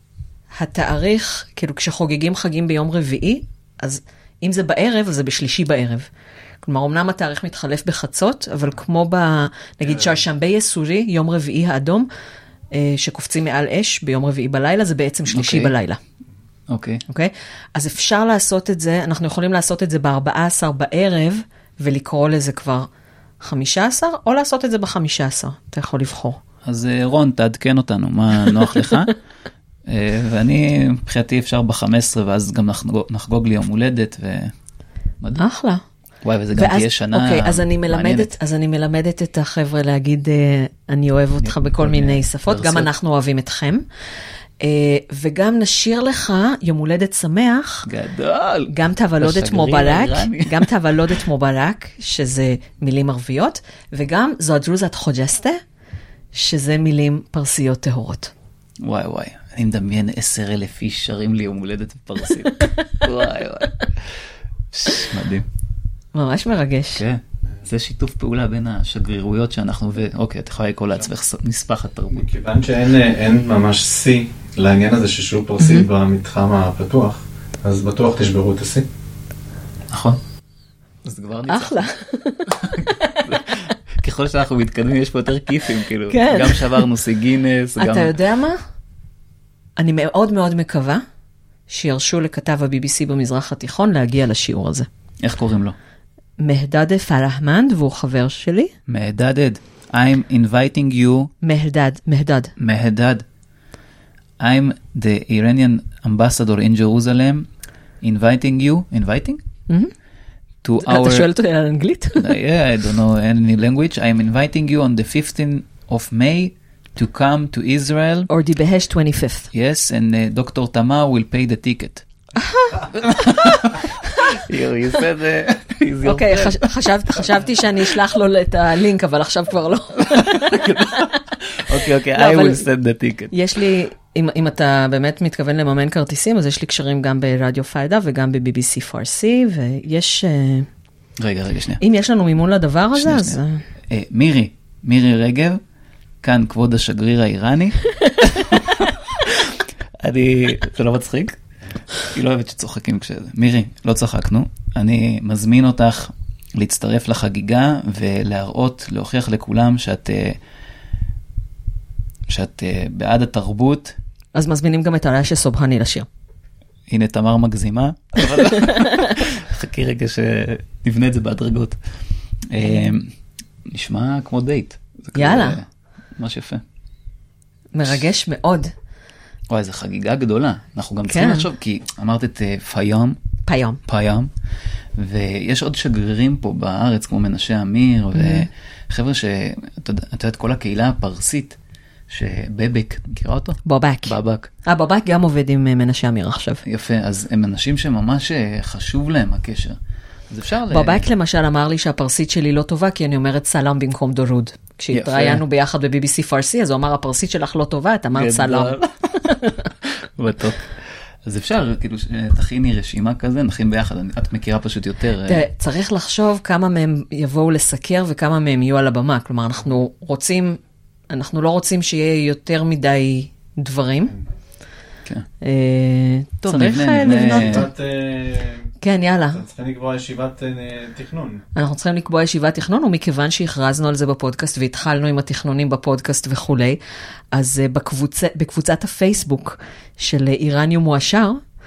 התאריך, כאילו כשחוגגים חגים ביום רביעי, אז אם זה בערב, אז זה בשלישי בערב. כלומר, אמנם התאריך מתחלף בחצות, אבל כמו ב... נגיד שרשמבי יסורי, יום רביעי האדום, אה, שקופצים מעל אש ביום רביעי בלילה, זה בעצם שלישי אוקיי. בלילה. אוקיי, אוקיי? אז אפשר לעשות את זה, אנחנו יכולים לעשות את זה ב-ארבעה עשר בערב, ולקרוא לזה כבר חמישה עשר, או לעשות את זה ב-חמישה עשר. אתה יכול לבחור. אז אה, רון, תעדכן אותנו, מה נוח לך? אה, ואני, מבחינתי אפשר ב-חמש עשרה, ואז גם נחגוג, נחגוג לי יום הולדת, ו... מדהים. אחלה. וואי, וזה גם תהיה שנה אוקיי, אז אני מלמדת, מעניינת. אז אני מלמדת את החבר'ה להגיד, אה, אני אוהב אותך בכל מיני שפות, גם פרסיות. אנחנו אוהבים אתכם. אה, וגם נשיר לך יום הולדת שמח, גדול. גם תבלודת השגריר מובלק, האיראני. גם תבלודת מובלק, שזה מילים ערביות, וגם זודרוזת חוג'סטה, שזה מילים פרסיות טהורות. וואי וואי, אני מדמיין עשר אלף איש שרים לי יום הולדת בפרסית. וואי וואי. מדהים. ממש מרגש. כן, זה שיתוף פעולה בין השגרירויות שאנחנו, ו... אוקיי, את יכולה לקרוא לעצמך נספחת תרבות. מכיוון שאין אין ממש שיא לעניין הזה של שיעור פרסית במתחם הפתוח, אז בטוח תשברו את השיא. נכון. אז כבר ניצח. אחלה. ככל שאנחנו מתקדמים יש פה יותר כיפים, כאילו. כן. גם שברנו שיא גינס, גם... אתה יודע מה? אני מאוד מאוד מקווה שירשו לכתב ה-בי בי סי במזרח התיכון להגיע לשיעור הזה. איך קוראים לו? מהדד פרחמנד, והוא חבר שלי. מהדדד. I'm inviting you, מהדד, מהדד. מהדד. I'm the Iranian ambassador in Jerusalem, inviting you, inviting? To our... אתה שואל אותי על אנגלית? Yeah, I don't know any language. I am inviting you on the fifteenth of May to come to Israel. Or the Behesh twenty-fifth. Yes, and uh, Doctor Tamar will pay the ticket. you, you said uh, he's your אוקיי, friend. חשבתי שאני אשלח לו את הלינק, אבל עכשיו כבר לא. אוקיי, אוקיי, לא, I אבל- will send the ticket. יש לי, אם, אם אתה באמת מתכוון לממן כרטיסים, אז יש לי קשרים גם ברדיו פיידה וגם ב-בי בי סי פרסי, ויש, אה, רגע, רגע, שנייה. אם יש לנו מימון לדבר הזה, שנייה, אז... שנייה. אה, מירי, מירי רגב, כאן כבוד השגריר האיראני. אני, זה לא מצחיק? היא לא אוהבת שצוחקים כשזה. מירי, לא צחקנו. אני מזמין אותך להצטרף לחגיגה ולהראות, להוכיח לכולם שאת, אה, שאת אה, בעד התרבות. אז מזמינים גם את הרשע סובהני לשיר. הנה תמר מגזימה, אבל חכי רגע שנבנה את זה בהדרגות. אה, נשמע כמו דייט. זה כזה יאללה. ממש יפה. מרגש מאוד. וואי, זו חגיגה גדולה. אנחנו גם צריכים כן. לחשוב, כי אמרת את אה, פיום, פיום. פיום, ויש עוד שגרירים פה בארץ, כמו מנשה אמיר, וחבר'ה שאתה יודעת, כל הקהילה הפרסית, שבבק, מכירה אותו? בובק. בבק. אה, בובק גם עובד עם אה, מנשה אמיר עכשיו. יפה, אז הם אנשים שממש אה, חשוב להם הקשר. אז אפשר ל... בובק למשל אמר לי שהפרסית שלי לא טובה, כי אני אומרת סלאם במקום דורוד. כשהתראיינו ביחד ב-בי בי סי פרסי, אז הוא אמר, הפרסית שלך לא טובה, את אמרת סלאם. בטוח. אז אפשר, כאילו, תכיני רשימה כזה, נכין ביחד, את מכירה פשוט יותר... תראה, צריך לחשוב כמה מהם יבואו לסקר וכמה מהם יהיו על הבמה. כלומר, אנחנו רוצים, אנחנו לא רוצים שיהיה יותר מדי דברים. כן. אה, טוב, צריך נבנה, אה, נבנה. לבנות. קצת, אה, כן, יאללה. צריכים לקבוע ישיבת אה, תכנון. אנחנו צריכים לקבוע ישיבת תכנון, ומכיוון שהכרזנו על זה בפודקאסט, והתחלנו עם התכנונים בפודקאסט וכולי, אז uh, בקבוצה, בקבוצת הפייסבוק של איראניום מואשר,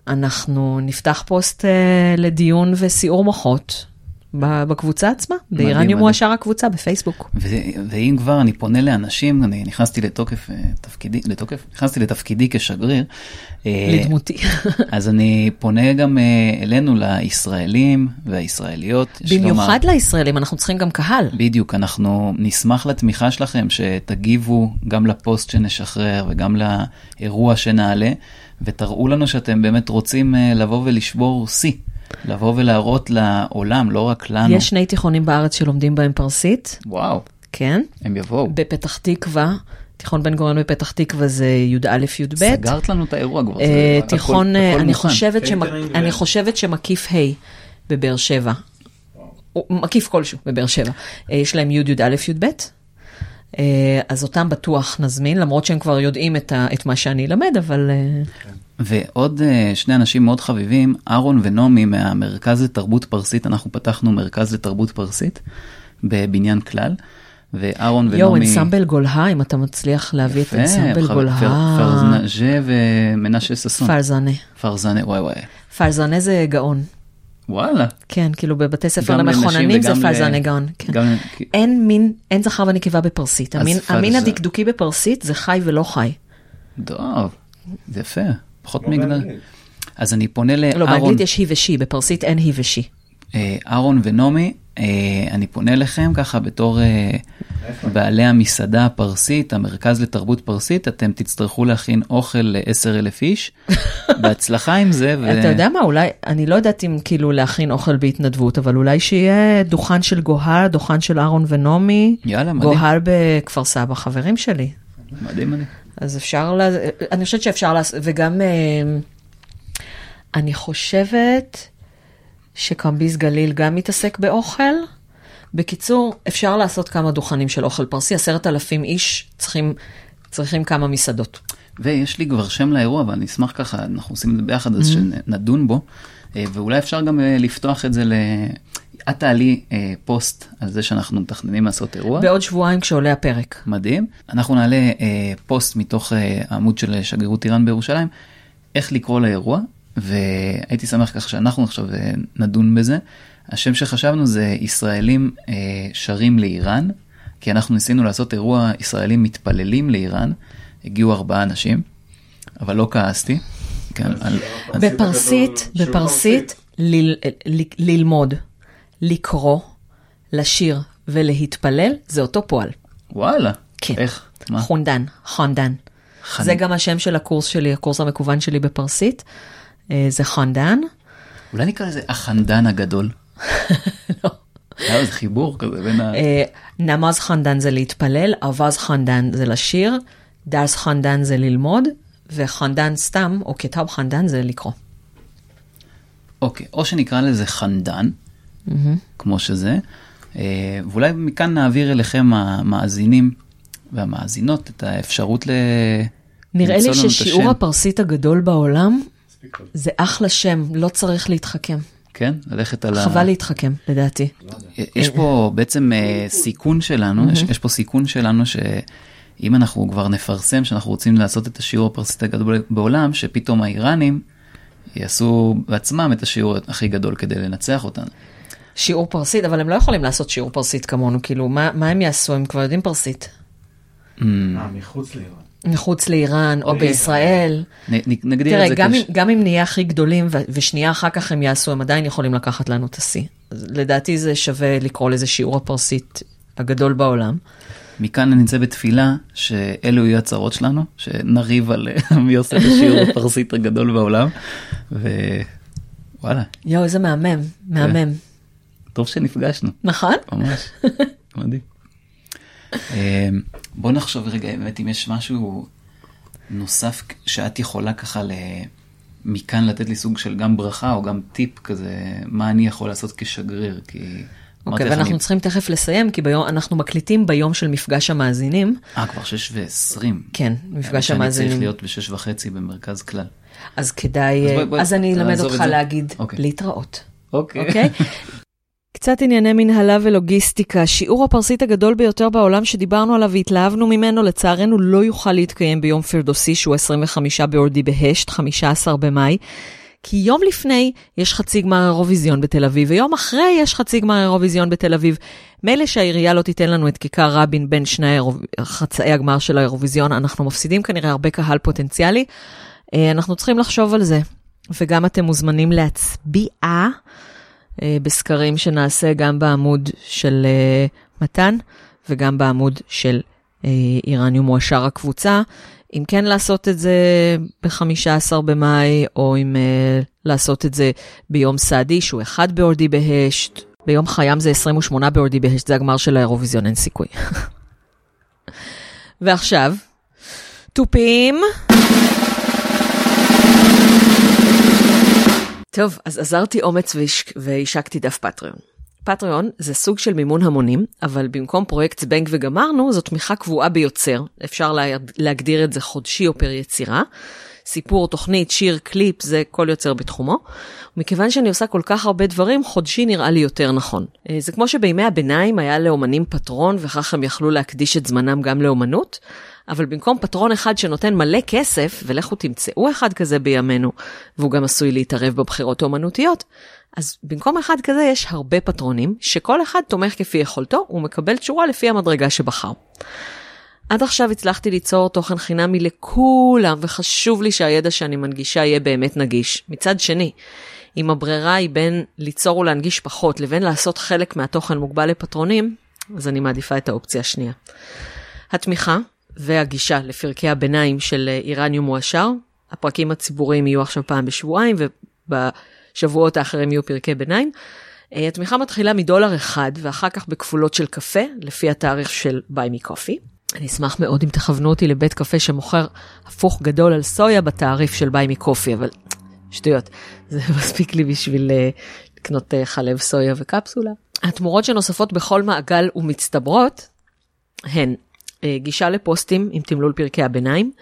אנחנו נפתח פוסט לדיון וסיעור מוחות בקבוצה עצמה, באיראניום הוא השאר הקבוצה בפייסבוק. ואם כבר אני פונה לאנשים, אני נכנסתי לתוקף תפקידי, לתוקף, נכנסתי לתפקידי כשגריר. לדמותי. אז אני פונה גם אלינו, לישראלים והישראליות. במיוחד לישראלים, אנחנו צריכים גם קהל. בדיוק, אנחנו נשמח לתמיכה שלכם, שתגיבו גם לפוסט שנשחרר וגם לאירוע שנעלה, ותראו לנו שאתם באמת רוצים לבוא ולשבור סי. לבוא ולהראות לעולם, לא רק לנו. יש שני תיכונים בארץ שלומדים בהם פרסית. וואו. כן. הם יבואו. בפתח תקווה, תיכון בן גוריון בפתח תקווה זה י' א' י' ב'. סגרת לנו את האירוע כבר. תיכון, אני חושבת אני חושבת שמקיף ה' בבאר שבע. מקיף כלשהו בבאר שבע. יש להם י' י' א' י' ב'. אז אותם בטוח נזמין, למרות שהם כבר יודעים את מה שאני אלמד, אבל... ועוד שני אנשים מאוד חביבים, אהרון ונומי מהמרכז לתרבות פרסית, אנחנו פתחנו מרכז לתרבות פרסית בבניין כלל, ואהרון ונומי... יו, אנסמבל גולהה, אם אתה מצליח להביא את אנסמבל גולהה. פרזנג'ה ומנשה ססון. פרזנה. פרזנה, וואי וואי. פרזנה זה גאון. וואלה. כן, כאילו בבתי ספר למכוננים זה פרזנה גאון. אין מין, אין זכר ונקבה בפרסית. המין הדקדוקי בפרסית זה חי ולא חי. טוב, זה יפה. פחות מגדר. אז אני פונה לארון. לא, באנגלית יש היא ושי, בפרסית אין היא ושי. ארון ונומי, אני פונה לכם ככה בתור בעלי המסעדה הפרסית, המרכז לתרבות פרסית, אתם תצטרכו להכין אוכל ל-עשרת אלפים איש, בהצלחה עם זה. אתה יודע מה, אולי, אני לא יודעת אם כאילו להכין אוכל בהתנדבות, אבל אולי שיהיה דוכן של גוהל, דוכן של ארון ונומי, יאללה, מדהים. גוהל בכפר סבא, חברים שלי. מדהים, מדהים. אז אפשר, לה... אני חושבת שאפשר לעשות, וגם אני חושבת שקמביס גליל גם מתעסק באוכל. בקיצור, אפשר לעשות כמה דוכנים של אוכל פרסי, עשרת אלפים איש צריכים, צריכים כמה מסעדות. ויש לי כבר שם לאירוע, אבל אני אשמח ככה, אנחנו עושים את זה ביחד, אז שנדון בו, ואולי אפשר גם לפתוח את זה ל... את תעלי אה, פוסט על זה שאנחנו מתכננים לעשות אירוע. בעוד שבועיים כשעולה הפרק. מדהים. אנחנו נעלה אה, פוסט מתוך אה, העמוד של שגרירות איראן בירושלים, איך לקרוא לאירוע, והייתי שמח כך שאנחנו עכשיו אה, נדון בזה. השם שחשבנו זה ישראלים אה, שרים לאיראן, כי אנחנו ניסינו לעשות אירוע ישראלים מתפללים לאיראן, הגיעו ארבעה אנשים, אבל לא כעסתי. כן, על, בפרסית, בפרסית, ל, ל, ללמוד. לקרוא, לשיר ולהתפלל, זה אותו פועל. וואלה. כן. איך? מה? חונדן, חונדן. חנ... זה גם השם של הקורס שלי, הקורס המקוון שלי בפרסית. זה חונדן. אולי נקרא לזה החנדן הגדול. לא. זה חיבור כזה בין ה... נמז חונדן זה להתפלל, אבז חונדן זה לשיר, דרס חונדן זה ללמוד, וחונדן סתם, או כתב חונדן זה לקרוא. אוקיי, או שנקרא לזה חנדן, כמו שזה, ואולי מכאן נעביר אליכם המאזינים והמאזינות את האפשרות ל... נראה לי ששיעור הפרסית הגדול בעולם זה אחלה שם, לא צריך להתחכם. כן, ללכת על ה... חבל להתחכם, לדעתי. יש פה בעצם סיכון שלנו, יש פה סיכון שלנו שאם אנחנו כבר נפרסם שאנחנו רוצים לעשות את השיעור הפרסית הגדול בעולם, שפתאום האיראנים יעשו בעצמם את השיעור הכי גדול כדי לנצח אותנו. שיעור פרסית, אבל הם לא יכולים לעשות שיעור פרסית כמונו, כאילו, מה, מה הם יעשו? הם כבר יודעים פרסית. אה, מחוץ לאיראן. מחוץ לאיראן, או בישראל. נגדיר את זה. תראה, גם אם נהיה הכי גדולים, ושנייה אחר כך הם יעשו, הם עדיין יכולים לקחת לנו את השיא. לדעתי זה שווה לקרוא לזה שיעור הפרסית הגדול בעולם. מכאן אני נמצא בתפילה, שאלו יהיו הצרות שלנו, שנריב על מי עושה את השיעור הפרסית הגדול בעולם, ווואלה. יואו, איזה מהמם, מהמם. טוב שנפגשנו. נכון? ממש, מדהים. בוא נחשוב רגע, באמת, אם יש משהו נוסף שאת יכולה ככה מכאן לתת לי סוג של גם ברכה, או גם טיפ כזה, מה אני יכול לעשות כשגריר, כי... אוקיי, ואנחנו צריכים תכף לסיים, כי אנחנו מקליטים ביום של מפגש המאזינים. אה, כבר שש ועשרים. כן, מפגש המאזינים. שאני צריך להיות בשש וחצי במרכז כלל. אז כדאי, אז אני אלמד אותך להגיד להתראות. אוקיי. קצת ענייני מנהלה ולוגיסטיקה. שיעור הפרסית הגדול ביותר בעולם שדיברנו עליו והתלהבנו ממנו, לצערנו לא יוכל להתקיים ביום פרדוסי, שהוא עשרים וחמישה באורדי בהשת, חמישה עשר במאי, כי יום לפני יש חצי גמר אירוויזיון בתל אביב, ויום אחרי יש חצי גמר אירוויזיון בתל אביב. מילא שהעירייה לא תיתן לנו את כיכר רבין בין שני חצאי הגמר של האירוויזיון, אנחנו מפסידים כנראה הרבה קהל פוטנציאלי, אנחנו צריכים לחשוב על זה. וגם אתם מוזמנים להצביע בסקרים שנעשה גם בעמוד של מתן, וגם בעמוד של איראניום מועשר הקבוצה, אם כן לעשות את זה ב-חמישה עשר במאי, או אם uh, לעשות את זה ביום סעדי, שהוא אחד באורדי בהשת, ביום חיים זה עשרים ושמונה באורדי בהשת, זה הגמר של האירוויזיון, אין סיכוי. ועכשיו, טופים. טוב, אז עזרתי אומץ והשקתי דף פטריון. פטריון זה סוג של מימון המונים, אבל במקום פרויקט זבנג וגמרנו, זו תמיכה קבועה ביוצר. אפשר להגדיר את זה חודשי או פר יצירה. סיפור, תוכנית, שיר, קליפ, זה כל יוצר בתחומו. ומכיוון שאני עושה כל כך הרבה דברים, חודשי נראה לי יותר נכון. זה כמו שבימי הביניים היה לאומנים פטרון, וכך הם יכלו להקדיש את זמנם גם לאומנות, אבל במקום פטרון אחד שנותן מלא כסף, ולכו תמצאו אחד כזה בימינו, והוא גם עשוי להתערב בבחירות האומנותיות, אז במקום אחד כזה יש הרבה פטרונים, שכל אחד תומך כפי יכולתו, ומקבל תשורה לפי המדרגה שבחר. עד עכשיו הצלחתי ליצור תוכן חינמי לכולם, וחשוב לי שהידע שאני מנגישה יהיה באמת נגיש. מצד שני, אם הברירה היא בין ליצור ולהנגיש פחות, לבין לעשות חלק מהתוכן מוגבל לפטרונים, אז אני מעדיפה את האופציה השנייה. התמיכה והגישה לפרקי הביניים של איראניום מועשר, הפרקים הציבוריים יהיו עכשיו פעם בשבועיים, ובשבועות האחרים יהיו פרקי ביניים. התמיכה מתחילה מדולר אחד, ואחר כך בכפולות של קפה, לפי התאריך של ביי מי קופי. אני אשמח מאוד אם תכוונו אותי לבית קפה שמוכר הפוך גדול על סויה בתעריף של ביי מי קופי, אבל שטויות, זה מספיק לי בשביל לקנות חלב סויה וקפסולה. התמורות שנוספות בכל מעגל ומצטברות, הן גישה לפוסטים עם תמלול פרקי הביניים,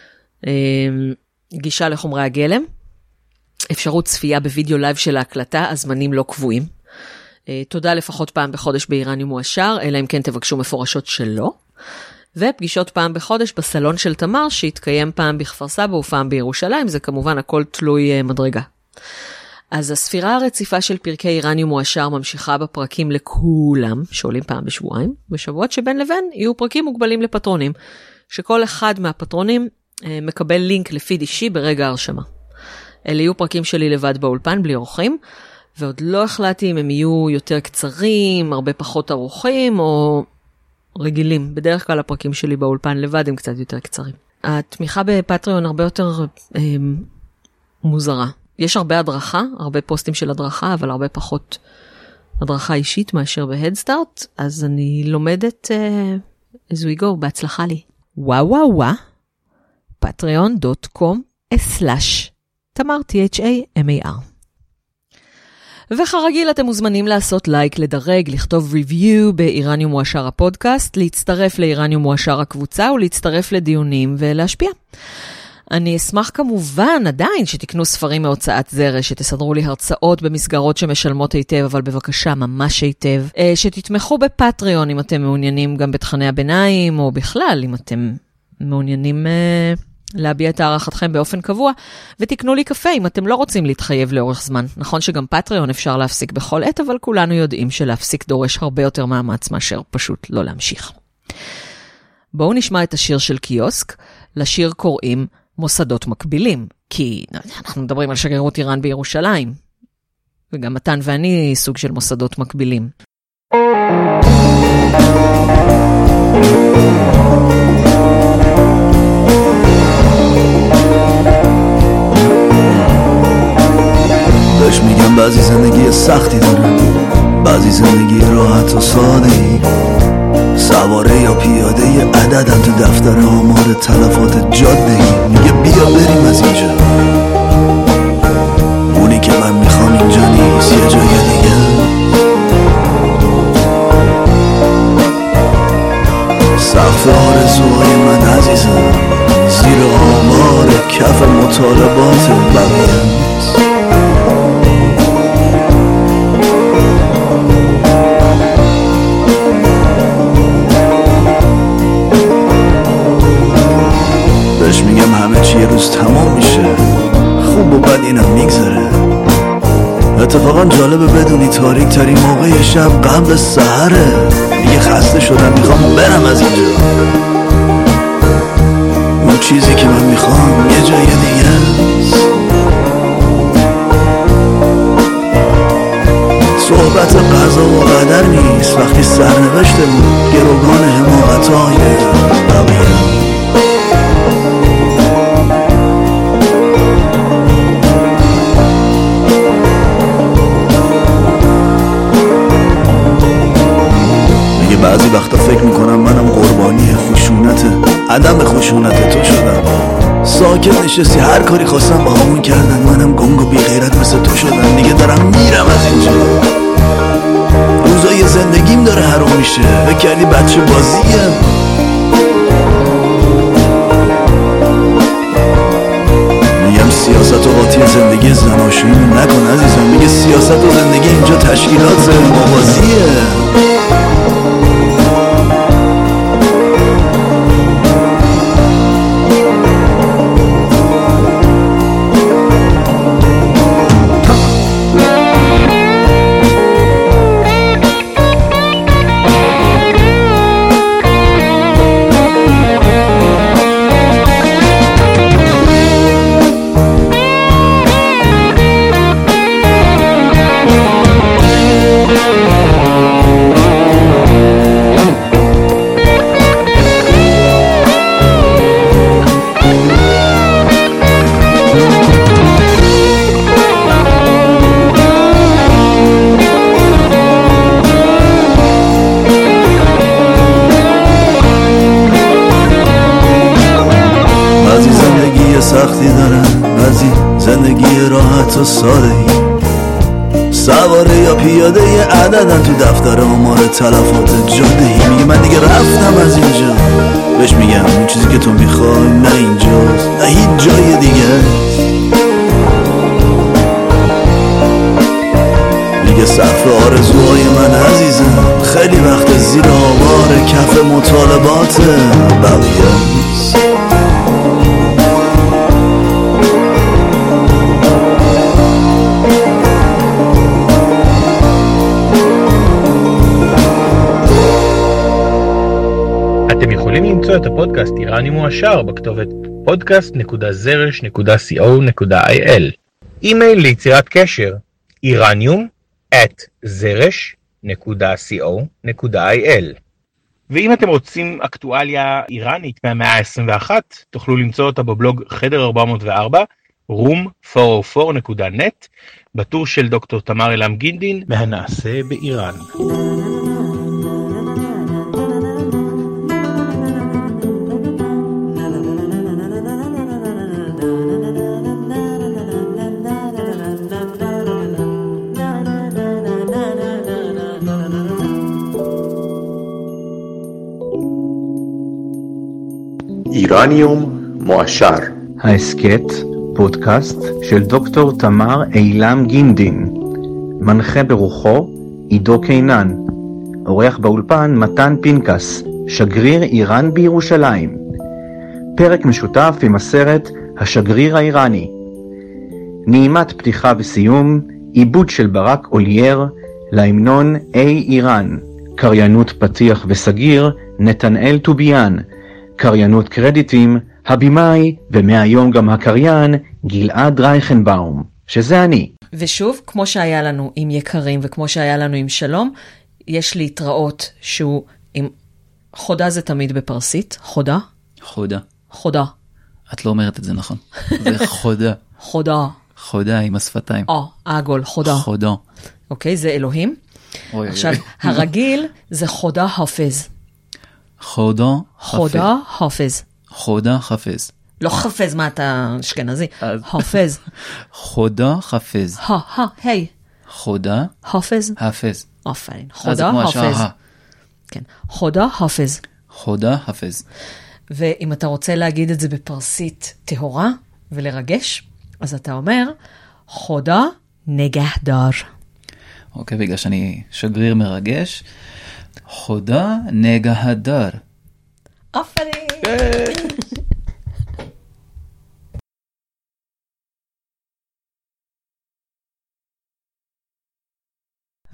גישה לחומרי הגלם, אפשרות צפייה בווידאו לייב של ההקלטה, הזמנים לא קבועים. תודה לפחות פעם בחודש באיראניום מועשר, אלא אם כן תבקשו מפורשות שלא. ופגישות פעם בחודש בסלון של תמר, שהתקיים פעם בכפר סבא ופעם בירושלים, זה כמובן הכל תלוי מדרגה. אז הספירה הרציפה של פרקי איראניום מועשר ממשיכה בפרקים לכולם, שעולים פעם בשבועיים, בשבועות שבין לבין יהיו פרקים מוגבלים לפטרונים, שכל אחד מהפטרונים אה, מקבל לינק לפיד אישי ברגע הרשמה. אלה יהיו פרקים שלי לבד באולפן, בלי אורחים, ועוד לא החלטתי אם הם יהיו יותר קצרים, הרבה פחות ארוכים, או רגילים. בדרך כלל הפרקים שלי באולפן לבד הם קצת יותר קצרים. התמיכה בפטריון הרבה יותר אה, מוזרה. יש הרבה הדרכה, הרבה פוסטים של הדרכה, אבל הרבה פחות הדרכה אישית מאשר בהדסטארט, אז אני לומדת uh, as we go, בהצלחה לי. וואו וואו וואו, פטריון דוט קום סלאש תמר, T-H-A-M-A-R. וכרגיל אתם מוזמנים לעשות לייק, לדרג, לכתוב ריוויו באיראניום מועשר הפודקאסט, להצטרף לאיראניום מועשר הקבוצה ולהצטרף לדיונים ולהשפיע. אני אשמח כמובן עדיין שתקנו ספרים מהוצאת זרש, שתסדרו לי הרצאות במסגרות שמשלמות היטב, אבל בבקשה ממש היטב. שתתמכו בפטריון אם אתם מעוניינים גם בתכני הביניים, או בכלל אם אתם מעוניינים אה, להביע את הערכתכם באופן קבוע, ותקנו לי קפה אם אתם לא רוצים להתחייב לאורך זמן. נכון שגם פטריון אפשר להפסיק בכל עת, אבל כולנו יודעים שלהפסיק דורש הרבה יותר מאמץ מאשר פשוט לא להמשיך. בואו נשמע את השיר של קיוסק. לשיר קוראים מוסדות מקבילים, כי אנחנו מדברים על שגרירות איראן בירושלים, וגם מתן ואני סוג של מוסדות מקבילים. بهش میگم بعضی زندگی سختی داره، بعضی زندگی راحت و ساده ای، سواره یا پیاده یه عددم تو دفتر آمار تلفات جاده ای. میگه بیا بریم از اینجا، اونی که من میخوام اینجا نیست، یه جای دیگه. سقف آرزوهای من عزیزم زیر آمار کف مطالبات بقیه. بهش میگم همه چی یه روز تمام میشه، خوب و بد اینم میگذره، اتفاقا جالبه بدونی تاریک ترین موقع شب قبل سحره. دیگه خسته شدم میخوام برم از اینجا. اون چیزی که من میخوام یه جای دیگه است. صحبت قضا و قدر نیست وقتی سرنوشتمون گروگان حماقت‌های بقیه. بعضی وقتا فکر میکنم منم قربانی خشونته، عدم خشونت تو شدم. ساکت نشستی هر کاری خواستم با همون کردن، منم گنگ و بی غیرت مثل تو شدم. دیگه دارم میرم از اینجا. روزای زندگیم داره حروم میشه. فکر کردی بچه بازیه؟ میگم سیاست و قاطی زندگی زناشویی نکن عزیزم. میگه سیاست و زندگی اینجا تشکیلات موازیه. سختی دارن، بعضی زندگی راحت و ساده ای. سواره یا پیاده یه عددن تو دفتر آمار تلفات جاده ای. میگه من دیگه رفتم از اینجا. بهش میگم اون چیزی که تو میخوای نه اینجاست نه هیچ جای دیگه. میگه صرف آرزوهای من عزیزم خیلی وقت زیر آوار کف مطالبات بقیه. אתם יכולים למצוא את הפודקאסט איראני מועשר בכתובת פודקאסט נקודה זרש נקודה סי או נקודה איי אל. אימייל ליצירת קשר איראניום את זרש נקודה סי או נקודה איי אל. ואם אתם רוצים אקטואליה איראנית מהמאה ה-עשרים ואחת, תוכלו למצוא אותה בבלוג חדר ארבע מאות וארבע, רום ארבע מאות וארבע נקודה נט, בטור של דוקטור תמר אילם גינדין, מהנעשה באיראן. איראניום מועשר. ההסכת, פודקאסט של דוקטור תמר אילם גינדין. מנחה ברוחו עידו קינן. עורך באולפן מתן פינקס, שגריר איראן בירושלים. פרק משותף עם הסרט השגריר האיראני. נעימת פתיחה וסיום, עיבוד של ברק אולייר, להמנון איי איראן. קריינות פתיח וסגיר, נתנאל טוביאן. קריינות קרדיטים, הבימאי, ומהיום גם הקריין, גלעד רייכנבאום, שזה אני. ושוב, כמו שהיה לנו עם יקרים וכמו שהיה לנו עם שלום, יש להתראות שהוא עם חודה זה תמיד בפרסית, חודה. חודה. חודה. את לא אומרת את זה נכון. זה חודה. חודה. חודה עם השפתיים. או, העגול, חודה. חודה. אוקיי, זה אלוהים. עכשיו, הרגיל זה חודה חפז. חודה חפז. חודה חפז. חודה חפז. לא חפז, מה אתה אשכנזי? חפז. חודה חפז. ה, ה, היי. חודה חפז. חפז. אופן. חודה חפז. כן. חודה חפז. חודה חפז. ואם אתה רוצה להגיד את זה בפרסית טהורה ולרגש, אז אתה אומר, חודה נגהדר. אוקיי, בגלל שאני שגריר מרגש, חודה נגהדר. אופן.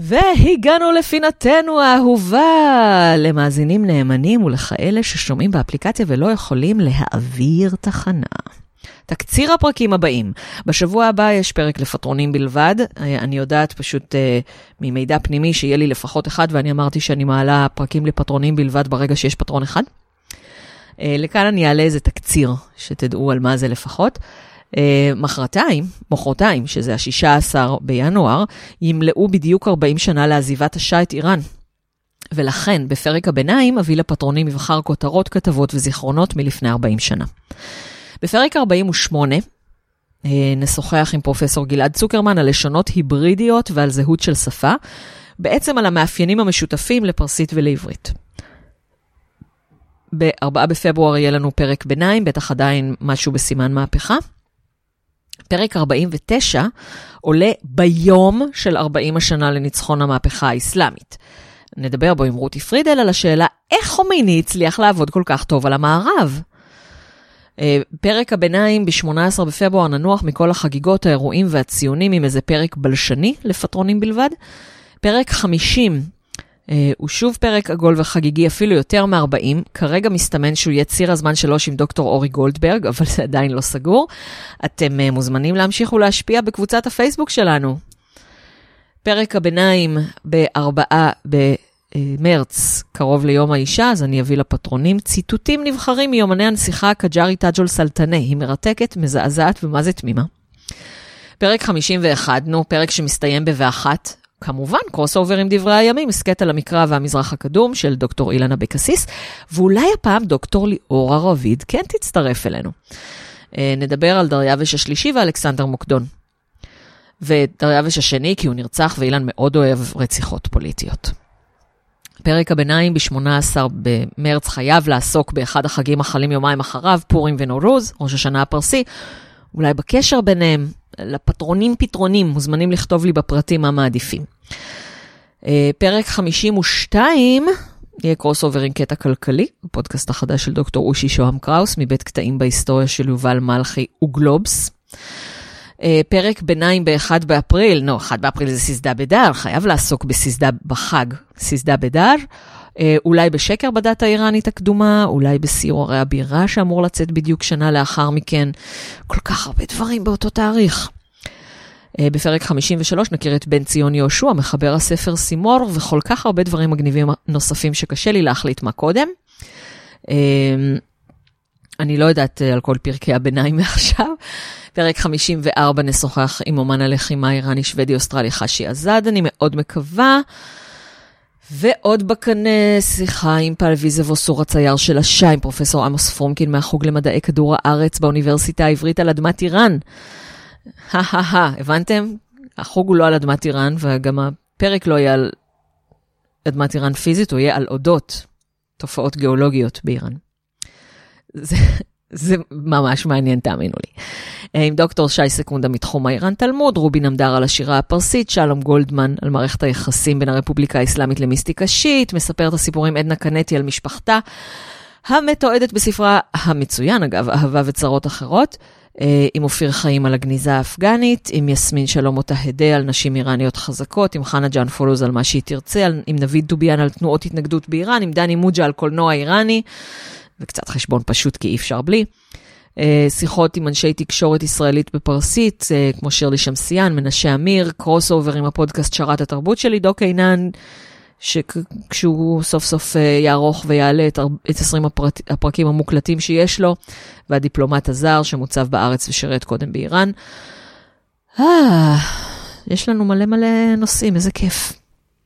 והגענו לפינתנו האהובה, למאזינים נאמנים ולכאלה ששומעים באפליקציה ולא יכולים להעביר תחנה. תקציר הפרקים הבאים. בשבוע הבא יש פרק לפטרונים בלבד. אני יודעת פשוט uh, ממידע פנימי שיהיה לי לפחות אחד, ואני אמרתי שאני מעלה פרקים לפטרונים בלבד ברגע שיש פטרון אחד. Uh, לכאן אני אעלה איזה תקציר, שתדעו על מה זה לפחות. Uh, מחרתיים, מחרתיים, שזה ה-שישה עשר בינואר, ימלאו בדיוק ארבעים שנה לעזיבת השעה את איראן. ולכן, בפרק הביניים, אביא לפטרונים מבחר כותרות, כתבות וזיכרונות מלפני ארבעים שנה. בפרק ארבעים ושמונה, נשוחח עם פרופסור גלעד צוקרמן על לשונות היברידיות ועל זהות של שפה, בעצם על המאפיינים המשותפים לפרסית ולעברית. ב-ארבעה בפברואר יהיה לנו פרק ביניים, בטח עדיין משהו בסימן מהפכה. פרק ארבעים ותשע עולה ביום של ארבעים השנה לניצחון המהפכה האסלאמית. נדבר בו עם רותי פרידל על השאלה איך חומייני הצליח לעבוד כל כך טוב על המערב. פרק הביניים ב-שמונה עשר בפברואר ננוח מכל החגיגות, האירועים והציונים עם איזה פרק בלשני לפטרונים בלבד. פרק חמישים הוא שוב פרק עגול וחגיגי, אפילו יותר מ-ארבעים. כרגע מסתמן שהוא יהיה ציר הזמן שלוש עם דוקטור אורי גולדברג, אבל זה עדיין לא סגור. אתם מוזמנים להמשיך ולהשפיע בקבוצת הפייסבוק שלנו. פרק הביניים בארבעה במרץ, קרוב ליום האישה, אז אני אביא לפטרונים ציטוטים נבחרים מיומני הנסיכה הקג'ארי תג'ול סלטנה. היא מרתקת, מזעזעת ומה זה תמימה. פרק חמישים ואחת, נו, פרק שמסתיים בוואחת. כמובן, קרוס אובר עם דברי הימים, הסקט על המקרא והמזרח הקדום של דוקטור אילנה בקסיס, ואולי הפעם דוקטור ליאורה רביד כן תצטרף אלינו. נדבר על דריווש השלישי ואלכסנדר מוקדון. ודריווש השני, כי הוא נרצח ואילן מאוד אוהב רציחות פוליטיות. פרק הביניים ב-שמונה עשר במרץ חייב לעסוק באחד החגים החלים יומיים אחריו, פורים ונורוז, ראש השנה הפרסי, אולי בקשר ביניהם, לפטרונים פתרונים, מוזמנים לכתוב לי בפרטים מה מעדיפים. פרק חמישים ושתיים, יהיה קרוס אובר עם קטע כלכלי, הפודקאסט החדש של דוקטור אושי שוהם קראוס, מבית קטעים בהיסטוריה של יובל מלכי וגלובס. פרק ביניים ב-אחד באפריל, נו, אחד באפריל זה סיסדה בדר, חייב לעסוק בסיסדה בחג, סיסדה בדר, אולי בשקר בדת האיראנית הקדומה, אולי בסיור הבירה שאמור לצאת בדיוק שנה לאחר מכן, כל כך הרבה דברים באותו תאריך. בפרק חמישים ושלוש נכיר את בן ציון יהושע, מחבר הספר סימור, וכל כך הרבה דברים מגניבים נוספים שקשה לי להחליט מה קודם. אני לא יודעת על כל פרקי הביניים מעכשיו. פרק חמישים וארבע נשוחח עם אומן הלחימה איראני שוודי אוסטרלי חשי עזד, אני מאוד מקווה. ועוד בקנה שיחה עם פלוויזב אוסור הצייר של השעה, עם פרופסור עמוס פרומקין מהחוג למדעי כדור הארץ באוניברסיטה העברית על אדמת איראן. הבנתם? החוג הוא לא על אדמת איראן, וגם הפרק לא יהיה על אדמת איראן פיזית, הוא יהיה על אודות תופעות גיאולוגיות באיראן. זה, זה ממש מעניין, תאמינו לי. עם דוקטור שי סקונדה מתחום האיראן תלמוד, רובי נמדר על השירה הפרסית, שלום גולדמן על מערכת היחסים בין הרפובליקה האסלאמית למיסטיקה שיעית, מספר את הסיפורים עדנה קנטי על משפחתה, המתועדת בספרה המצוין, אגב, אהבה וצרות אחרות, עם אופיר חיים על הגניזה האפגנית, עם יסמין שלום אותה הדה על נשים איראניות חזקות, עם חנה ג'אן פולוז על מה שהיא תרצה, עם נביד דוביאן על תנועות התנגדות באיראן, עם דני מוג'ה על קולנוע איראני, וקצת חשבון פשוט כי אי אפשר בלי. שיחות עם אנשי תקשורת ישראלית בפרסית, כמו שירלי שמסיין, מנשה אמיר, קרוס אובר עם הפודקאסט שרת התרבות שלי, דוק עינן, שכשהוא סוף סוף יערוך ויעלה את עשרים הפרקים המוקלטים שיש לו, והדיפלומט הזר שמוצב בארץ ושירת קודם באיראן. אה, יש לנו מלא מלא נושאים, איזה כיף.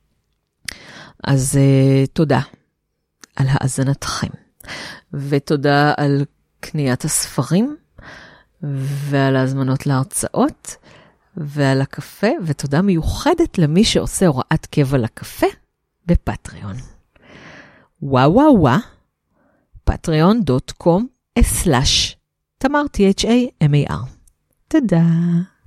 אז תודה על האזנתכם. ותודה על קניית הספרים, ועל ההזמנות להרצאות, ועל הקפה, ותודה מיוחדת למי שעושה הוראת קבע לקפה בפטריון. וואו וואו וואו, פטריון דוט קום סלאש תמר, T H A M A R. תודה.